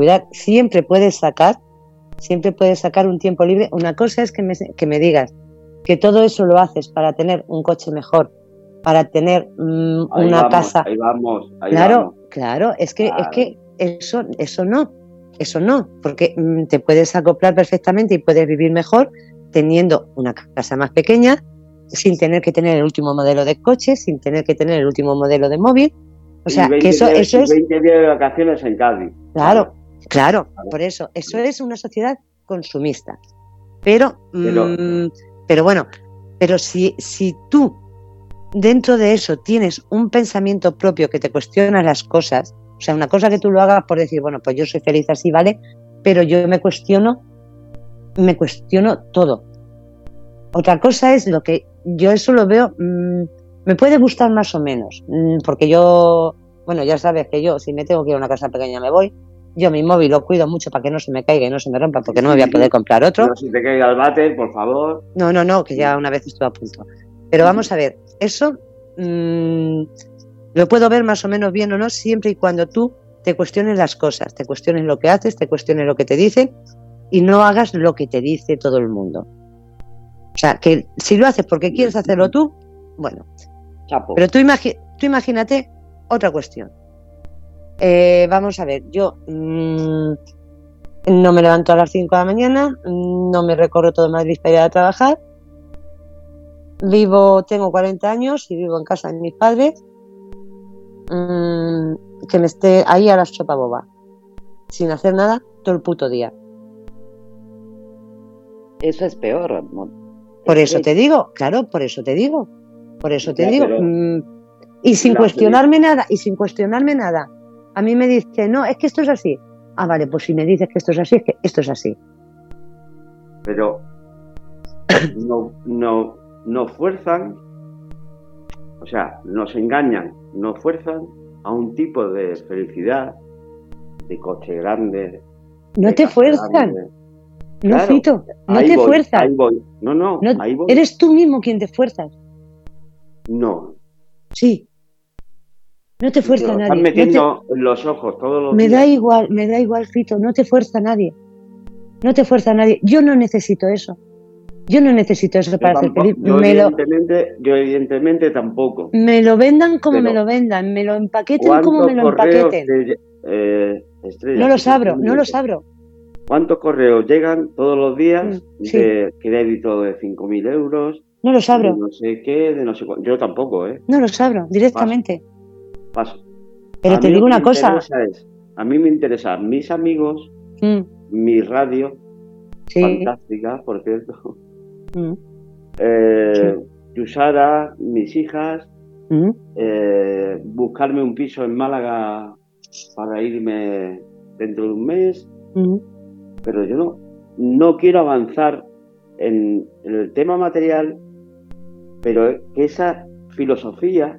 Siempre puedes sacar un tiempo libre. Una cosa es que me digas, que todo eso lo haces para tener un coche mejor, para tener una casa. Ahí vamos. Claro, es que eso no, porque te puedes acoplar perfectamente y puedes vivir mejor teniendo una casa más pequeña, sin tener que tener el último modelo de coche, sin tener que tener el último modelo de móvil. O sea, que eso es 20 días de vacaciones en Cádiz. Claro, por eso es una sociedad consumista. Pero bueno, pero si tú dentro de eso tienes un pensamiento propio que te cuestiona las cosas, o sea, una cosa que tú lo hagas por decir, bueno, pues yo soy feliz así, ¿vale? Pero yo me cuestiono todo. Otra cosa es lo que yo eso lo veo, me puede gustar más o menos, porque yo, bueno, ya sabes que yo, si me tengo que ir a una casa pequeña me voy. Yo mi móvil lo cuido mucho para que no se me caiga y no se me rompa, porque no me voy a poder comprar otro. No, si te caiga el váter, por favor. No, que ya una vez estuve a punto. Pero vamos a ver, eso lo puedo ver más o menos bien o no, siempre y cuando tú te cuestiones las cosas, te cuestiones lo que haces, te cuestiones lo que te dicen y no hagas lo que te dice todo el mundo. O sea, que si lo haces porque quieres hacerlo tú, bueno. Chapo. Pero tú imagínate otra cuestión. Vamos a ver, yo no me levanto a las 5 de la mañana, no me recorro todo Madrid para ir a trabajar, tengo 40 años y vivo en casa de mis padres, que me esté ahí a la sopa boba, sin hacer nada todo el puto día. Eso es peor, amor. Por eso te digo, claro, por eso te digo. Y sin cuestionarme nada, a mí me dice, no, es que esto es así. Ah, vale, pues si me dices que esto es así, es que esto es así. Pero no fuerzan, o sea, nos engañan, nos fuerzan a un tipo de felicidad, de coche grande. No te fuerzan. Grande. No, claro, Fito, no te fuerzan. Ahí voy. No, ahí voy. Eres tú mismo quien te fuerzas. No. Sí. No te fuerza nadie. Están metiendo en los ojos todos los días. Me da igual, Fito, no te fuerza nadie. Yo no necesito eso. Para ser feliz. Yo evidentemente tampoco. Me lo vendan como me lo vendan, me lo empaqueten como me lo empaqueten. Estrella, no los abro. ¿Cuántos correos llegan todos los días de crédito de 5.000 euros? No los abro. De no sé qué, de no sé cuánto. Yo tampoco, ¿eh? No los abro, directamente. Paso. Pero te digo una cosa. A mí me interesan mis amigos, mi radio, fantástica, por cierto. Yusara, mis hijas, buscarme un piso en Málaga para irme dentro de un mes. Pero yo no quiero avanzar en el tema material, pero que esa filosofía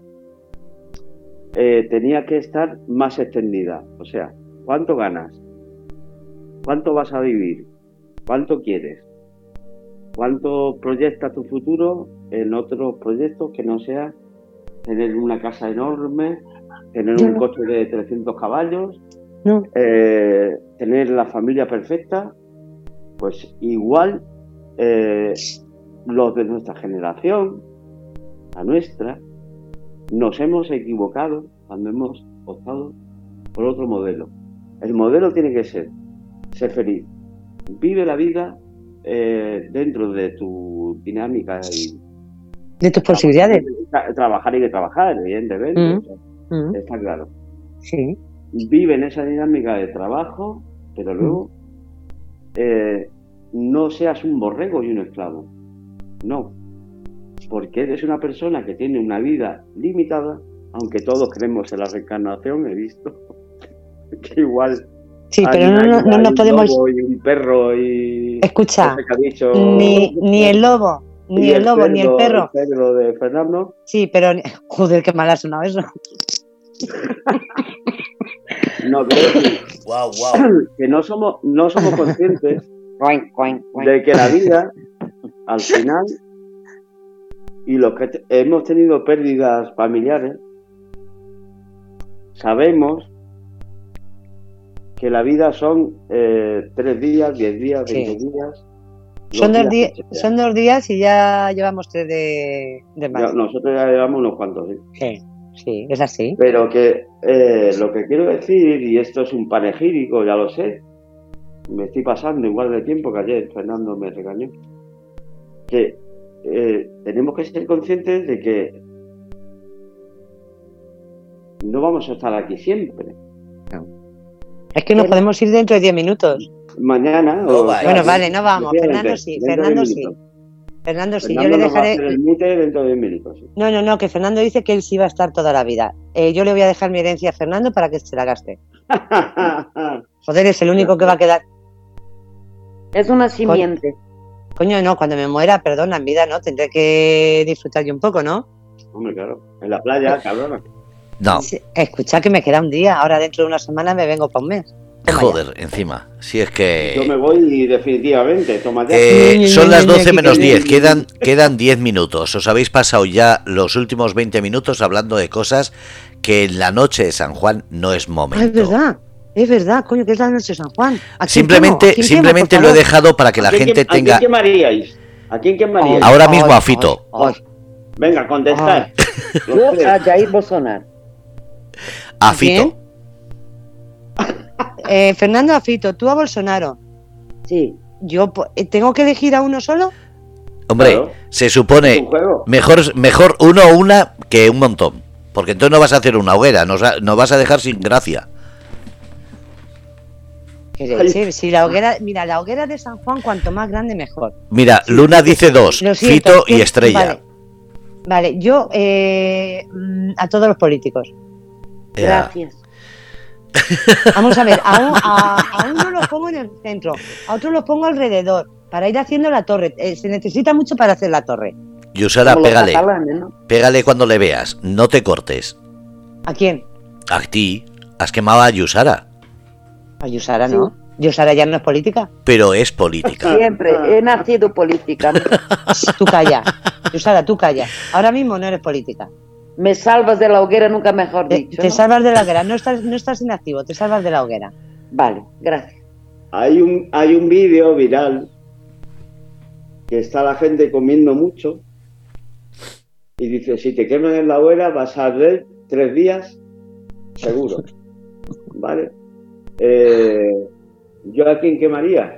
tenía que estar más extendida. O sea, ¿cuánto ganas? ¿Cuánto vas a vivir? ¿Cuánto quieres? ¿Cuánto proyectas tu futuro en otros proyectos que no sea tener una casa enorme, tener un coche de 300 caballos, tener la familia perfecta? Pues igual los de nuestra generación, la nuestra, nos hemos equivocado cuando hemos optado por otro modelo. El modelo tiene que ser feliz. Vive la vida dentro de tu dinámica y de tus posibilidades. Trabajar y de trabajar, evidentemente. Está claro. Sí. Vive en esa dinámica de trabajo, pero luego no seas un borrego y un esclavo. No. Porque eres una persona que tiene una vida limitada, aunque todos creemos en la reencarnación, he visto que igual. Sí, pero no nos podemos. Un lobo y un perro y. Escucha, ni el lobo, ni el lobo, ni el perro. El perro de Fernando. Sí, pero. Joder, qué mal ha sonado eso. No, creo que no somos conscientes de que la vida, al final, y los que hemos tenido pérdidas familiares, sabemos que la vida son 3 días, 10 días, 20 días, Son 2 días y ya llevamos 3 de marzo. Nosotros ya llevamos unos cuantos, ¿sí? Sí, es así. Pero que lo que quiero decir, y esto es un panegírico, ya lo sé, me estoy pasando igual de tiempo que ayer Fernando me regañó, que tenemos que ser conscientes de que no vamos a estar aquí siempre. No. Es que nos podemos ir dentro de 10 minutos. Mañana. Bueno, vale, no vamos. Fernando sí. Fernando sí. Yo le dejaré. Va a hacer el mute dentro de 10 minutos. ¿Sí? No, que Fernando dice que él sí va a estar toda la vida. Yo le voy a dejar mi herencia a Fernando para que se la gaste. Joder, es el único que va a quedar. Es una simiente. Coño, no, cuando me muera, perdona, en vida no, tendré que disfrutar yo un poco, ¿no? Hombre, claro. En la playa, cabrona. No. Escucha que me queda un día. Ahora dentro de una semana me vengo para un mes. Joder, encima. Si es que... Yo me voy definitivamente. Son las 12 menos 10. Quedan 10 minutos. Os habéis pasado ya los últimos 20 minutos hablando de cosas que en la noche de San Juan no es momento. Es verdad, coño, que es la noche de San Juan. Simplemente lo he dejado para que la gente tenga... ¿A quién quemaríais? ¿A quién quemaríais? Ahora mismo a Fito. Venga, contestad. Yo a Jair Bolsonaro. A Fito. Fernando, a Fito, tú a Bolsonaro. Sí. ¿Yo tengo que elegir a uno solo? Hombre, claro. Se supone mejor uno o una que un montón. Porque entonces no vas a hacer una hoguera, nos vas a dejar sin gracia. Si la hoguera, mira, la hoguera de San Juan, cuanto más grande mejor. Mira, sí, Luna dice 2, Fito y Estrella. Vale, yo a todos los políticos. Gracias. Vamos a ver, a uno lo pongo en el centro, a otro lo pongo alrededor, para ir haciendo la torre. Se necesita mucho para hacer la torre. Yusara, pégale cuando le veas, no te cortes. ¿A quién? A ti, has quemado a Yusara. A Yusara no. Sí. Yusara ya no es política. Pero es política. Siempre he nacido política. Tú calla. Yusara, tú calla. Ahora mismo no eres política. Me salvas de la hoguera, nunca mejor dicho. Te salvas de la hoguera, no estás inactivo, te salvas de la hoguera. Vale, gracias. Hay un vídeo viral que está la gente comiendo mucho y dice, si te queman en la hoguera vas a arder 3 días seguro. ¿Vale? ¿Yo a quién quemaría?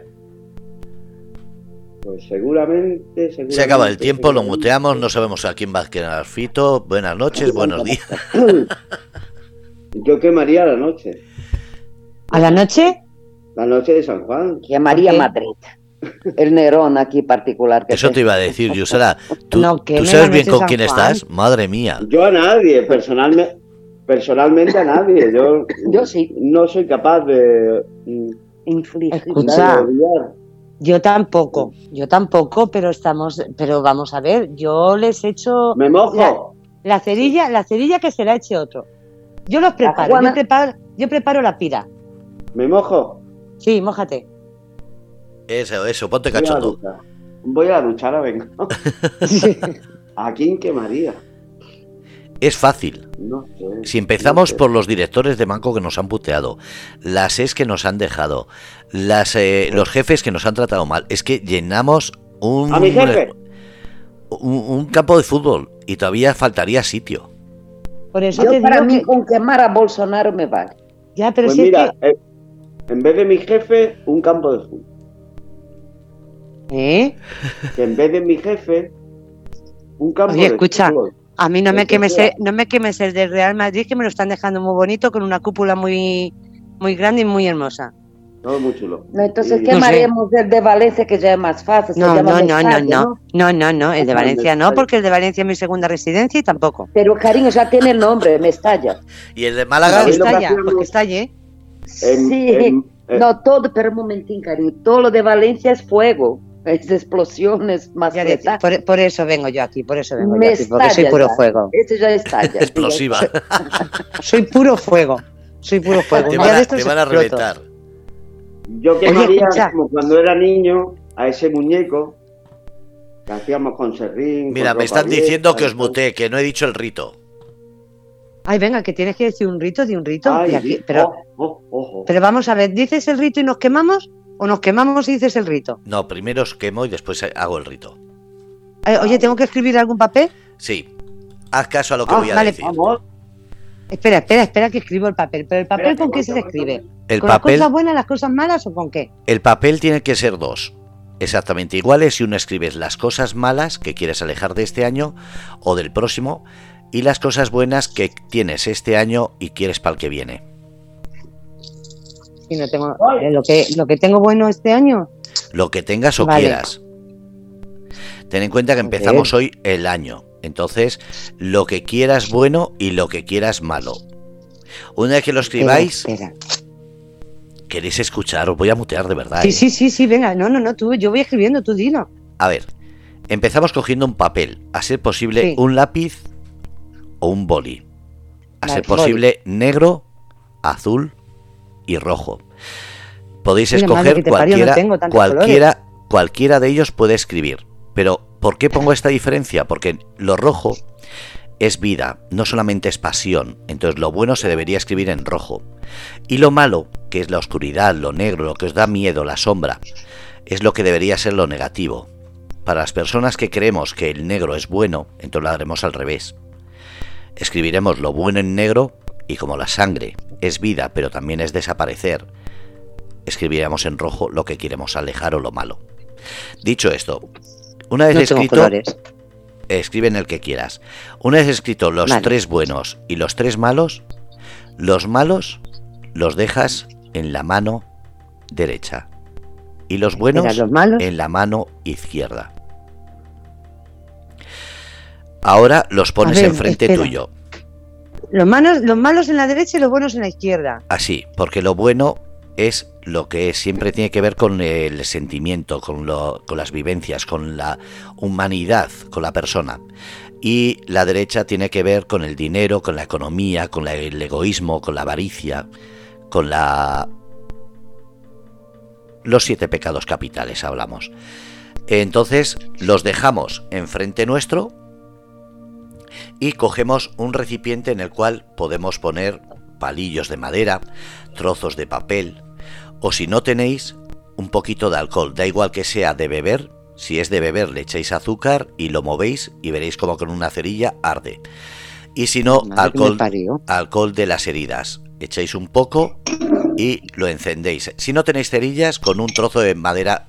Pues seguramente... Se acaba el tiempo, lo muteamos, no sabemos a quién va a quemar. Fito, buenas noches, buenos días. Yo quemaría la noche. ¿A la noche? La noche de San Juan. Quemaría Madrid. El Nerón aquí particular. Eso te iba a decir, Yusara. ¿Tú sabes bien con quién estás? Madre mía. Yo a nadie, personalmente a nadie. Yo sí. No soy capaz de... infligir. Escucha. Yo tampoco, pero vamos a ver, yo les echo... Me mojo. La cerilla que se la eche otro. Yo los preparo, yo preparo la pira. ¿Me mojo? Sí, mójate. Eso, ponte cachondo. Voy a la ducha, ahora vengo. ¿A quién quemaría? Es fácil. No sé, si empezamos por los directores de banco que nos han puteado, las que nos han dejado, los jefes que nos han tratado mal, es que llenamos ¿A mi jefe? un campo de fútbol y todavía faltaría sitio. Por eso yo para mí con quemar a Bolsonaro me vale. Ya, pero pues mira, en vez de mi jefe, un campo de fútbol. Que en vez de mi jefe, un campo de escucha. fútbol. A mí no me quemes el del Real Madrid, que me lo están dejando muy bonito, con una cúpula muy, muy grande y muy hermosa. No, muy chulo. No, entonces quemaremos el de Valencia, que ya es más fácil. No, el de Valencia no, porque el de Valencia es mi segunda residencia y tampoco. Pero cariño, ya tiene el nombre, Mestalla. ¿Y el de Málaga? Mestalla, porque estalle. Sí, no, todo, pero un momentín, cariño, todo lo de Valencia es fuego. Es explosiones más por eso vengo yo aquí, porque soy puro fuego. Ese ya estalla. Explosiva. Soy puro fuego. Te van a reventar. Yo quemaría, como cuando era niño, a ese muñeco que hacíamos con serrín. Mira, me están diciendo que os muté, que no he dicho el rito. Ay, venga, que tienes que decir un rito. Ay, pero vamos a ver, ¿dices el rito y nos quemamos? ¿O nos quemamos y dices el rito? No, primero os quemo y después hago el rito. Oye, ¿tengo que escribir algún papel? Sí. Haz caso a lo que voy a decir. Vamos. Espera, que escribo el papel. ¿Pero el papel con qué se escribe? El ¿Con papel, las cosas buenas, las cosas malas o con qué? el papel tiene que ser 2. Exactamente iguales, y uno escribes las cosas malas que quieres alejar de este año o del próximo, y las cosas buenas que tienes este año y quieres para el que viene. Si no tengo lo que tengo bueno este año. Lo que tengas o Vale. quieras. Ten en cuenta que empezamos hoy el año. Entonces, lo que quieras bueno y lo que quieras malo. Una vez que lo escribáis, Espera. ¿queréis escuchar? Os voy a mutear de verdad. Sí, venga. No, yo voy escribiendo, tú dilo. A ver, empezamos cogiendo un papel. A ser posible, Sí. un lápiz o un boli. A Vale, ser posible, negro, azul y rojo. Podéis Mira, madre escoger que te parió, no tengo tantos cualquiera de ellos puede escribir. Pero, ¿por qué pongo esta diferencia? Porque lo rojo es vida, no solamente es pasión. Entonces lo bueno se debería escribir en rojo. Y lo malo, que es la oscuridad, lo negro, lo que os da miedo, la sombra, es lo que debería ser lo negativo. Para las personas que creemos que el negro es bueno, entonces lo haremos al revés. Escribiremos lo bueno en negro, y como la sangre es vida, pero también es desaparecer, escribiremos en rojo lo que queremos alejar o lo malo. Dicho esto, una vez escrito, escribe en el que quieras. Una vez escrito los 3 buenos y los 3 malos, los malos los dejas en la mano derecha y los buenos en la mano izquierda. Ahora los pones enfrente tuyo. Los malos en la derecha y los buenos en la izquierda. Así, porque lo bueno es lo que siempre tiene que ver con el sentimiento, con las vivencias, con la humanidad, con la persona. Y la derecha tiene que ver con el dinero, con la economía, con el egoísmo, con la avaricia, con los 7 pecados capitales hablamos. Entonces los dejamos enfrente nuestro y cogemos un recipiente en el cual podemos poner palillos de madera, trozos de papel, o si no tenéis, un poquito de alcohol. Da igual que sea de beber. Si es de beber, le echáis azúcar y lo movéis y veréis como con una cerilla arde. Y si no, alcohol de las heridas. Echáis un poco y lo encendéis. Si no tenéis cerillas, con un trozo de madera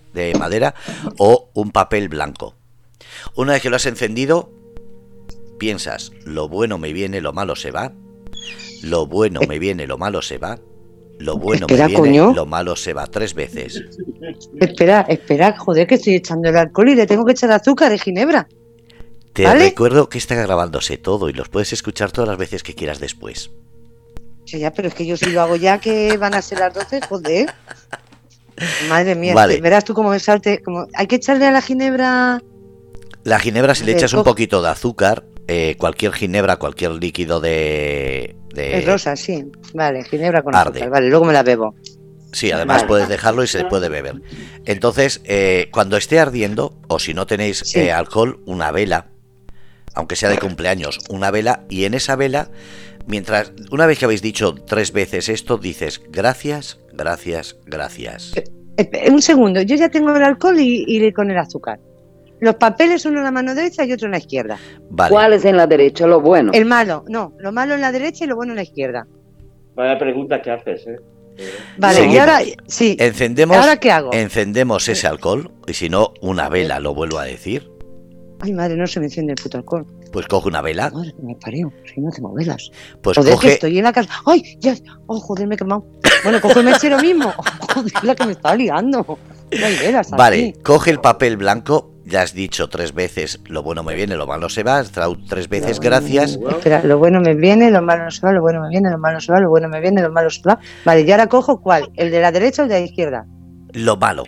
o un papel blanco. Una vez que lo has encendido, piensas, lo bueno me viene, lo malo se va. Lo bueno me viene, lo malo se va. Lo bueno me viene, coño. Lo malo se va 3 veces. Espera, joder, que estoy echando el alcohol y le tengo que echar azúcar y ginebra. Te recuerdo que está grabándose todo y los puedes escuchar todas las veces que quieras después. Sí, ya, pero es que yo si lo hago ya, que van a ser las 12, joder. Madre mía, vale. Verás tú cómo me salte. Hay que echarle a la ginebra. La ginebra, si le echas un poquito de azúcar, cualquier ginebra, cualquier líquido de... Es rosa, sí. Vale, ginebra con arde. azúcar. Vale, luego me la bebo. Sí, además puedes dejarlo y se puede beber. Entonces, cuando esté ardiendo, o si no tenéis alcohol, una vela, aunque sea de cumpleaños, una vela, y en esa vela, una vez que habéis dicho 3 veces esto, dices gracias, gracias, gracias. Un segundo, yo ya tengo el alcohol y con el azúcar. Los papeles, uno en la mano derecha y otro en la izquierda. Vale. ¿Cuál es en la derecha, lo bueno? El malo, no, lo malo en la derecha y lo bueno en la izquierda. Vaya pregunta que haces, Vale, seguimos. Y ahora, sí. Encendemos, ¿Ahora qué hago? Encendemos ese alcohol, y si no, una vela, lo vuelvo a decir. Ay, madre, no se me enciende el puto alcohol. Pues coge una vela. Madre, que me parió, si no tengo velas. Pues joder, coge... que estoy en la casa. ¡Ay, ya! ¡Oh, joder, me he quemado! Bueno, coge el mechero mismo. Joder, la que me estaba liando. No hay velas aquí. Vale, coge el papel blanco. Ya has dicho 3 veces, lo bueno me viene, lo malo se va. Has traído 3 veces, gracias. Espera, lo bueno me viene, lo malo se va, lo bueno me viene, lo malo se va, lo bueno me viene, lo malo se va. Vale, y ahora cojo ¿cuál? ¿El de la derecha o el de la izquierda? Lo malo.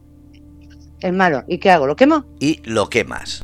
El malo. ¿Y qué hago? ¿Lo quemo? Y lo quemas.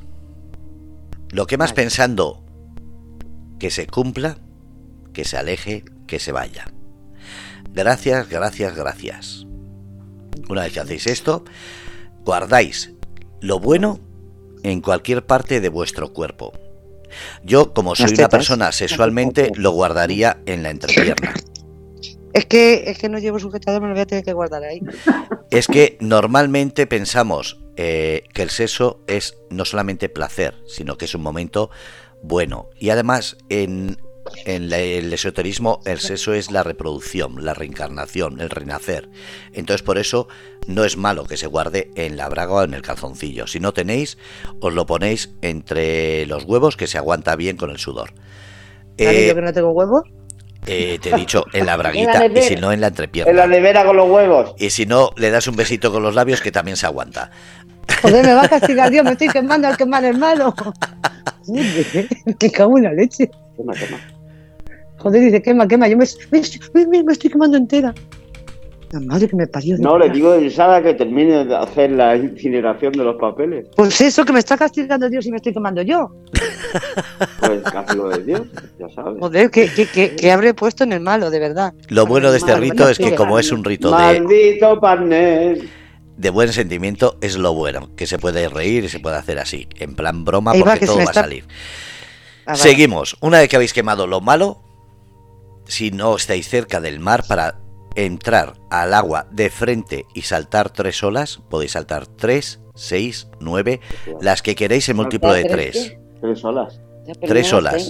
Lo quemas pensando que se cumpla, que se aleje, que se vaya. Gracias, gracias, gracias. Una vez que hacéis esto, guardáis lo bueno en cualquier parte de vuestro cuerpo. Yo, como soy una persona sexualmente, lo guardaría en la entrepierna. Es que no llevo sujetador, me lo voy a tener que guardar ahí. Es que normalmente pensamos que el sexo es no solamente placer, sino que es un momento bueno. Y además, en el esoterismo, el sexo es la reproducción, la reencarnación, el renacer. Entonces, por eso no es malo que se guarde en la braga o en el calzoncillo. Si no tenéis, os lo ponéis entre los huevos, que se aguanta bien con el sudor. ¿Vale, yo que no tengo huevos? Te he dicho en la braguita y si no en la entrepierna. En la nevera con los huevos. Y si no, le das un besito con los labios que también se aguanta. Joder, me va a castigar Dios, me estoy quemando, al quemar el malo. Que cago en la leche. Quema. Joder, dice quema, yo me estoy quemando entera. La madre que me parió. No, le digo a Sara que termine de hacer la incineración de los papeles. Pues eso, que me está castigando Dios y me estoy quemando yo. Pues castigo de Dios, ya sabes. Joder, que habré puesto en el malo, de verdad. Lo bueno de este rito es que como es un rito Maldito partner. De buen sentimiento, es lo bueno, que se puede reír y se puede hacer así, en plan broma, porque todo va a salir. Vale. Seguimos. Una vez que habéis quemado lo malo, si no estáis cerca del mar, para entrar al agua de frente y saltar 3 olas, podéis saltar 3, 6, 9, las que queréis en múltiplo de 3. 3 olas. 3 olas.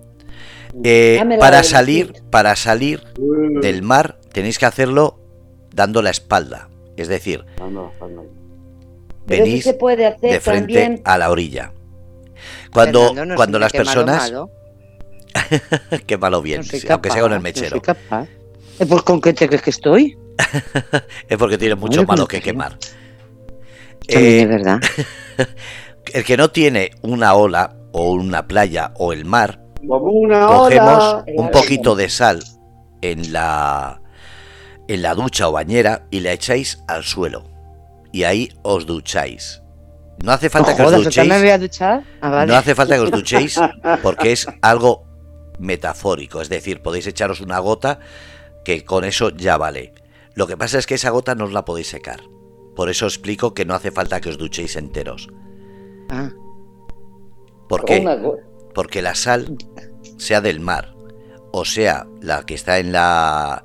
Para salir del mar tenéis que hacerlo dando la espalda, es decir, venís se puede hacer de frente también a la orilla. Cuando las personas qué malo bien, aunque sea con el mechero. No soy capaz. ¿Pues con qué te crees que estoy? Es porque tiene mucho malo que quemar. Es verdad. El que no tiene una ola o una playa o el mar, cogemos un poquito de sal en la ducha o bañera y la echáis al suelo. Y ahí os ducháis. No hace falta que os duchéis. ¿Me voy a duchar? Vale. No hace falta que os duchéis porque es algo metafórico. Es decir, podéis echaros una gota que con eso ya vale. Lo que pasa es que esa gota no os la podéis secar. Por eso explico que no hace falta que os duchéis enteros. ¿Por qué? Porque la sal, sea del mar, o sea la que está en la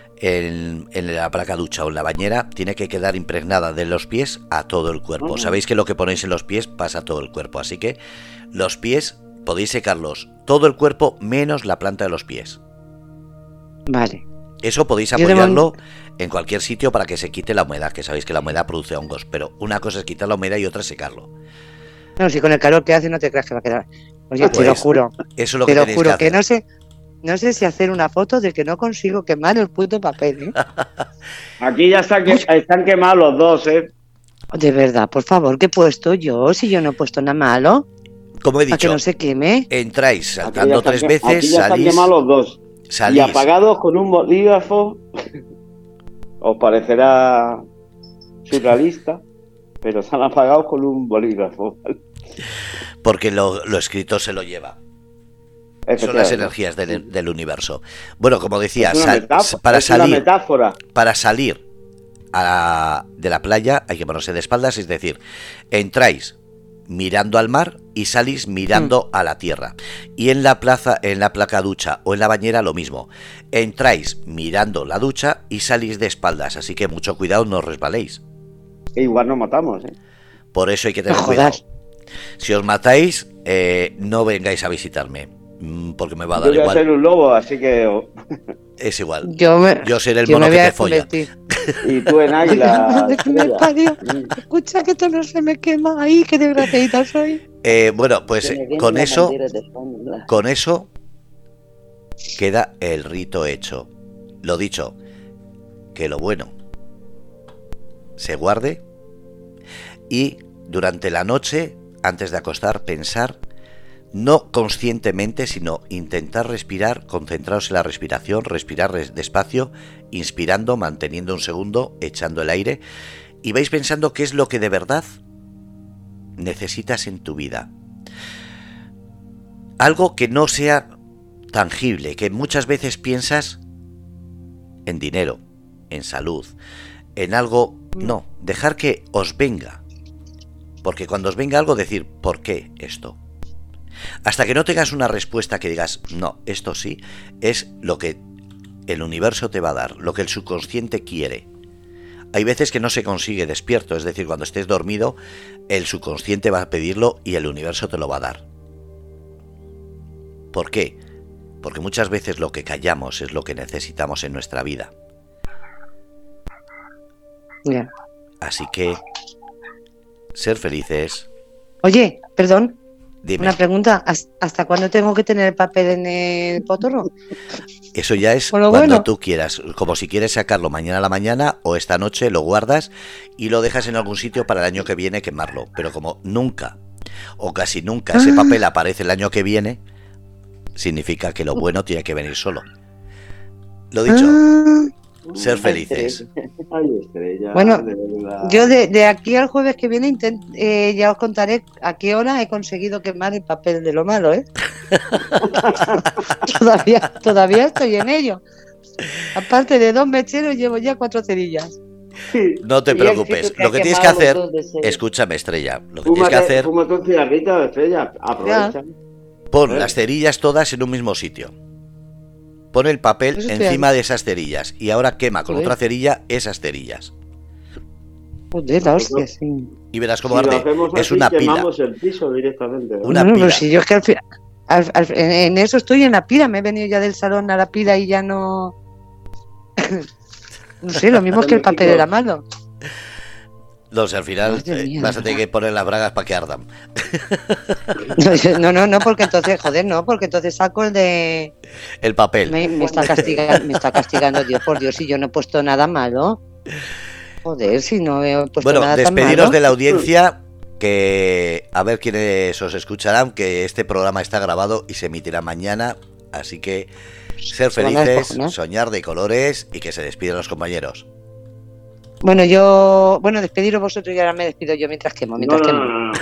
placa ducha o en la bañera, tiene que quedar impregnada de los pies a todo el cuerpo. Sabéis que lo que ponéis en los pies pasa a todo el cuerpo, así que los pies podéis secarlos todo el cuerpo menos la planta de los pies. Vale. Eso podéis apoyarlo en cualquier sitio para que se quite la humedad, que sabéis que la humedad produce hongos, pero una cosa es quitar la humedad y otra es secarlo. No, si con el calor que hace no te creas que va a quedar. Oye, pues, te lo juro. Eso es lo que tenéis que hacer. No sé si hacer una foto de que no consigo quemar el puto papel, ¿eh? Aquí ya están quemados los dos, ¿eh? De verdad, por favor, ¿qué he puesto yo? Si yo no he puesto nada malo. Como he dicho, para que no se queme. Entráis saltando 3 veces, aquí ya salís. Están quemados los dos. Salís. Y apagados con un bolígrafo. Os parecerá surrealista, pero están apagados con un bolígrafo. Porque lo escrito se lo lleva. Son las energías del universo. Bueno, como decía, para salir de la playa hay que ponerse de espaldas, es decir, entráis mirando al mar y salís mirando a la tierra. Y en la placa ducha o en la bañera lo mismo. Entráis mirando la ducha y salís de espaldas, así que mucho cuidado, no os resbaléis. Igual nos matamos, ¿eh? Por eso hay que tener cuidado. Si os matáis, no vengáis a visitarme, porque me va a dar igual. Yo voy a ser un lobo, así que... Es igual. Yo seré el mono que te folla. Y tú en águila. Escucha que esto no se me quema. Ahí, qué desgraciadita soy. Bueno, pues con eso queda el rito hecho. Lo dicho, que lo bueno se guarde y durante la noche, antes de acostar, pensar, no conscientemente, sino intentar respirar, concentraros en la respiración, respirar despacio, inspirando, manteniendo un segundo, echando el aire, y vais pensando qué es lo que de verdad necesitas en tu vida. Algo que no sea tangible, que muchas veces piensas en dinero, en salud, en algo. No, dejar que os venga, porque cuando os venga algo, decir, ¿por qué esto? Hasta que no tengas una respuesta que digas, no, esto sí, es lo que el universo te va a dar lo que el subconsciente quiere. Hay veces que no se consigue despierto, es decir, cuando estés dormido, el subconsciente va a pedirlo y el universo te lo va a dar. ¿Por qué? Porque muchas veces lo que callamos es lo que necesitamos en nuestra vida. Ya. Así que, ser felices. Oye, perdón. Dime. Una pregunta, ¿hasta cuándo tengo que tener el papel en el potorro? Eso ya es cuando tú quieras, como si quieres sacarlo mañana a la mañana o esta noche, lo guardas y lo dejas en algún sitio para el año que viene quemarlo. Pero como nunca o casi nunca ese papel aparece el año que viene, significa que lo bueno tiene que venir solo. Lo dicho, ser felices. Bueno, yo de aquí al jueves que viene ya os contaré a qué hora he conseguido quemar el papel de lo malo, ¿eh? todavía estoy en ello. Aparte de 2 mecheros, llevo ya 4 cerillas. No te preocupes, lo que tienes que hacer, escúchame, Estrella, lo que tienes que hacer, fúmate un cigarrito, Estrella, aprovecha. Pon las cerillas todas en un mismo sitio. Pon el papel encima de esas cerillas y ahora quema con otra cerilla esas cerillas. Joder, la hostia, sí. Y verás cómo arde. Es una pila. Quemamos el piso directamente. Una pila. Pero si yo es que en eso estoy en la pila, me he venido ya del salón a la pila y ya no... No sé, lo mismo que el papel era malo. No sé, al final vas a tener que poner las bragas para que ardan. No, porque entonces, porque entonces saco el de... El papel. Me está castigando, Dios, por Dios, si yo no he puesto nada malo. Joder, si no he puesto nada tan malo. Bueno, despediros de la audiencia, que a ver quiénes os escucharán, que este programa está grabado y se emitirá mañana, así que ser felices, soñar de colores y que se despidan los compañeros. Bueno, despediros vosotros y ahora me despido yo mientras quemo. No.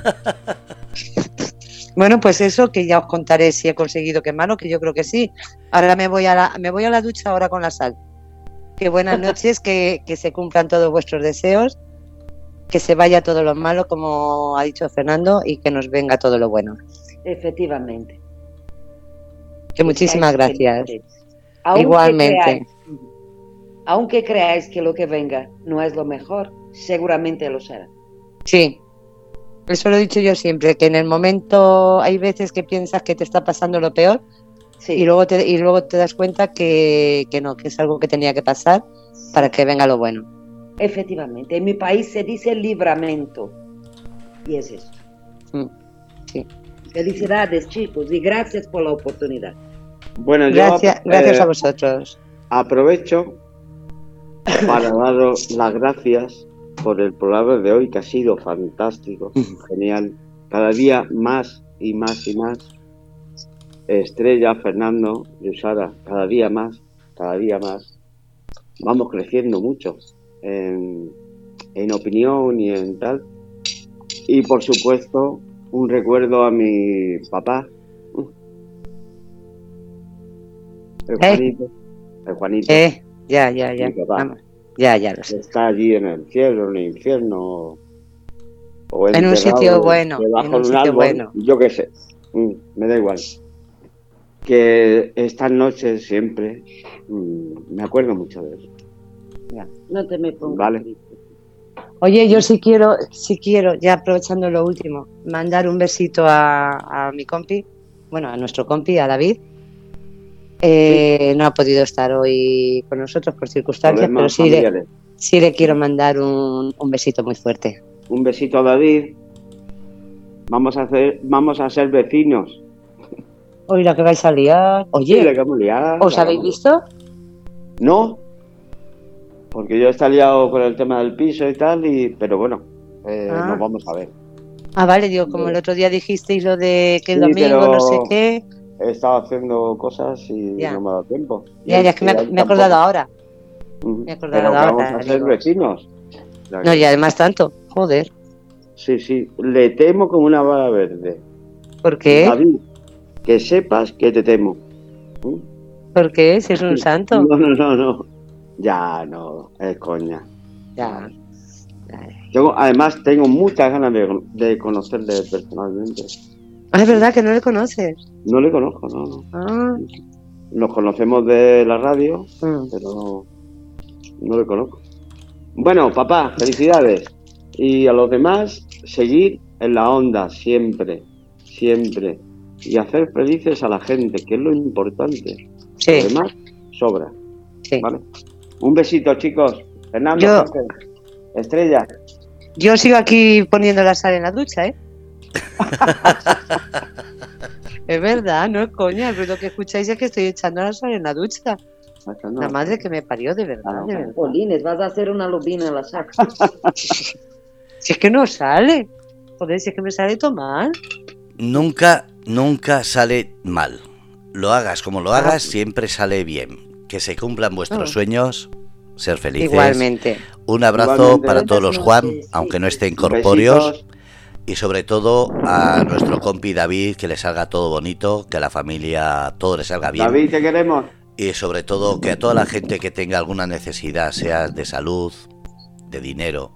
Bueno, pues eso, que ya os contaré si he conseguido quemarlo, que yo creo que sí. Ahora me voy a la ducha ahora con la sal. Que buenas noches, que se cumplan todos vuestros deseos, que se vaya todo lo malo, como ha dicho Fernando, y que nos venga todo lo bueno. Efectivamente. Que muchísimas gracias. Igualmente. Aunque creáis que lo que venga no es lo mejor, seguramente lo será. Sí, eso lo he dicho yo siempre, que en el momento hay veces que piensas que te está pasando lo peor, sí. y luego te das cuenta que no, que es algo que tenía que pasar para que venga lo bueno. Efectivamente, en mi país se dice libramento, y es eso. Sí. Felicidades, chicos, y gracias por la oportunidad. Bueno, gracias a vosotros. Aprovecho para daros las gracias por el programa de hoy, que ha sido fantástico, genial. Cada día más y más y más. Estrella, Fernando, Yusara, cada día más. Vamos creciendo mucho en opinión y en tal. Y por supuesto, un recuerdo a mi papá, el Juanito. Ya. Ya lo sé. Está allí en el cielo, en el infierno. O en un sitio bueno. Debajo de un árbol, bueno. Yo qué sé. Me da igual. Que estas noches siempre me acuerdo mucho de eso. Ya. No te me pongas. Vale. Oye, yo sí quiero, ya aprovechando lo último, mandar un besito a mi compi, a nuestro compi, a David. No ha podido estar hoy con nosotros por circunstancias, pero sí le quiero mandar un besito muy fuerte. Un besito a David. Vamos a ser vecinos. Hoy la que vais a liar. Oye, la que vamos a liar, ¿os habéis visto? No, porque yo está liado con el tema del piso y tal, pero bueno, nos vamos a ver. Vale, digo, como el otro día dijisteis lo de que el domingo no sé qué. He estado haciendo cosas y no me ha dado tiempo. Ya, es que me he acordado ahora. Pero vamos a ser vecinos. No, y además tanto, joder. Sí, le temo como una bala verde. ¿Por qué? David, que sepas que te temo. ¿Por qué? Si es un santo. No. Ya, no, es coña. Ya. Además, tengo muchas ganas de conocerle personalmente. Es verdad que no le conoces. No le conozco, no. Nos conocemos de la radio, pero no le conozco. Bueno, papá, felicidades. Y a los demás, seguir en la onda siempre, siempre. Y hacer felices a la gente, que es lo importante. Sí. Lo demás, sobra. Sí. ¿Vale? Un besito, chicos. Fernando, Estrella. Yo sigo aquí poniendo la sal en la ducha, ¿eh? Es verdad, no es coña. El ruido que escucháis es que estoy echando la sal en la ducha. La madre que me parió, de verdad, de verdad. Polines, vas a hacer una lubina en la saca. Si es que no sale. Joder, si es que me sale todo mal. Nunca sale mal. Lo hagas como lo hagas, siempre sale bien. Que se cumplan vuestros sueños, ser felices. Igualmente. Un abrazo para todos los Juan, aunque no estén corpóreos. Y sobre todo a nuestro compi David, que le salga todo bonito, que a la familia todo le salga bien. David, te queremos. Y sobre todo que a toda la gente que tenga alguna necesidad, sea de salud, de dinero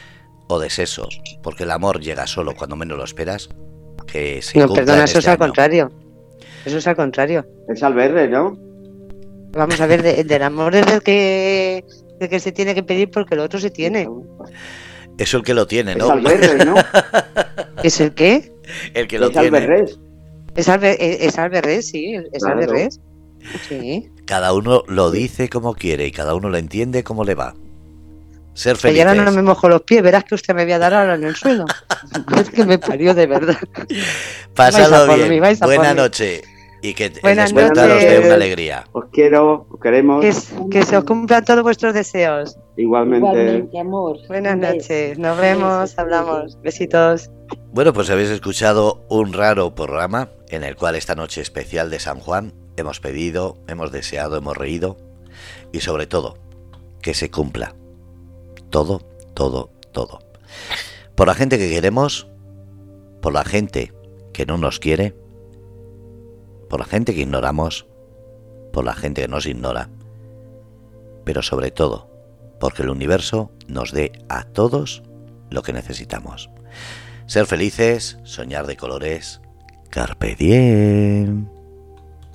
o de sexo, porque el amor llega solo cuando menos lo esperas, que se no, perdona, eso es al año. Contrario. Eso es al contrario. Es al verde, ¿no? Vamos a ver, del amor es del que se tiene que pedir porque el otro se tiene. Eso el que lo tiene, ¿no? Es al verde, ¿no? ¿Es el qué? El que lo es tiene. Alberrés. Es Alberrés, sí. Es claro. Alberrés. Sí. Cada uno lo dice como quiere y cada uno lo entiende como le va. Ser Y felices. ahora no me mojo los pies, verás que usted me voy a dar ahora en el suelo. Es que me parió de verdad. Pásalo bien. Buena noche. Y que el despertar os dé una alegría. Os quiero, os queremos. Que se os cumplan todos vuestros deseos. Igualmente, amor. Buenas noches. Nos vemos, hablamos. Besitos. Bueno, pues habéis escuchado un raro programa en el cual esta noche especial de San Juan hemos pedido, hemos deseado, hemos reído y sobre todo que se cumpla todo, todo, todo. Por la gente que queremos, por la gente que no nos quiere, por la gente que ignoramos, por la gente que nos ignora, pero sobre todo porque el universo nos dé a todos lo que necesitamos. Ser felices, soñar de colores, carpe diem.